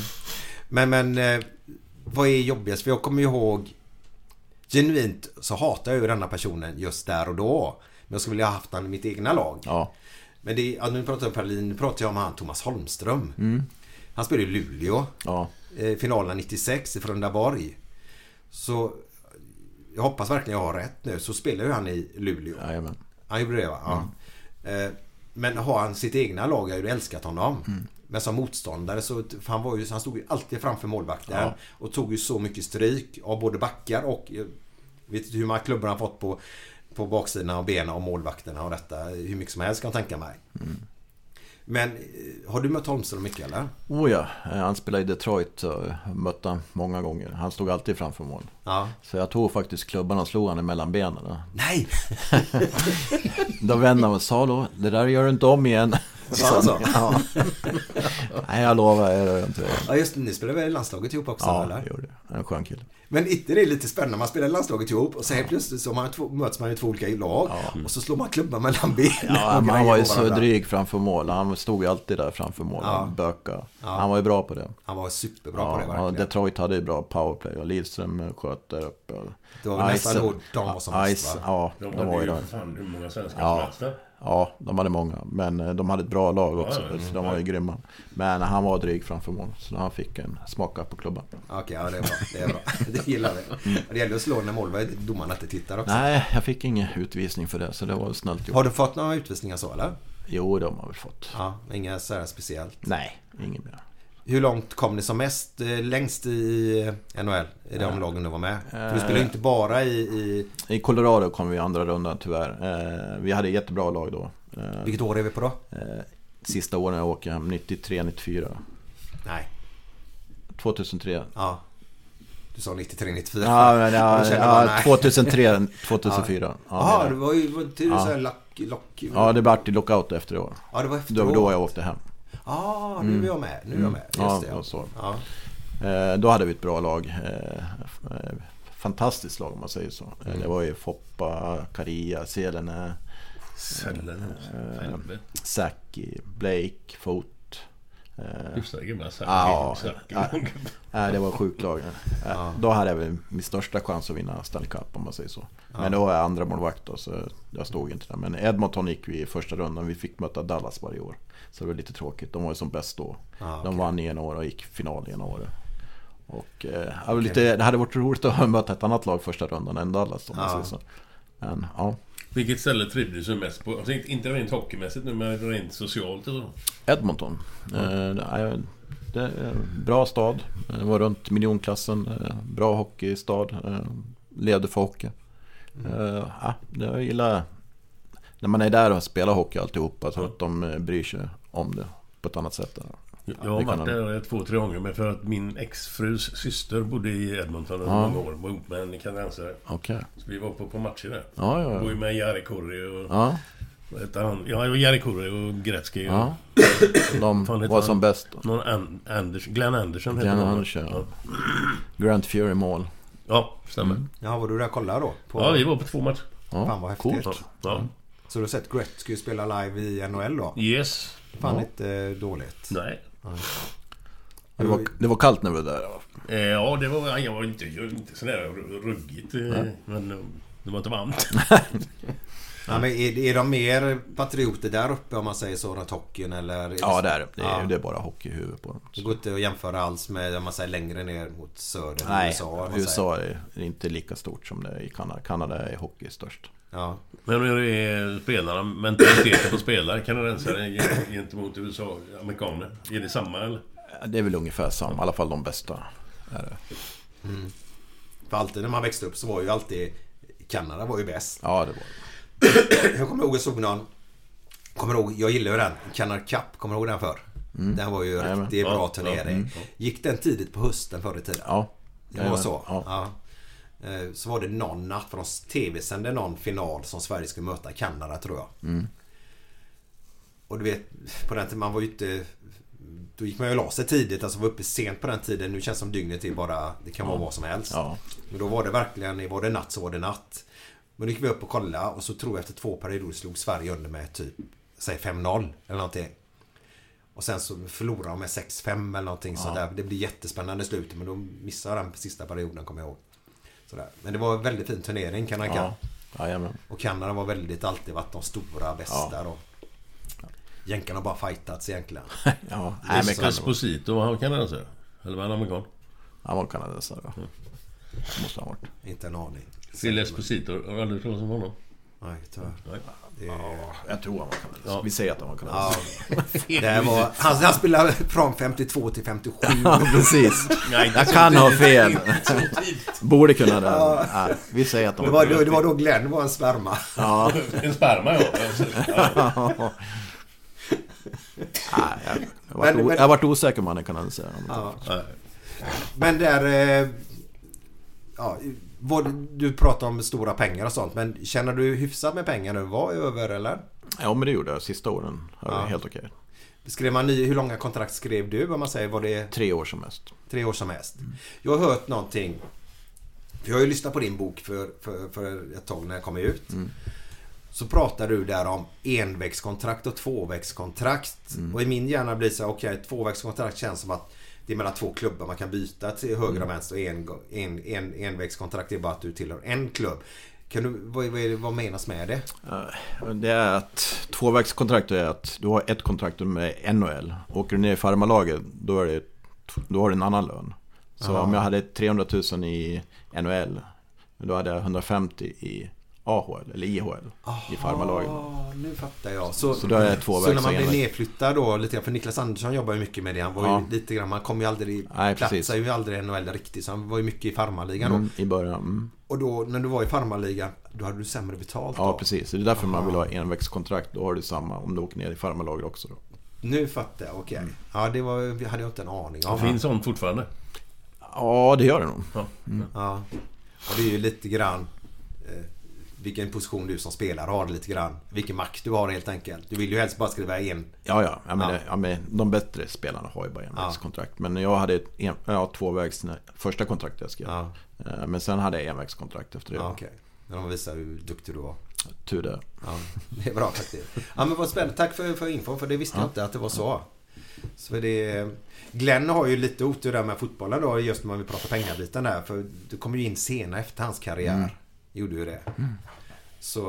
Men vad är jobbigast? För jag kommer ju ihåg genuint så hatar jag ju denna personen just där och då. Men jag skulle vilja ha haft han i mitt egna lag. Ja. Men nu pratar jag om Perlin, nu pratar jag om han Thomas Holmström. Han spelade i Luleå. Ja. Finalen 96 i Frölundaborg. Så jag hoppas verkligen jag har rätt nu. Så spelar ju han i Luleå. Jajamän. Han gjorde det, va? Ja. Men har han sitt egna lag, jag har ju älskat honom. Men som motståndare så han stod ju alltid framför målvakten och tog ju så mycket stryk av både backar och vet du hur många klubbar han fått på baksidan av benen och målvakterna och detta, hur mycket som helst kan jag tänka mig. Men har du mött Holmström mycket eller? Ja, han spelade i Detroit och mötte han många gånger. Han stod alltid framför mål. Ja. Så jag tog faktiskt klubban och slog han mellan benen. Nej! Då vände han och sa då, det där gör du inte om igen. Så. Ja. Nej, jag lovar, jag gör inte det. Ja, just det, ni spelade väl i landslaget ihop också, eller? Ja, gjorde det. Han är en skön kille. Men inte det är lite spännande, man spelar landslaget ihop och så helt plötsligt så möts man i två olika lag och så slår man klubban mellan benen. Ja, han var ju så dryg framför mål. Han stod ju alltid där framför mål och böka. Han var ju bra på det. Han var superbra på det verkligen. Och Detroit hade ju bra powerplay och Lidström sköt där uppe. Det var nästan då de var som mest, va? Ja, de var ju där. Hur många svenska Ja, de hade många. Men de hade ett bra lag också. Så de var ju grymma. Men han var dryg framför mål. Så han fick en smaka på klubban. Okej, ja, det är bra. Det gillar vi. Det gäller att slå när domarna inte tittar också. Nej, jag fick ingen utvisning för det. Så det var snällt gjort. Har du fått några utvisningar så, eller? Jo, de har väl fått. Ja, inga så här speciellt. Nej, ingen mer. Hur långt kom ni som mest längst i NHL i de lagen du var med? För du spelade inte bara i Colorado kom vi i andra rundan tyvärr. Vi hade jättebra lag då. Vilket år är vi på då? Sista åren jag åker hem 93-94. Nej. 2003. Ja. Du sa 93-94. Ja, 2003-2004. Ja, det var ju så här lock. Ja, det var i lockout efter det år. Ja, det var efter det var då jag åkte hem. Ja, nu är jag med. Just det. Så. Ja. Då hade vi ett bra lag. Fantastiskt lag om man säger så. Det var ju Foppa, Karia, Selene, Saki, Blake, Foot. Det var sjukt lag. Då hade jag min största chans att vinna Stanley Cup om man säger så. Men då var jag andra målvakt då, så jag stod inte där. Men Edmonton gick vi i första rundan. Vi fick möta Dallas varje år. Så det var lite tråkigt. De var ju som bäst då. De vann i en år och gick final i en år. Och det hade varit roligt att möta ett annat lag första rundan än Dallas om man säger så. Men vilket ställe trivdes du mest på? Alltså, inte rent hockeymässigt nu, men rent socialt eller? Edmonton. Det är bra stad. Det var runt miljonklassen. Bra hockeystad. Levde för hockey. Jag gillar när man är där och spelar hockey alltihopa, så att de bryr sig om det på ett annat sätt. Jag har varit där 2-3 gånger med för att min exfrus syster bodde i Edmonton under många år. Var ihop med en kanadensare. Okay. Så vi var på matcher där. Ja. Bor ju med Jari Kurri och Jari Kurri och Gretzky. Ja. De var som bäst. Glenn Anderson heter han. Grant Fury mål. Ja, stämmer. Ja, var du där och kollade då? Ja, vi var på 2 matcher. Fan vad häftigt. Coolt. Ja. Så du har sett Gretzky spela live i NHL då? Yes. Fan inte dåligt. Nej. Det var kallt när vi var där. Ja, jag var inte sådär ruggigt. Men det var inte varmt. Ja, men är de mer patrioter där uppe om man säger så, runt hockeyn eller? Ja, där uppe. Det är bara hockey i huvudet på dem. Det går inte att jämföra alls med om man säger längre ner mot söder. Nej, USA är inte lika stort som det är i Kanada. Kanada är hockey störst. Ja. Men hur är spelarna, mentaliteten på spelare, kanadensare gentemot USA, amerikaner? Är det samma eller? Det är väl ungefär samma, i alla fall de bästa är det. För alltid när man växte upp så var ju alltid Kanada var ju bäst. Ja, det var det. Jag kommer ihåg jag såg någon. Jag gillar ju den Canada Cup, kommer du ihåg den för? Den var ju riktigt bra turnering. Gick den tidigt på hösten förr i tiden? Ja. Det var så. Ja. Så var det någon natt från TV sände någon final som Sverige skulle möta Kanada, tror jag. Och du vet, på den tiden man var ju inte, då gick man ju la sig tidigt, alltså var uppe sent på den tiden. Nu känns det som dygnet är bara, det kan vara vad som helst. Men då var det verkligen, var det natt så var det natt. Men då gick vi upp och kolla och så tror jag efter 2 perioder slog Sverige under med typ, säg 5-0 eller någonting. Och sen så förlorade de med 6-5 eller någonting sådär. Det blir jättespännande i slutet, men då missade den sista perioden, kommer jag ihåg. Sådär. Men det var en väldigt fin turnering, Kanada. Och Kanada var väldigt, alltid varit de stora, bästa då. Jänkarna har bara fightats egentligen. Esposito, var han kanadensare? Eller var han amerikan? Han var kanadensare, ja. Måste ha varit. Inte en aning. Phil Esposito, har du aldrig talat om honom? Nej, tyvärr. Jag tror han var kanadensare. Vi säger att han var kanadensare. Det var, han spelade från 52 till 57. Ja, precis. Jag kan ha fel. Borde kunna det. Vi säger att de var det var då Glenn var en sperma. Ja. En sperma, ja. Jag har varit osäker om han är kanadensare. Men där du pratar om stora pengar och sånt, men känner du hyfsat med pengar nu? Var över eller? Ja, men det gjorde jag sista åren. Helt okej. Skrev man hur långa kontrakt skrev du? Om man säger, var det 3 år som mest. 3 år som mest. Jag har hört någonting. Jag har ju lyssnat på din bok för ett tag när jag kom ut. Så pratar du där om envägskontrakt och tvåvägskontrakt. Och i min hjärna blir det så okej, tvåvägskontrakt känns som att det är mellan 2 klubbar man kan byta till höger och vänster, och envägskontrakt är bara att du tillhör en klubb. Kan du, vad menas med det? Det är att tvåvägskontrakt är att du har ett kontrakt med NHL. Åker du ner i farmarlaget, då har du en annan lön. Så om jag hade 300 000 i NHL, då hade jag 150 i AHL eller IHL i farmarlaget. Nu fattar jag. Så då är det tvåvägs. Så när man blir nedflyttad då lite grann, för Niklas Andersson jobbar ju mycket med det. Han var ju lite grann, man kom ju aldrig, platsar ju aldrig NHL riktigt, så han var ju mycket i farmarligan då. I början. Och då när du var i farmarligan, då hade du sämre betalt då. Ja, precis. Det är därför man vill ha envägskontrakt. Då har du samma om du åker ner i farmarlaget också då. Nu fattar jag, okej. Ja, hade jag inte en aning om. Finns sånt fortfarande? Ja, det gör det nog. Ja. Och det är ju lite grann vilken position du som spelare har lite grann. Vilken makt du har helt enkelt. Du vill ju helst bara skriva en. Men de bättre spelarna har ju bara envägskontrakt. Men jag hade tvåvägs första kontraktet jag skrev. Men sen hade jag envägskontrakt efter det. Okej. Men de visar hur duktig du var. Tur det. Ja, det är bra faktiskt. Ja, men vad spännande. Tack för info, för det visste jag inte att det var så. Så det, Glenn har ju lite otur där med fotbollen då, just när man vill prata pengabiten där, för du kommer ju in senare efter hans karriär. Gjorde ju det. Så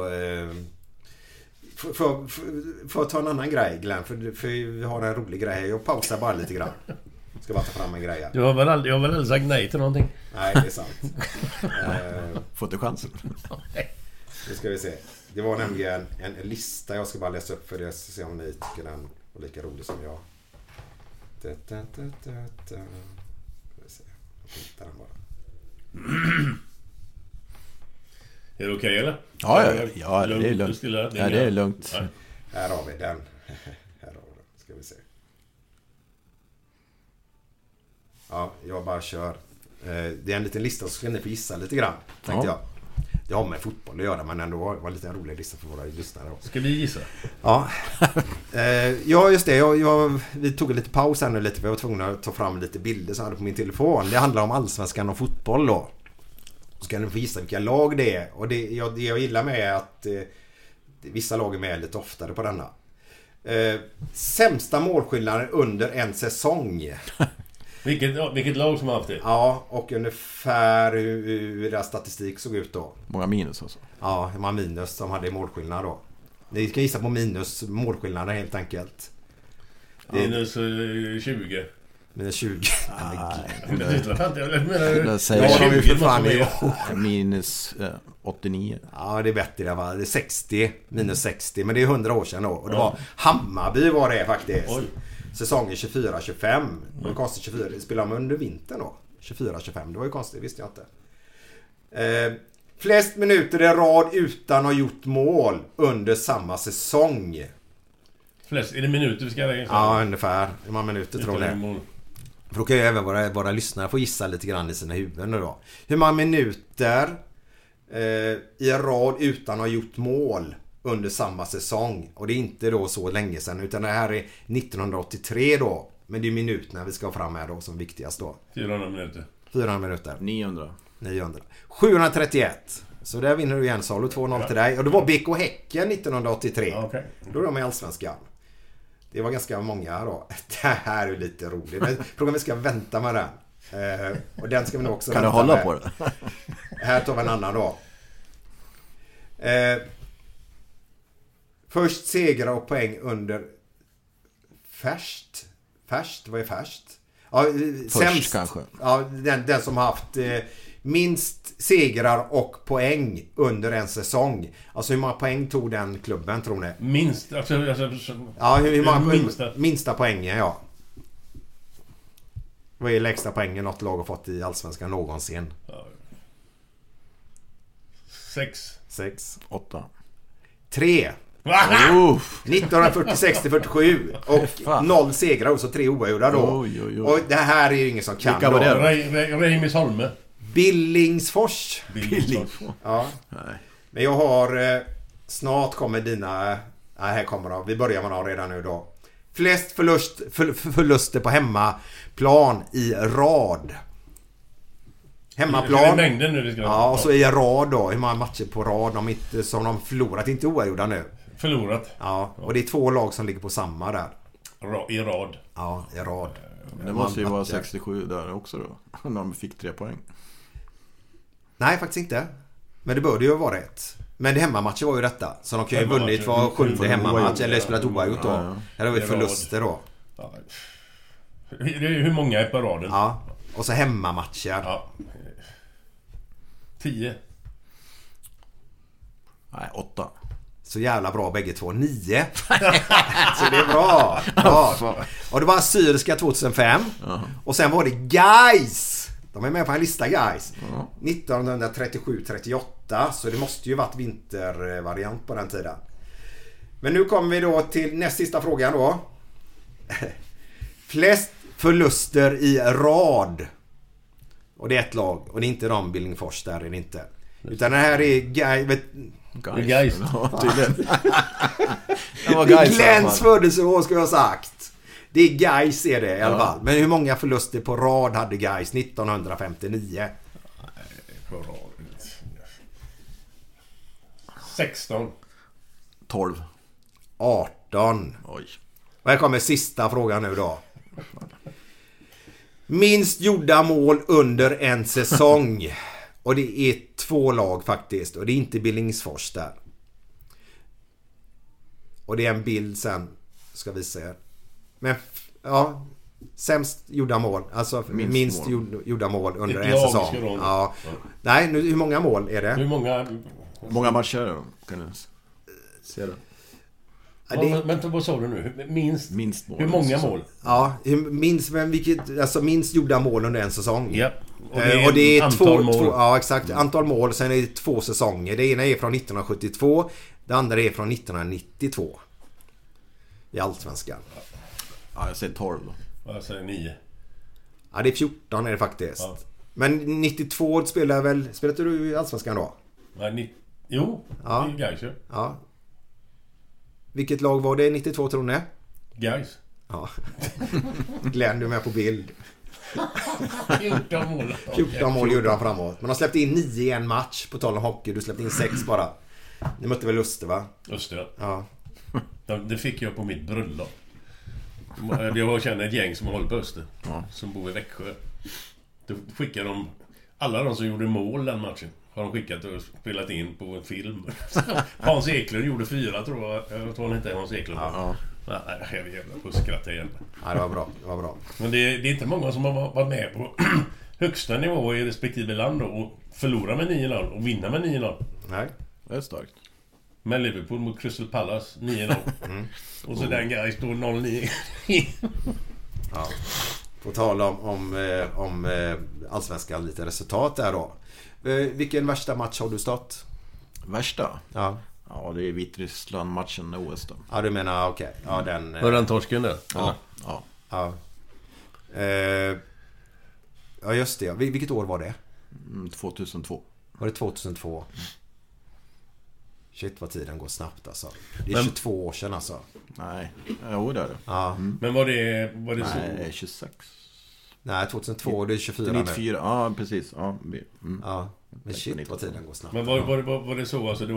för att ta en annan grej, Glenn, för vi har en rolig grej här. Jag pausar bara lite grann. Ska bara ta fram en grej här. Jag har väl aldrig sagt nej till någonting. Nej, det är sant. Får inte chansen. Nu ska vi se. Det var nämligen en lista jag ska bara läsa upp för det, så se om ni tycker den var lika rolig som jag. Ska vi se. Jag hittar den bara. Är det okej eller? Ja, det är lugnt. Ja, det är lugnt. Ja. Här har vi den. Här har vi den. Ska vi se. Ja, jag bara kör. Det är en liten lista, så ska ni få gissa lite grann, tänkte jag. Det har med fotboll att göra, men ändå var en liten rolig lista för våra lyssnare. Ska vi gissa? Ja. Ja, just det. Vi tog en lite paus här nu lite, för jag var tvungen att ta fram lite bilder som jag hade på min telefon. Det handlar om allsvenskan och fotboll då. Så ska ni få gissa vilka lag det är. Och det jag gillar med är att vissa lag är med lite oftare på denna. Sämsta målskillnaden under en säsong. Vilket lag som har haft det? Ja, och ungefär hur deras statistik såg ut då. Många minus alltså. Ja, hur många minus som hade målskillnad då. Ni ska gissa på minus målskillnader helt enkelt. Minus 20. Minus 20. Jag säger 20 minus 89. Ja, det är bättre det var. Det är 60, minus 60. Men det är 100 år sedan då. Och det var Hammarby var det faktiskt. Oj. Säsongen 24-25. Det var konstigt 24. Det spelade man under vintern då. 24-25. Det var ju konstigt, visste jag inte. Flest minuter i rad utan att ha gjort mål under samma säsong. Flest, är det minuter vi ska räkna? Ja, ungefär. Hur många minuter tror ni? För då kan ju även våra lyssnare få gissa lite grann i sina huvuden då. Hur många minuter i rad utan att ha gjort mål under samma säsong. Och det är inte då så länge sedan, utan det här är 1983 då. Men det är minuterna vi ska ha fram här då som viktigast då. 400 minuter. 400 minuter. 900. 731. Så där vinner du igen, Salo. 2-0 till dig. Och det var BK Häcken 1983. Okay. Då är de i Allsvenskan. Det var ganska många då. Det här är lite roligt. Men frågan vi ska vänta med den. Och den ska vi nog också kan vänta du hålla med. På det? Här tar vi en annan då. Först segrar och poäng under färskt. Vad är färskt? Ja, sämst kanske. Ja, den som har haft minst segrar och poäng under en säsong. Alltså hur många poäng tog den klubben, tror ni? Minst, alltså ja, hur många minsta poängen, ja. Vad är lägsta poängen något lag har fått i Allsvenskan någonsin? 6. 8. 3. 1946-47 och 0 segrar och så 3 oavgjorda då. Oj. Och det här är ju ingen som kan. Vilka var det? Reimisholme. Billingsfors. Ja. Nej. Men jag har snart kommer dina. Här kommer de. Vi börjar med dem redan nu då. Flest förluster på hemmaplan i rad. Hemmaplan. Mängden nu ska ja, och så i rad då. Hur många matcher på rad som de förlorat. Inte oavgjorda nu. Förlorat. Ja, och det är 2 lag som ligger på samma där. I rad. Ja, i rad. Det måste ju vara 67 där också då. När de fick 3 poäng. Nej, faktiskt inte. Men det borde ju vara rätt. Men det hemmamatcher var ju detta. Så de kan ju vunnit var 7:e hemmamatch. Eller spelat oavgjort då. Här har vi förluster då. Ja. Hur många är på raden? Ja. Och så hemmamatcher. Ja. 10. Nej, 8. Så jävla bra bägge två. 9. Så det är bra. Och det var Assyriska 2005. Och sen var det Gais. De är med på en lista, Gais. 1937-38. Så det måste ju varit vintervariant på den tiden. Men nu kommer vi då till näst sista frågan då. Flest förluster i rad. Och det är ett lag. Och det är inte de Billingsfors där, är det inte. Utan det här är Gais. Ja, tydligen. Det var Glens födelseår, ska jag ha sagt. Det är Gais är det i alla fall. Men hur många förluster på rad hade Gais 1959? På rad. 16. 12. 18. Oj. Och här kommer sista frågan nu då. Minst gjorda mål under en säsong. Och det är 2 lag faktiskt. Och det är inte Billingsfors där. Och det är en bild sen. Ska vi se. Men ja. Sämst gjorda mål. Alltså minst gjorda mål under en säsong. Ja. Nej, nu, hur många mål är det? Hur många matcher då? Kan du se det? Men vad sa du nu? Minst mål. Hur många mål? Ja, minst gjorda mål under en säsong. Ja. Och det är två mål. Ja, exakt. Antal mål, sen är det 2 säsonger. Det ena är från 1972, det andra är från 1992. I Allsvenskan. Ja, jag säger 12 då. Jag säger 9. Ja, det är 14 är det faktiskt. Ja. Men 92 spelade du i Allsvenskan då? Nej, jo. Ja. Gais. Ja. Vilket lag var det 92, tror ni? Gais. Ja. Glenn, du är med på bild. 14 mål. 14 mål gjorde de framåt. Men de släppte in 9 i en match. På tal om hockey, du släppte in 6 bara. Ni mötte väl Öster, va? Öster, ja. Det fick jag på mitt bröllop. Jag känner ett gäng som håller på Öster. Som bor i Växjö. Då skickar de alla de som gjorde mål den matchen. Har de skickat och spelat in på en film. Hans Eklund gjorde 4 tror jag. Jag tror han inte Hans Eklund. Nej, jag är jävla på skratta igen. Ja, det var bra. Men det är inte många som har varit med på högsta nivå i respektive land och förlora med 9-0 och vinna med 9-0. Nej, det är starkt. Med Liverpool mot Crystal Palace 9-0. Och så den guy står 0-9. Ja. På tal om allsvenskan, lite resultat där då. Vilken värsta match har du stått? Värsta? Ja. Ja, det är Vitryssland-matchen i OS då. Ja, du menar okej. Ja, den... Var den torsken där? Ja. Ja, just det. Vilket år var det? 2002. Var det 2002? Shit, vad tiden går snabbt alltså. Det är 22 år sedan alltså. Nej, jo det är det. Ja. Men var det så? Nej, 26. Nej, 2002, det är 24 94, ja precis. Ja, ja. Men shit, vad tiden går snabbt. Men var det så alltså, det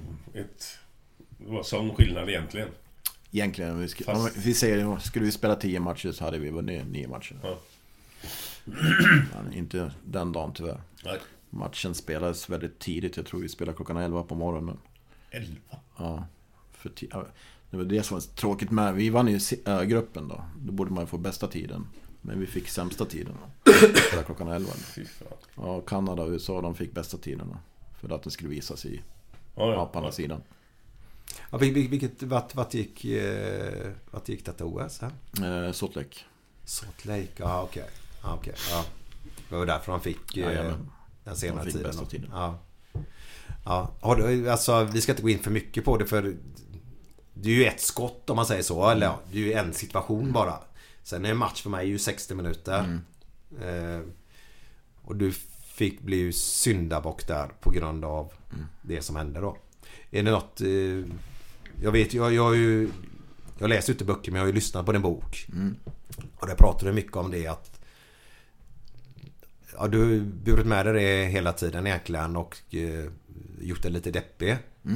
var sån skillnad egentligen? Egentligen, om vi säger, skulle vi spela 10 matcher så hade vi vunnit 9 matcher. Ja. Men inte den dagen tyvärr. Nej. Matchen spelades väldigt tidigt. Jag tror vi spelade klockan 11 på morgonen. 11? Ja. Det var det som var tråkigt med. Vi vann ju gruppen då. Då borde man få bästa tiden. Men vi fick sämsta tiden. Spelade klockan 11. Ja, Kanada och USA, de fick bästa tiden. För att det skulle visas på andra sidan. Ja, vart gick detta OS här? Salt Lake. Salt Lake, ja okej. Ja. Det var därför de fick den senare tiden. Bästa tiden. Ja. Alltså, vi ska inte gå in för mycket på det, för det är ju ett skott om man säger så. Eller det är ju en situation bara. Sen är en match för mig ju 60 minuter. Och du fick bli ju syndabock där på grund av det som hände då. Är det något... jag vet, jag läser inte böcker, men jag har ju lyssnat på din bok. Och där pratar du mycket om det, att du har burit med dig det hela tiden egentligen och gjort det lite deppig.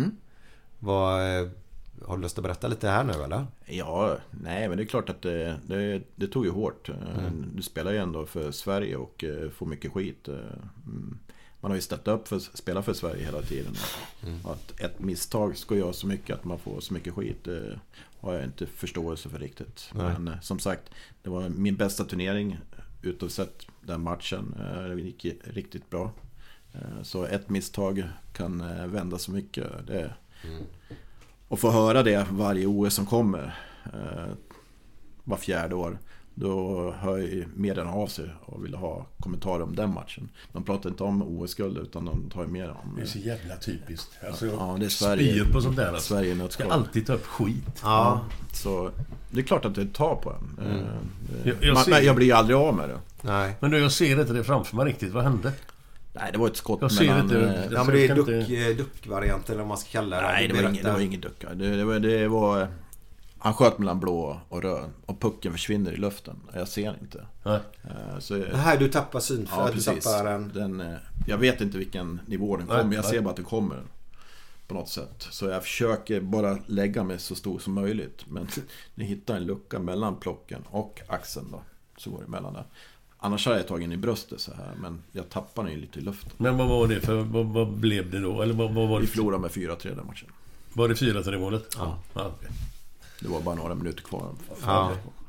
Har du lust att berätta lite här nu eller? Ja, nej, men det är klart att det tog ju hårt. Du spelar ju ändå för Sverige och får mycket skit. Man har ju ställt upp för att spela för Sverige hela tiden. Att ett misstag ska göra så mycket att man får så mycket skit, har jag inte förståelse för riktigt. Nej. Men som sagt, det var min bästa turnering utav sett den matchen. Det gick riktigt bra. Så ett misstag kan vända så mycket. Och få höra det varje OS som kommer, var 4:e år, då hör ju medierna av sig och vill ha kommentarer om den matchen. De pratar inte om OS-guld, utan de tar ju mer om... Det är så jävla typiskt. Alltså, ja, det är Sverige. Spyr på sånt där. Alltså. Sverige ska alltid ta upp skit. Ja, så det är klart att det tar på en. Jag blir ju aldrig av med det. Nej. Men jag ser inte det framför mig riktigt. Vad hände? Nej, det var ett skott mellan... det är duckvariant eller vad man ska kalla det. Nej, det var ingen ducka. Det var... Han sköt mellan blå och röd, och pucken försvinner i luften. Jag ser inte. Nej. Så det här du tappar syn för. Ja, du tappar den, jag vet inte vilken nivå den kommer. Jag ser bara att det kommer på något sätt. Så jag försöker bara lägga mig så stor som möjligt. Men ni hittar en lucka mellan plocken och axeln då. Så går det mellan där. Annars hade jag tagit in i bröstet så här, men jag tappade den lite i luften. Men vad var det för, vad blev det då? Eller vad var det? Vi förlorade med 4-3 den matchen. Var det 4-3 målet? Ja. Okay. Det var bara några minuter kvar. Ja,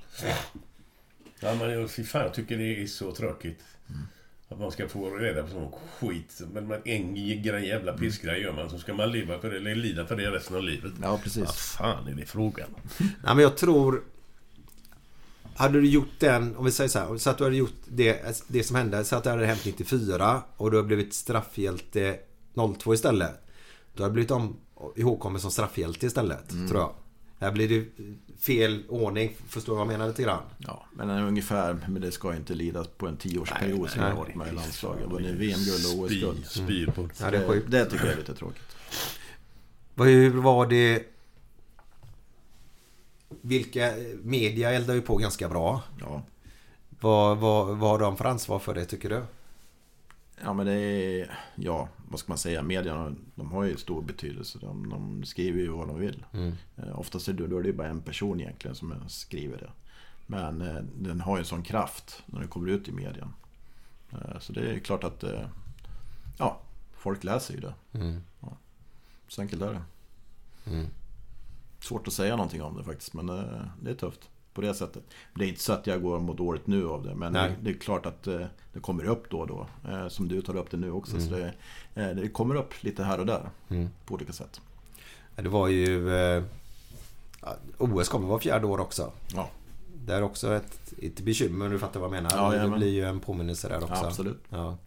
men jag tycker det är så tråkigt. Att man ska få reda på sån skit. Men en jävla pissgrej gör man, så ska man leva för det, eller lida för det resten av livet. Ja, precis. Vad fan är det frågan? Nej, men jag tror... Hade du gjort den, om vi säger så här, så att du hade gjort det som hände, så att det hade hänt 94 och du har blivit straffhjälte 02 istället. Du har blivit ihågkommen som straffhjälte istället, tror jag. Här blir det fel ordning, förstår du vad jag menar lite grann? Ja, men ungefär, men det ska inte lidas på en 10-årsperiod som jag har varit med i landslaget. Det är VM-guld och OS-guld. Spyr på det. Ja, det är sjukt. Det tycker jag är lite tråkigt. Hur var det? Vilka media eldar ju på ganska bra. Ja. Vad har de för ansvar för det, tycker du? Ja, men det är... Ja, vad ska man säga? Medierna, de har ju stor betydelse. De skriver ju vad de vill. Oftast är det bara en person egentligen som skriver det. Men den har ju en sån kraft när den kommer ut i medien. Så det är klart att folk läser ju det. Ja. Så enkelt är det. Svårt att säga någonting om det faktiskt, men det är tufft på det sättet. Det är inte så att jag går och mår dåligt nu av det, men det är klart att det kommer upp då och då, som du tar upp det nu också. Så det kommer upp lite här och där på olika sätt. Det var ju OS kommer vara 4:e år också. Ja. Det är också ett bekymmer, du fattar vad jag menar. Det blir ju en påminnelse där också. Ja, absolut. Ja.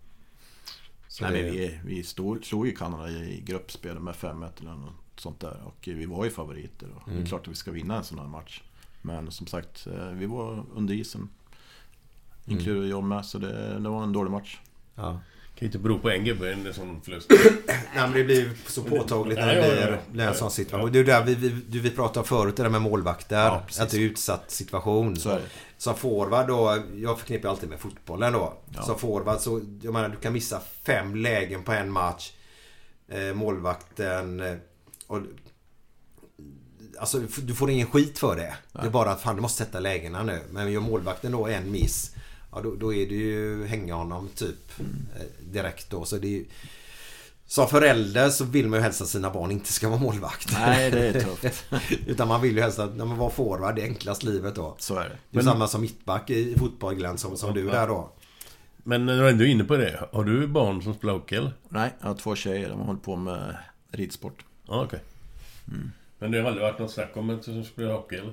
Vi slog ju Kanada i gruppspel med 5-1 eller något sånt där, och vi var ju favoriter, och det är klart att vi ska vinna en sån här match. Men som sagt, vi var under isen, inkluderar jag med, så det var en dålig match. Ja. Kan inte bero på en gubbe en sån förlust. Nej, men det blir så påtagligt när det blir en sån situation. Det är där vi pratade förut, det där med målvakter, att det är utsatt situation. Som forward då, jag förknippar alltid med fotbollen då. Som forward så, jag menar, du kan missa 5 lägen på en match. Målvakten och alltså du får ingen skit för det. Det är bara att fan, du måste sätta lägena nu. Men gör målvakten då en miss, då är det ju hänga honom typ direkt då. Så det är ju, som förälder så vill man ju helst att sina barn inte ska vara målvakt. Nej, det är tufft. Utan man vill ju helst att när man var forward, det enklast livet då. Så är det. Det är samma som mittback i fotboll, Glenn, som du där då. Men när du ändå är inne på det, har du barn som spelar hockey eller? Nej, jag har 2 tjejer, de håller på med ridsport. Ja, okej. Men det har aldrig varit något snack om att som spelar hockey eller?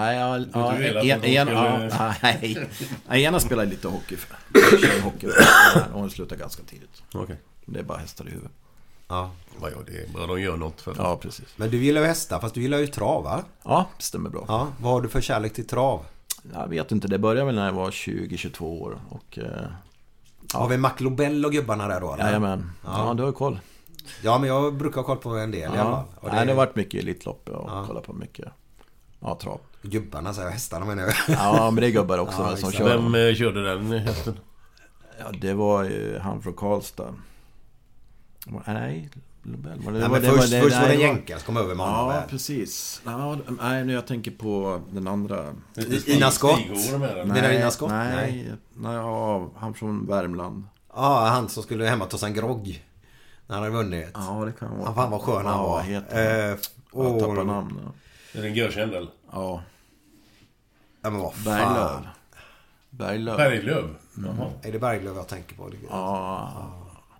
Nej, ena spelar lite hockey. Och hon slutar ganska tidigt. Okej. Det är bara hästar i huvudet. Ja, det är bara de gör något för. Ja, precis. Men du gillar ju hästar, fast du gillar ju trav, va? Ja, det stämmer bra. Ja, vad har du för kärlek till trav? Jag vet inte, det började väl när jag var 20-22 år. Och, har vi McLobell och gubbarna där då? Eller? Jajamän, ja, du har koll. Ja, men jag brukar ha koll på en del i alla fall. Det har varit mycket elitlopp och kolla på mycket trav. Gubbarna säger hästarna, menar jag. Ja, men det är gubbar också som kör. Vem körde den hästen? Ja, det var ju han från Karlstad. Nej, först var det Jänkas kom över med honom. Ja, precis. Nej, nu jag tänker på den andra. Ina Skott. Nej, han från Värmland. Ja, han som skulle hem och ta sig en grogg när han hade vunnit. Ja, det kan vara. Han fan vad skön han var. Jag tappar namn. Är det en görkänd eller? Ja. Ja, men vad fan. Berglöv. Är det Berglöv jag tänker på? Ja.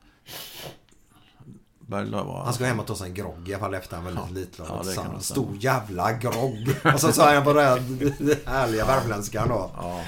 Berglöv var... Han ska hem och ta sig en grogg i alla fall efter han väldigt lite. Ja, stor jävla grogg. Och så sa han på det härliga värmländskan då. Ja.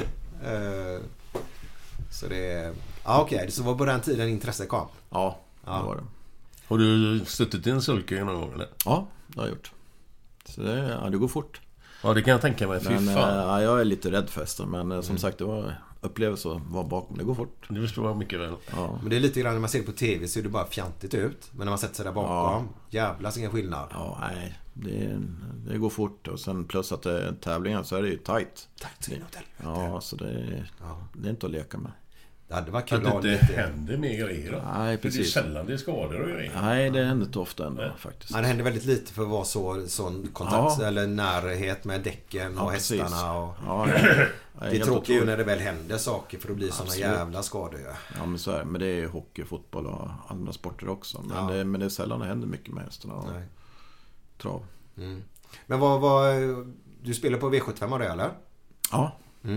Så det är... Ja, okej. Så var på den tiden intresset kom? Ja, det var det. Har du suttit i en sulke någon gång eller? Ja, det har jag gjort. Så det går fort. Ja, det kan jag tänka mig. Men, jag är lite rädd för hästar, men som sagt, det var upplevelse att vara bakom. Det går fort. Det förstår jag mycket väl. Ja. Men det är lite grann när man ser det på tv så är det bara fjantigt ut. Men när man sätter sig där bakom, jävlas ingen skillnad. Ja, nej. Det går fort. Och sen plus att det är tävlingar så är det ju tight. Ja, så det är inte att leka med. Det hade varit kul att det inte händer mer grejer då. Nej, precis. Det är sällan det är skador och grejer. Nej, det händer inte ofta ändå faktiskt. Men det händer väldigt lite för att vara sån kontakt eller närhet med däcken och hästarna. Och... det är tråkigt ju när det väl händer saker, för att bli såna jävla skador. Ja, men så är det. Men det är hockey, fotboll och andra sporter också. Men det är sällan det händer mycket med hästarna och trav. Men du spelar på V75 av det, eller? Ja.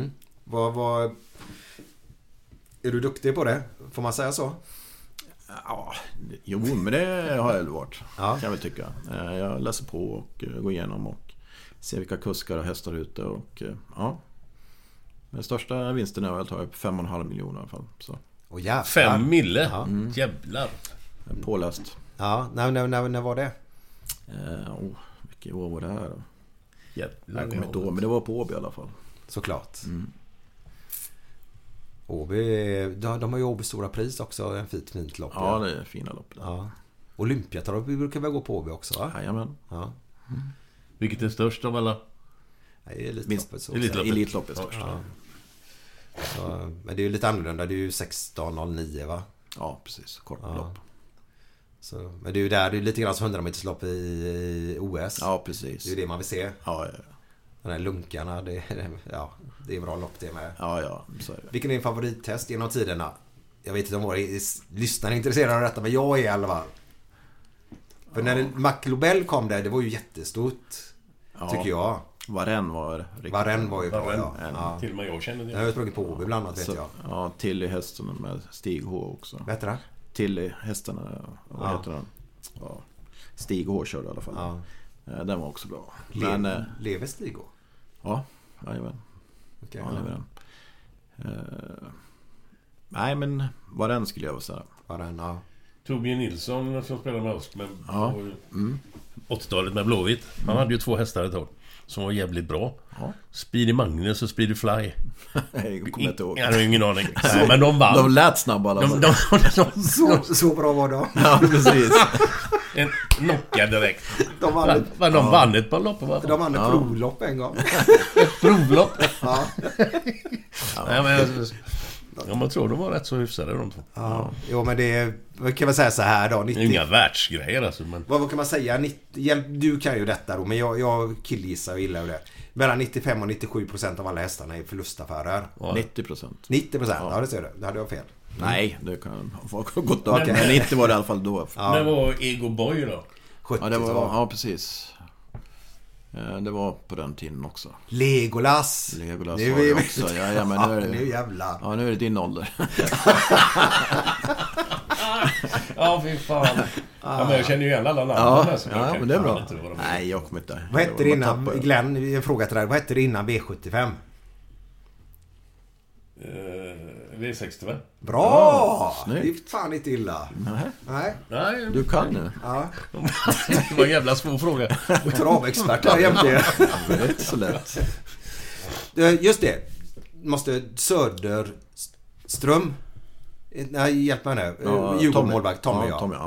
Är du duktig på det? Får man säga så? Ja, jo, men det har jag varit. Kan jag väl tycka. Jag läser på och går igenom och ser vilka kuskar och hästar ute. Och den största vinsten har jag tagit 5,5 miljoner i alla fall. Så. 5 mille? Jävlar. Påläst. Ja, när var det? Vilket år var det här då? Jävlar. Jag kommer inte ihåg, men det var på Åby i alla fall. Såklart. Åby, de har ju Åby stora pris också, en fint lopp. Ja, det är fina lopp. Ja. Olympiatrav brukar väl gå på Åby också, va? Jajamän. Ja. Vilket är störst av alla? Nej, Elitloppet. Elitloppet är störst. Ja. Så, men det är ju lite annorlunda, det är ju 16:09, va? Ja, precis. Kort lopp. Så, men det är ju där, det är lite grann som 100-meterslopp i OS. Ja, precis. Det är ju det man vill se. Ja. Den här lunkarna, det är bra lopp det med. Ja, så är det. Vilken är din favorittest genom tiderna? Jag vet inte om våra lyssnare är intresserade av detta, men jag är i alla fall. För när Maclobel kom där, det var ju jättestort, tycker jag. Varennes var ju bra, ja. Till och med jag känner det. Jag har ju sprungit på Åby bland annat, vet jag. Ja, till i hästen med Stig H också. Vad heter det? Till i hästarna, vad heter den? Ja, Stig H körde i alla fall. Ja. Den var också bra. Lever Stig H? Ja, jajamän. Okay, ja, lever den. Nej, men Varennes skulle jag säga. Varennes, ja. Torbjörn Nilsson som spelade med oss på 80-talet med Blåvitt. Han hade ju 2 hästar ett tag som var jävligt bra. Speedy Magnus och Speedy Fly. Jag kommer inte ihåg. Jag har ingen aning. Nej, men de vann. De lät snabba alla. Så bra var de. Ja, precis. En knocka direkt. De vann ett par lopp. De vann ett provlopp en gång. Ett provlopp? Ja. Man tror de var rätt så hyfsade de två. Ja. Jo, men det kan man säga så här då. 90... Inga världsgrejer alltså. Men... Vad kan man säga? Du kan ju detta då, men jag killgissar och gillar ju det. Mellan 95 och 97% av alla hästarna är förlustaffärer. 90%. 90%? Ja, det ser du. Det hade jag fel. Nej, det kan ha gått av. Men 90 var det i alla fall då. Ja. Det var Ego Boy då? 70 det var, ja, precis. Det var på den tiden också. Legolas var det också. Ja, men nu är det, nu jävlar. Ja, nu är det din ålder. Ja, fy fan. Ja, men jag känner ju igen alla namn. Ja, men det är bra. Nej, jag kommer inte. Vad hette det innan, Glenn, en fråga till dig. Vad hette det innan V75? V65. Bra! Det är fan inte illa. Nej. Du kan nu. Ja. Det var en jävla svår fråga. Travexpert här jämte. Det är inte så lätt. Just det. Måste Söderström. Nej, hjälp mig nu. Djurgården-målvakt. Tommy.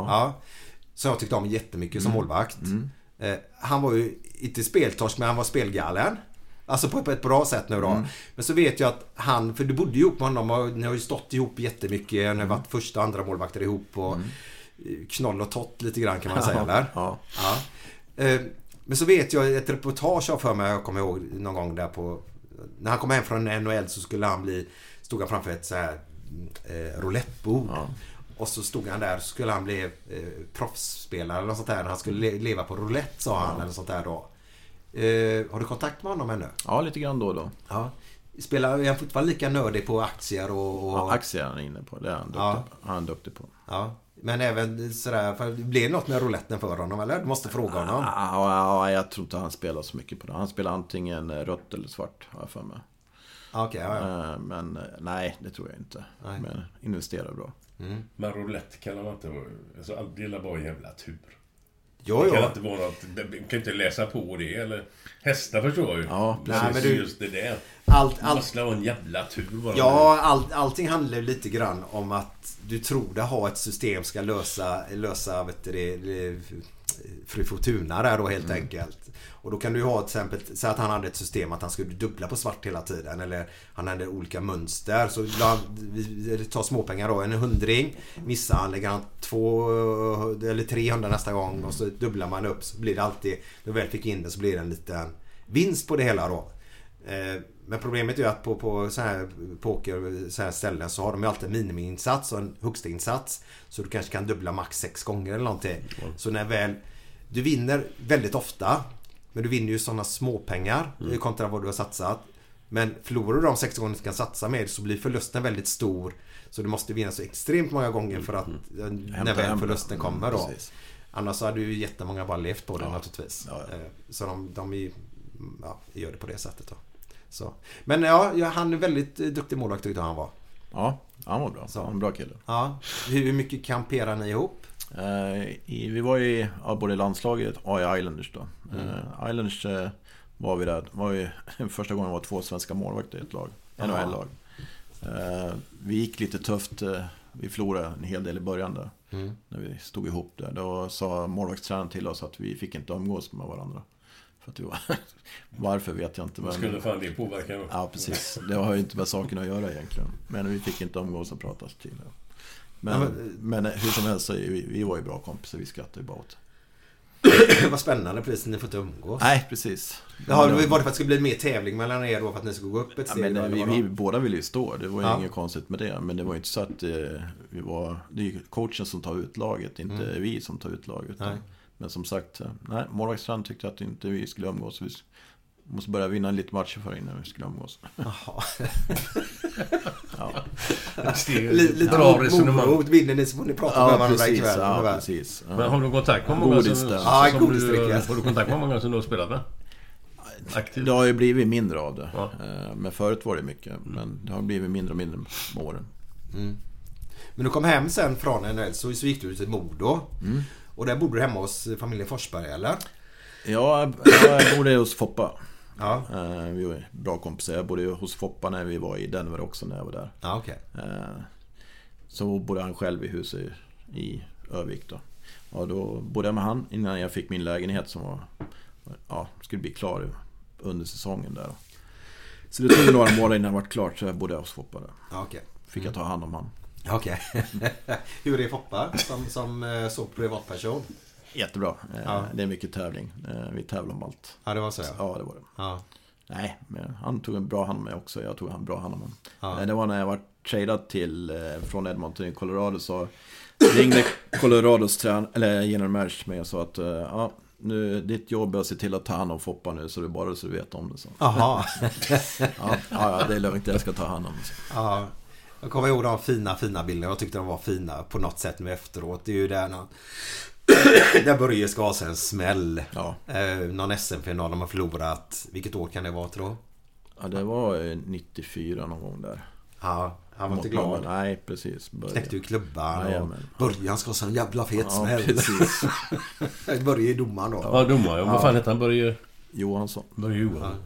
Så jag tyckte om jättemycket som målvakt. Han var ju inte speltorsk, men han var spelgalen. Alltså på ett bra sätt nu då. Men så vet jag att han, för du bodde ju ihop med honom och ni har ju stått ihop jättemycket. Ni har varit första och andra målvakter ihop och knoll och tott lite grann kan man säga, eller? Ja. Men så vet jag ett reportage av för mig, jag kommer ihåg någon gång där på, när han kom hem från NHL så skulle han stod han framför ett så här roulettebord. Och så stod han där, så skulle han bli proffsspelare eller något sånt där. Han skulle leva på roulette, sa han, eller sånt där då. Har du kontakt med honom ännu? Ja, lite grann då. Ja. Spelar han fortfarande lika nördig på aktier och... Ja, aktier är han inne på. Det är han duktig på. Ja. Men även sådär, för det blev något med rouletten för honom, eller? Du måste fråga honom. Ja, jag tror inte han spelar så mycket på det. Han spelar antingen rött eller svart, har jag för mig. Okej, men nej, det tror jag inte. Nej. Men investerar bra. Men roulette kan man inte... Alltså, det är bara en jävla tur. Jo. Kan inte vara något, kan inte läsa på det eller hästar, förstår jag ju. Ja, precis. Nej, men du, just det där. Allt måste vara en jävla tur bara. Ja, allting handlar lite grann om att du tror det har ett system ska lösa vet du, Fru Fortuna där då helt enkelt. Och då kan du ha till exempel så att han hade ett system att han skulle dubbla på svart hela tiden, eller han hade olika mönster, så vi tar småpengar då, en 100, missar han, lägger han 200 eller 300 nästa gång och så dubblar man upp, så blir det alltid, när väl fick in det så blir det en liten vinst på det hela då. Men problemet är ju att på så här poker, så här ställen, så har de ju alltid en minimiinsats och en högsta insats, så du kanske kan dubbla max 6 gånger eller någonting. Så när väl du vinner väldigt ofta, men du vinner ju sådana småpengar kontra vad du har satsat. Men förlorar du de 6 gånger du kan satsa med, så blir förlusten väldigt stor. Så du måste vinna så extremt många gånger för att när väl förlusten kommer då. Annars så hade du ju jättemånga bara levt på det naturligtvis. Så de gör det på det sättet då. Så. Men han är väldigt duktig målvakt, tyckte han var. Ja, han var bra. Så. Han var en bra kille. Ja. Hur mycket kamperar ni ihop? Vi var i både landslaget och i Islanders då. Islanders var vi där. Var vi, första gången var 2 svenska målvakter i ett lag. NHL-lag. Vi gick lite tufft. Vi förlorade en hel del i början där. När vi stod ihop där. Då sa målvaktstränaren till oss att vi fick inte umgås med varandra. För att vi var, varför vet jag inte. Men, skulle fan det påverka? Ja, precis. Det har ju inte med saken att göra egentligen. Men vi fick inte umgås och prata till det. Men hur som helst så vi var ju bra kompisar. Vi skrattade ju bara åt. Vad spännande, precis, ni får inte umgås. Nej, precis. Var det för att det skulle bli mer tävling mellan er då, för att ni skulle gå upp ett steg? Men vi båda ville ju stå, det var ju inget konstigt med det. Men det var ju inte så att vi var... Det är ju coachen som tar ut laget, inte vi som tar ut laget. Men som sagt, målvaktstränaren tyckte att inte vi skulle umgås. Vi måste börja vinna lite matcher för innan vi skulle umgås. Jaha. Lite bra resonemang. Vinner ni så får ni prata med varandra ikväll. Ja, precis. Men har du kontakt med många som du har spelat med? Aktivt. Det har ju blivit mindre av det. Men förut var det mycket. Men det har blivit mindre och mindre med åren. Men du kom hem sen från NHL, så gick du till Modo. Och där bodde du hemma hos familjen Forsberg, eller? Ja, jag bodde hos Foppa. Ja. Vi var bra kompisar. Jag bodde hos Foppa när vi var i Denver också, när jag var där. Ja, okej. Så bodde han själv i huset i Övik då. Och då bodde jag med han innan jag fick min lägenhet som var, skulle bli klar under säsongen där. Så det tog några månader innan jag var klart, så jag bodde hos Foppa där. Ja, okej. Fick jag ta hand om han. Okej. Hur är Foppa som så privatperson? Jättebra. Det är mycket tävling. Vi tävlar om allt. Ja, det var så. Ja, det var det. Ja. Nej, men han tog en bra hand om mig också. Jag tog en bra hand om honom. Ja. Det var när jag var tradad från Edmonton till Colorado, så ringde Colorados general manager med och sa att nu, ditt jobb är att se till att ta hand om Foppa nu, så det är bara så du vet om det. Så. Aha. ja, det är lugnt, jag ska ta hand om det. Ja. Jag kommer ihåg de fina bilderna. Jag tyckte de var fina på något sätt nu efteråt. Det är ju där Börje ska ha sig en smäll. Ja. Någon SM-final de har förlorat. Vilket år kan det vara, tror jag? Ja, det var 94 någon gång där. Ja, han var inte glad. Nej, precis. Knäckte ju klubban. Ja, och Börje, han ska ha sig en jävla fet smäll. Precis. Börje är domaren då. Ja, domare. Vad fan heter han? Börje Johansson. Börje Johansson.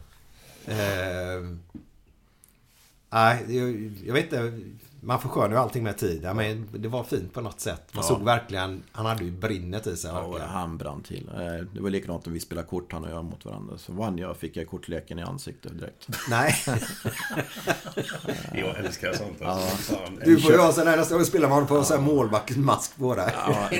Nej, jag vet inte. Man förskönar ju allting med tid. Ja, men det var fint på något sätt. Man såg verkligen, han hade ju brinnet i sig. Ja, han brann till. Det var likadant när vi spelade kort, han och jag, mot varandra. Så vann jag, fick jag kortleken i ansiktet direkt. Nej. Jag älskar sånt. Alltså. Du får ju ha sån här nästa gång spelar man på en sån här målbackmask på dig.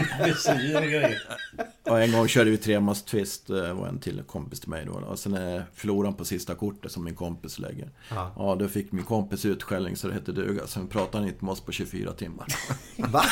Och en gång körde vi 3-mans twist, var en till kompis till mig då. Och sen förlorade han på sista kortet som min kompis lägger. Ja, då fick min kompis utskällning så det hette duga. Sen pratade han inte med oss på 24 timmar. Va?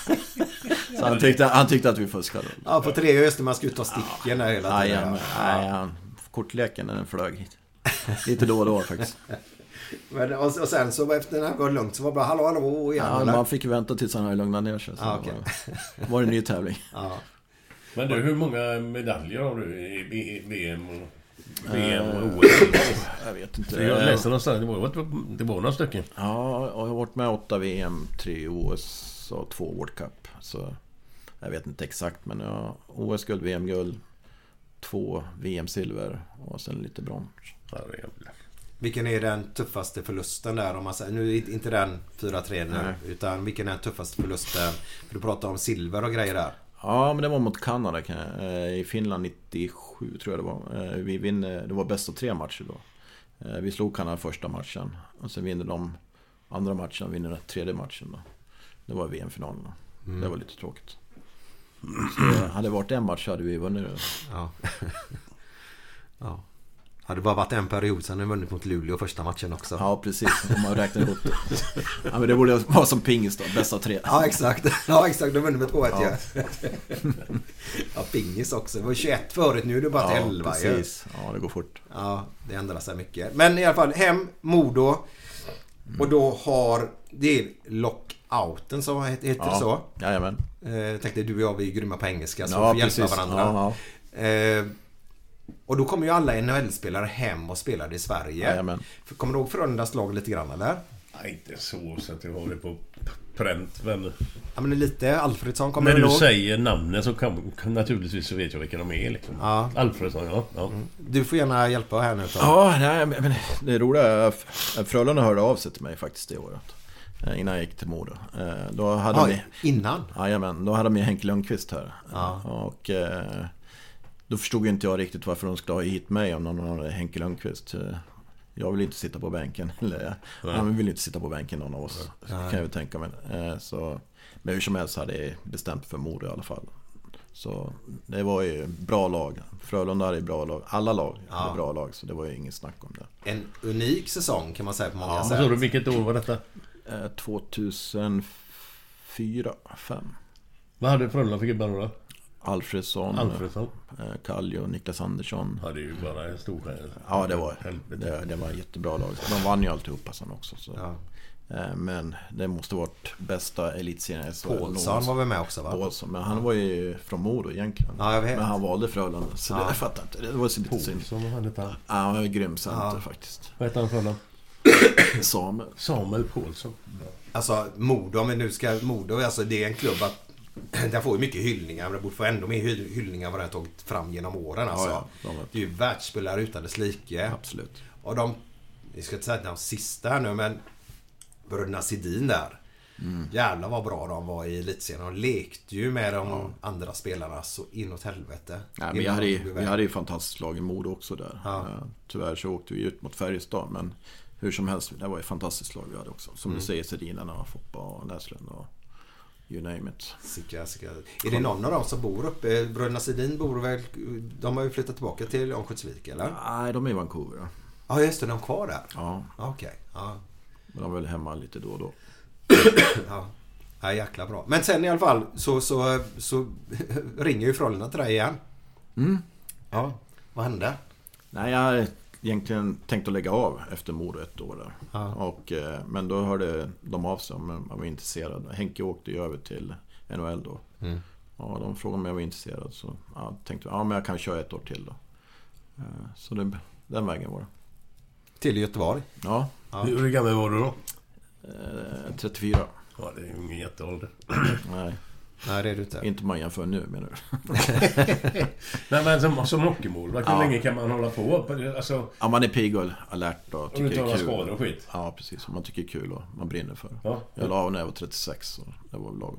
Så han tyckte att vi fuskade. Ja, på 3 just när man skulle ta sticken där hela tiden. Nej, kortleken den flög hit. Lite då och då faktiskt. Men, och sen så efter den här går lugnt så var det bara hallå igen. Ja, man fick vänta tills han hade lugnat ner sig. Så var det en ny tävling. Ja. Men du, hur många medaljer har du i VM och OS? Jag vet inte. Jag läste någonstans, det var några stycken. Ja, jag har varit med 8 VM, 3 OS och 2 World Cup. Så jag vet inte exakt, men OS-guld, VM-guld, 2 VM-silver och sen lite brons. Vilken är den tuffaste förlusten där? Om man säger, nu är inte den 4-3 nu, utan vilken är den tuffaste förlusten? För du pratar om silver och grejer där. Ja, men det var mot Kanada i Finland 97 tror jag det var. Vi vinner, det var bäst av 3 matcher då. Vi slog Kanada första matchen och sen vinner de andra matchen och vinner den tredje matchen då. Det var VM-finalen. Det var lite tråkigt. Så hade det varit en match hade vi vunnit. Ja. Ja. Hade bara varit en period sen vi vunnit mot Luleå första matchen också. Ja, precis. Om man räknar ihop det. Ja, men det borde vara som pingis då. Bäst av 3. Ja, exakt. Ja, exakt. De vunnit med 2-1. Ja, pingis också. Det var 21 förut. Nu är det bara 11. Precis. Ja, det går fort. Ja, det ändrar sig mycket. Men i alla fall, hem, Modo. Och då har det lockouten som heter det så. Jajamän. Tänkte du och jag, vi är grymma på engelska så vi får hjälpa varandra. Och då kommer ju alla NHL-spelare hem och spelar i Sverige. Jajamän. Kommer du ihåg Frölundas lag lite grann, eller? Nej, inte så att jag har det på pränt, men... Ja, men lite Alfredsson kommer när du du ihåg? säger namnen så kan naturligtvis så vet jag vilka de är liksom. Ja. Alfredsson, ja. Du får gärna hjälpa här nu. Ja, nej, men det roliga Frölunda hörde av sig till mig faktiskt det året. Innan jag gick till Modo. Då hade innan? Jajamän, då hade de Henke Lundqvist här. Ja. Och då förstod inte jag riktigt varför de skulle ha hit mig om någon hade Henke Lundqvist. Jag vill inte sitta på bänken. Han vill inte sitta på bänken, någon av oss. Så kan jag väl tänka mig. Men hur som helst hade jag bestämt för Modo i alla fall. Så det var ju bra lag. Frölunda hade bra lag. Alla lag hade bra lag, så det var ju inget snack om det. En unik säsong kan man säga på många sätt. Så du, vilket år var detta? 2004-5. Vad hade Frölunda för gubbar då? Alfredsson. Kallio, Niklas Andersson. Ja, det är ju bara en stor skär. Ja, det var jättebra lag. De vann ju alltihopa sen också. Så. Ja. Men det måste varit bästa elitserien. Paulsson var väl med också, va? Paulsson, men han var ju från Modo egentligen. Ja, jag vet. Men han valde Frölunda, så det fattar inte. Det var så lite synd. Ja, han var ju grym center faktiskt. Vad heter han Frölunda? Samuel Paulsson. Alltså Modo, om vi nu ska Modo, alltså det är en klubb att den får ju mycket hyllningar, men det borde få ändå mer hyllningar vad den har tagit fram genom åren alltså. Det är ju världsspelare utan dess like. Absolut. Och jag ska inte säga att de sista här nu, men bröderna Sedin där. Jävlar vad bra de var i elitserien. De lekte ju med de andra spelarna så inåt helvete. Ja, vi hade ju fantastiskt lag i Modo också där. Tyvärr så åkte vi ut mot Färjestad, men hur som helst, det var ju fantastiskt lag vi hade också. Som du säger, Sedinarna och Foppa och Näslund och you name it. Sika. Är det någon av dem som bor uppe? Bröderna Sedin bor väl... De har ju flyttat tillbaka till Örnsköldsvik, eller? Nej, de är i Vancouver. Ja, just det. De är kvar där? Ja. Okej. Ja. Men de är väl hemma lite då och då. Ja, jäkla bra. Men sen i alla fall så ringer ju Frölunda till dig igen. Ja, vad hände? Nej, jag hade egentligen tänkt att lägga av efter Modo ett år där. Men då hörde de av sig om man var intresserad. Henke åkte ju över till NHL då. Ja, de frågade om jag var intresserad, så jag tänkte men jag kan köra ett år till då. Så den vägen var det. Till Göteborg? Ja. Hur gammal var du då? 34. Ja, det är ju ingen jätteålder. Nej, det är du inte. Inte man jämför nu, menar du? Nej, men som hockeymål, hur länge kan man hålla på? Alltså... Ja, man är pigg och alert och tycker det är kul. Skador och skit. Ja, precis. Man tycker det är kul och man brinner för det. Ja. Jag la av när jag var 36, så det var väl lagom.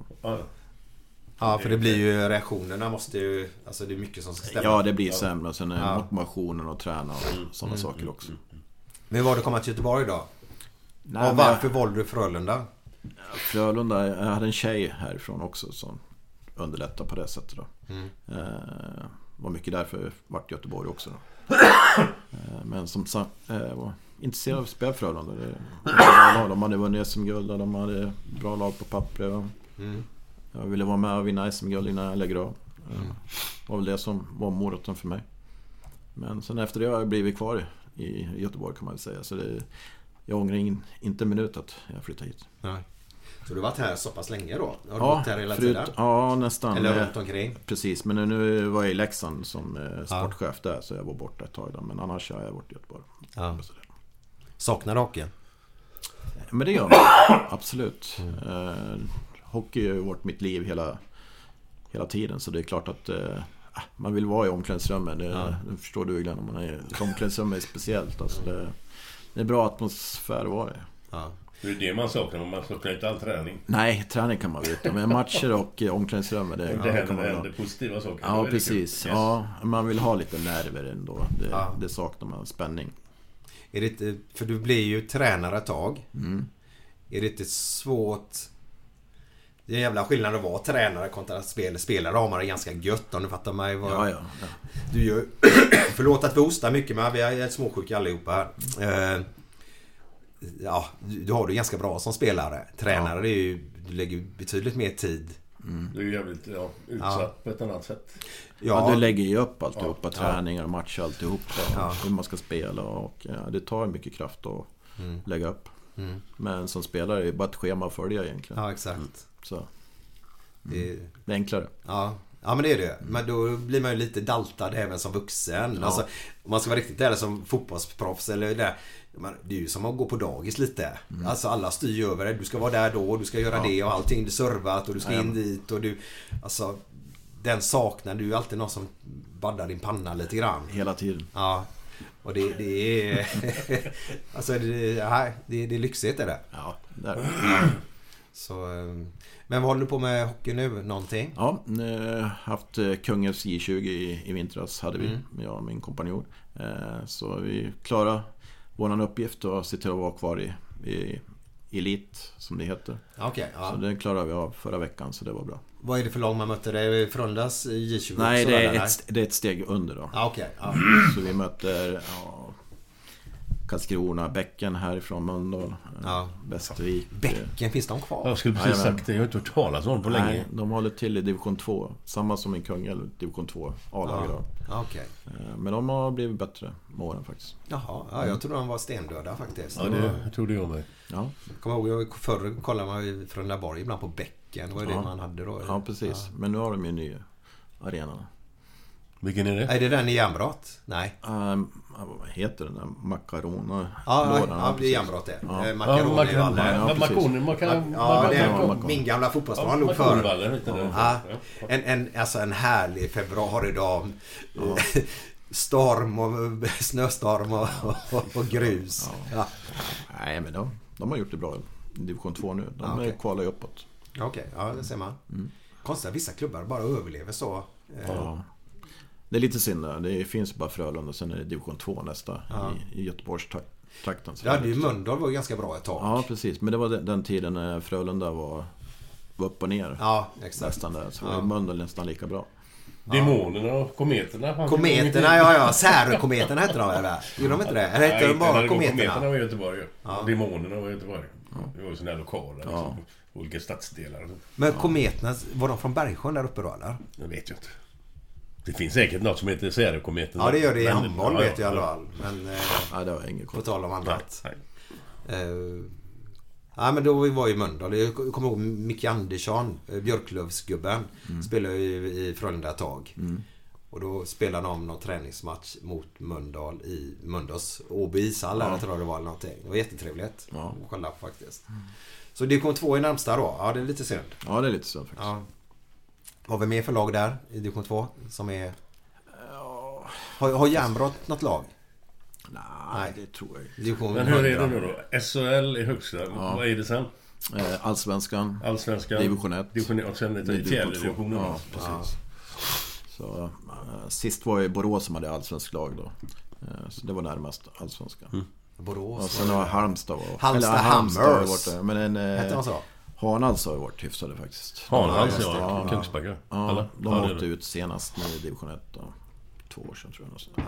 Ja, för det blir ju reaktionerna måste ju... Alltså det är mycket som ska stämma. Ja, det blir sämre. Sen är motivationen och träna och sådana saker också. Men var du komma till Göteborg då? Nej, och varför valde du Frölunda? Frölunda, jag hade en tjej härifrån också som underlättade på det sättet då. Var mycket därför vart Göteborg också då. Men som sagt, var intresserad av att spela Frölunda. De hade vunnit SM-guld och de hade bra lag på pappret. Jag ville vara med och vinna SM-guld innan jag lägger av. Det var väl det som var moroten för mig. Men sen efter det har jag blivit kvar i Göteborg, kan man väl säga. Så jag ångrar inte en minut att jag flyttade hit. Nej. Så du har varit här så pass länge då? Har du bott här hela tiden? Ja, nästan. Eller runt omkring? Precis, men nu var jag i Leksand som sportchef där, så jag var borta ett tag där. Men annars har jag varit i Göteborg. Saknar du hockeyn? Men det gör man, absolut. Hockey har ju varit mitt liv hela tiden, så det är klart att man vill vara i omklädningsrummet. Det förstår du, Glenn, om man är i omklädningsrummet är speciellt. Alltså det är bra atmosfär att vara i. Det är det man saknar, men man saknar inte all träning. Nej, träning kan man veta, men matcher och omklädningsrummet det händer positiva saker. Ja, precis. Yes. Ja, man vill ha lite nerver ändå. Det saknar man, spänning. Är det inte, för du blir ju tränare ett tag. Är det inte svårt? Det är en jävla skillnad att vara tränare kontra spelare. Har man det ganska gött, om du fattar mig. Ja. Du gör, förlåt att vi hostar mycket, men vi är småsjuka allihopa här. Du har det ganska bra som spelare. Tränare, det är ju, du lägger betydligt mer tid. Du är ju jävligt utsatt på ett annat sätt. Ja, du lägger ju upp alltihopa, träningar och matcher, alltihopa, hur man ska spela, och det tar mycket kraft att lägga upp. Men som spelare är det bara ett schema för det egentligen. Ja, exakt. Så det är enklare. Ja, men det är det. Men då blir man ju lite daltad även som vuxen. Alltså, om man ska vara riktigt ärlig som fotbollsproffs eller det är ju som att gå på dagis lite. Alltså alla styr över det. Du ska vara där då, du ska göra det och allting är servat och du ska in dit och du, alltså den saknar du, alltid någon som baddar din panna lite grann. Hela tiden. Ja. Och det är alltså det är lyxigt är det. Ja, det är det. Så, men vad håller du på med hockey nu? Någonting? Ja, haft Kungälvs J20 i vintras hade vi, jag och min kompanjon. Så vi klarade våran uppgift och se till att vara kvar i elit, som det heter. Okay, Så det klarade vi av förra veckan, så det var bra. Vad är det för lag man mötte? Det är Frölundas J20? Nej, det är ett steg under då. Okej. Så vi möter Karlskrona, Bäcken härifrån Mölndal, Västervik. Bäcken, finns de kvar? Jag skulle precis sagt det, jag har inte hört talas om på länge. Nej, de håller till i division 2. Samma som i Kungälv, division 2 A-lag då. Okej. Men de har blivit bättre med åren faktiskt. Jaha, jag trodde de var stendöda faktiskt. Ja, det trodde jag med. Ja. Kommer ihåg, förr kollade man från Laborg ibland på Bäcken. Vad är det man hade då? Ja, precis. Ja. Men nu har de ju en ny arena. Vilken är det? Är det den i Järnbrott? Nej. Vad heter den där? Macarona? Ja, det är Järnbrråt det. Macaroni i Valle. Min gamla fotbollsplan låg före. En härlig februaridag. Storm och snöstorm och grus. Ja. Nej, men de har gjort det bra. Division 2 nu. De kvalar ju uppåt. Okej, ja, det ser man. Konstigt att vissa klubbar bara överlever så. Ja. Det är lite synd där. Det finns bara Frölunda och sen är det division 2 nästa i Göteborgstrakten. Ja, det är Mölndal var ju ganska bra ett tag. Ja, precis. Men det var den tiden när Frölunda var upp och ner. Ja, exakt. Nästan där. Så var Mölndal nästan lika bra. Demonerna och kometerna. Kometerna, Särkometerna hette de där. Gjorde de inte det? Eller hette de bara kometerna? Kometerna var i Göteborg. Demonerna var i Göteborg. Det var ju sådana här lokaler. Liksom. Olika stadsdelar. Men kometerna, var de från Bergsjön där uppe då, eller? Det vet jag inte. Det finns säkert något som heter Särkometen. Ja, det gör det i handboll, vet jag i alla fall. Men det var inget på tal om annat. Ja, men då var ju Mölndal. Jag kommer ihåg Micke Andersson, Björklövsgubben, spelade ju i Frölunda ett tag. Och då spelade de någon träningsmatch mot Mölndal i Mölndals Åby ishall, jag tror det var någonting. Det var jättetrevligt att kolla på faktiskt. Så det kom 2 i närmsta då. Ja, det är lite synd. Ja, det är lite synd faktiskt. Ja. Har vi mer för lag där i division 2 som är... Har Järnbrott något lag? Nej, det tror jag inte. Division Men hur är det nu då? SHL i högsta. Vad är det sen? Allsvenskan. Division 1. Och sen lite fjärde divisionen. Ja, precis. Så sist var det Borås som hade allsvensk lag då. Så det var närmast allsvenskan. Borås. Och sen har Halmstad. Halmstad Hammers. Men hette de så? Hanals har ju varit hyfsade faktiskt. Hanals, ja. Kungsbacka. Ja, de åkte ut senast i division 1 då. 2 år sedan tror jag.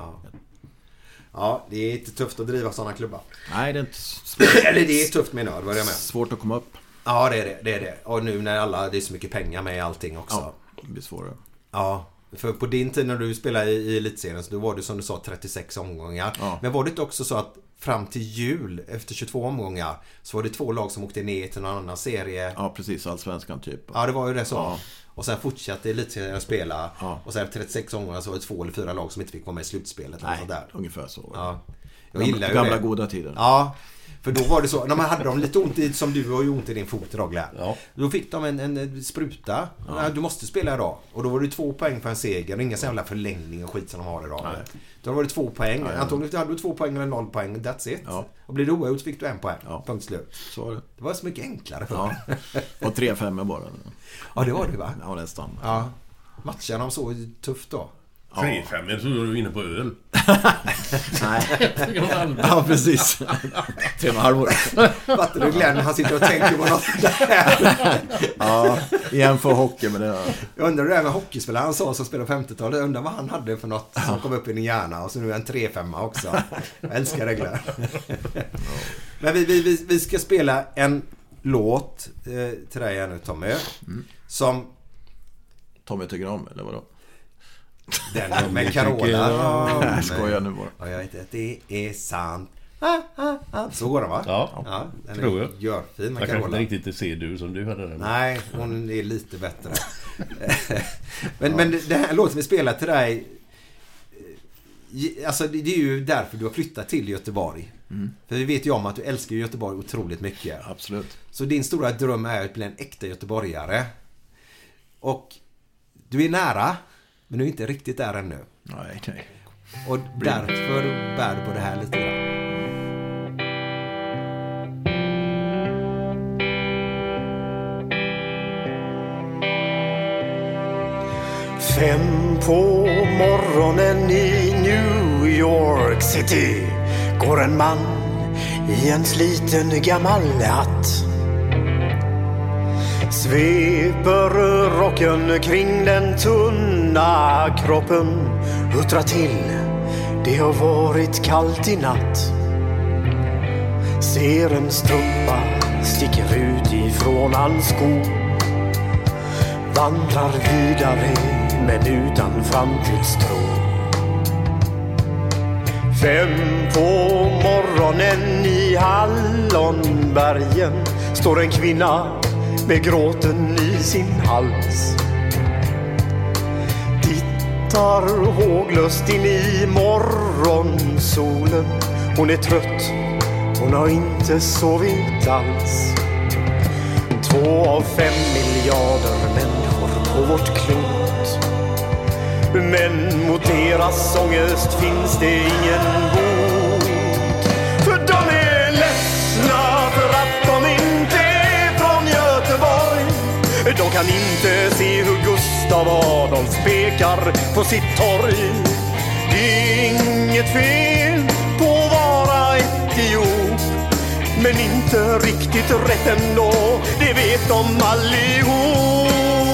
Ja, det är inte tufft att driva sådana klubbar. Nej, det är inte eller det är tufft med nörd, vad är det med? Svårt att komma upp. Ja, det är det. Och nu när det är så mycket pengar med i allting också. Ja, det blir svårare. Ja, för på din tid när du spelade i elitserien så då var det som du sa 36 omgångar. Ja. Men var det inte också så att fram till jul, efter 22 omgångar, så var det 2 lag som åkte ner till någon annan serie? Ja, precis. Allsvenskan typ. Ja, det var ju det så. Ja. Och sen fortsatte elitserien att spela. Ja. Och sen efter 36 omgångar så var det 2 eller 4 lag som inte fick vara med i slutspelet. Nej, där. Ungefär så. Ja. Jag gillar gamla det. Goda tider. Ja, för då var det så. När man hade dem lite ont i, som du har ju ont i din fot idag, Glenn. Ja. Då fick de en spruta. Ja. Du måste spela idag. Och då var det 2 poäng för en seger. Och inga så jävla förlängning och skit som de har idag. Nej. Då var det 2 poäng. Ja, antagligen hade du 2 poäng eller 0 poäng. That's it. Ja. Och blir det oavgjort så fick du 1 poäng. Ja. Punkt slut. Så det. Det var så mycket enklare för. Ja. Och 3-5 bara. Ja, det var det, va? Ja, nästan. Ja. Matchen de så tufft då. 3-5, så var du inne på öl. Nej. Ja, precis. 3,5 år. Fattar du, Glenn? Han sitter och tänker på något där. Ja, igen för hockey med det. Jag undrar det där med hockeyspelare. Han sa som spelade 50-talet. Jag undrar vad han hade för något som kom upp i din hjärna. Och så nu är en 3-5 också. Jag älskar det, Glenn. Men vi ska spela en låt till dig här nu, Tommy. Som... Tommy tycker om, eller vadå? Den med Carola. Jag skojar nu bara. Och jag vet att det är sant. Så går den, va? Ja, den tror jag. Gör fin med jag Carola. kan inte riktigt se du som du hade den. Nej, hon är lite bättre. men det här låten vi spelar till dig, alltså det är ju därför du har flyttat till Göteborg. För vi vet ju om att du älskar Göteborg otroligt mycket. Absolut. Så din stora dröm är att bli en äkta göteborgare. Och du är nära, men du är inte riktigt där ännu. Nej. Och därför bär du på det här lite grann. Fem på morgonen i New York City går en man i en sliten gammal hatt. Sveper rocken kring den tunna kroppen. Huttra till, det har varit kallt i natt. Ser en strumpa sticker ut ifrån hans sko. Vandrar vidare men utan framtidstro. 5 på morgonen i Hallonbergen står en kvinna med gråten i sin hals. Tittar håglöst in i morgonsolen. Hon är trött, hon har inte sovit alls. 2 av 5 miljarder människor på vårt klot. Men mot deras ångest finns det ingen bot. För de är ledsna för att de inte är från Göteborg. De kan inte se hur Gustav Adolf pekar på sitt torg. Det är inget fel på att vara etiop, men inte riktigt rätt ändå, det vet de allihop.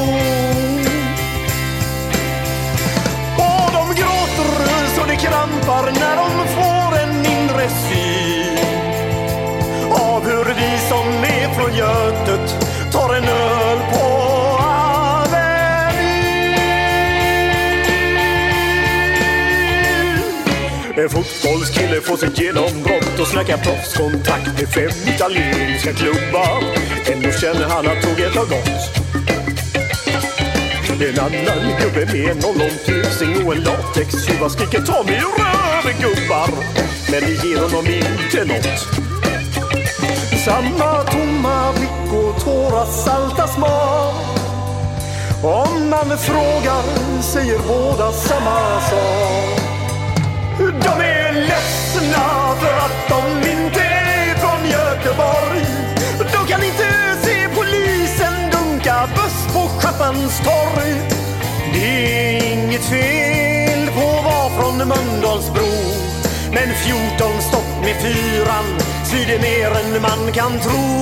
Och de gråter så det krampar när de får en inre syn av hur vi som är från Götet tar en öl på En fotbollskille får sitt genombrott och snackar proffskontakt med 5 italienska klubbar. Ändå känner han att tåget har gått. En annan gubbe med en ollontusing och en latextjuva skriker ta mig röver gubbar. Men det ger honom inte något. Samma tomma blick och tårar salta smak. Om man frågar säger båda samma sak. De är ledsna för att de inte är från Göteborg. De kan inte se polisen dunka buss på Schappans torg. Det är inget fel på att vara från Mölndalsbro, men 14 stopp med 4 svider mer än man kan tro.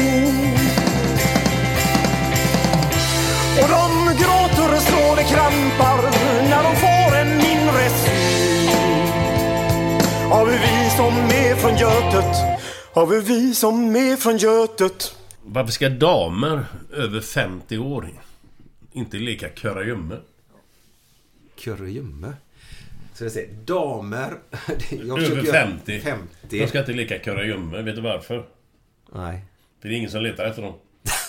Och de gråter så det krampar när de får en mindre syn av vi som är från Götet, av vi som är från Götet. Varför ska damer över 50 år inte leka kurragömme? Kurragömme? Så jag säger, damer... över 50. De ska inte leka kurragömme, vet du varför? Nej. För det är ingen som letar efter dem.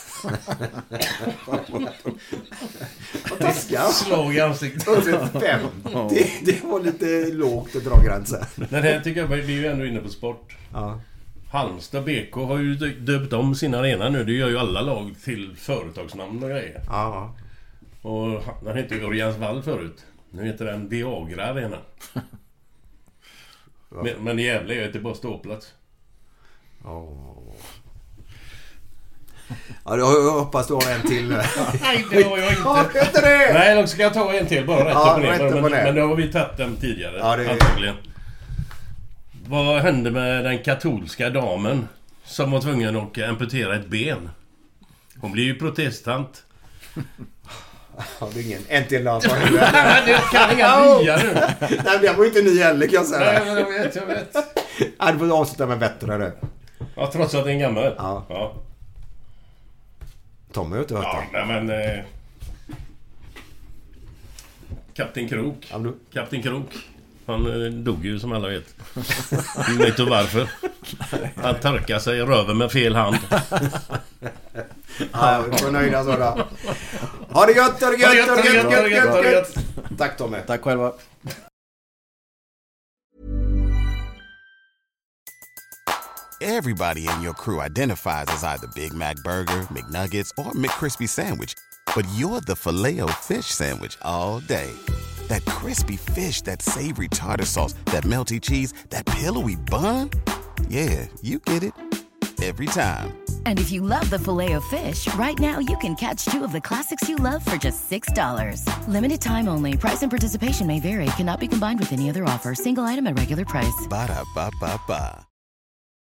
Det ska slag i ansiktet. Det var lite lågt att dra gränsen. Den här tycker jag, vi är ju ändå inne på sport. Ja. Halmstad BK har ju döpt om sin arena nu. Det gör ju alla lag till företagsnamn och grejer. Ja. Och den heter ju Örjansvall förut. Nu heter den Viagra arena. Men det jävla är att det bara ståplats. Ja, jag hoppas du har en till nu. Nej, det har jag inte. Har du inte det? Nej, då ska jag ta en till bara rätt upp och ner. Men då har vi tagit den tidigare. Ja, det... antagligen. Vad hände med den katolska damen som var tvungen att amputera ett ben? Hon blev ju protestant. Ja, det är ingen. En till då. Det kan inga nya nu. Nej, det var ju inte ny heller, kan jag säga. Nej, men jag vet. Ja, du får avsluta med bättre nu. Ja, trots att det är en gammal. Ja. Tommy har inte hört det. Ja, men... Kapten Krok. Kapten Krok. Han dog ju som alla vet. Vet du varför? Han torkade sig i röven med fel hand. Ja, vi får nöjda så då. Ha det gött. Tack Tommy. Tack själva. Everybody in your crew identifies as either Big Mac Burger, McNuggets, or McCrispy Sandwich. But you're the Filet-O-Fish Sandwich all day. That crispy fish, that savory tartar sauce, that melty cheese, that pillowy bun. Yeah, you get it. Every time. And if you love the Filet-O-Fish, right now you can catch 2 of the classics you love for just $6. Limited time only. Price and participation may vary. Cannot be combined with any other offer. Single item at regular price. Ba-da-ba-ba-ba.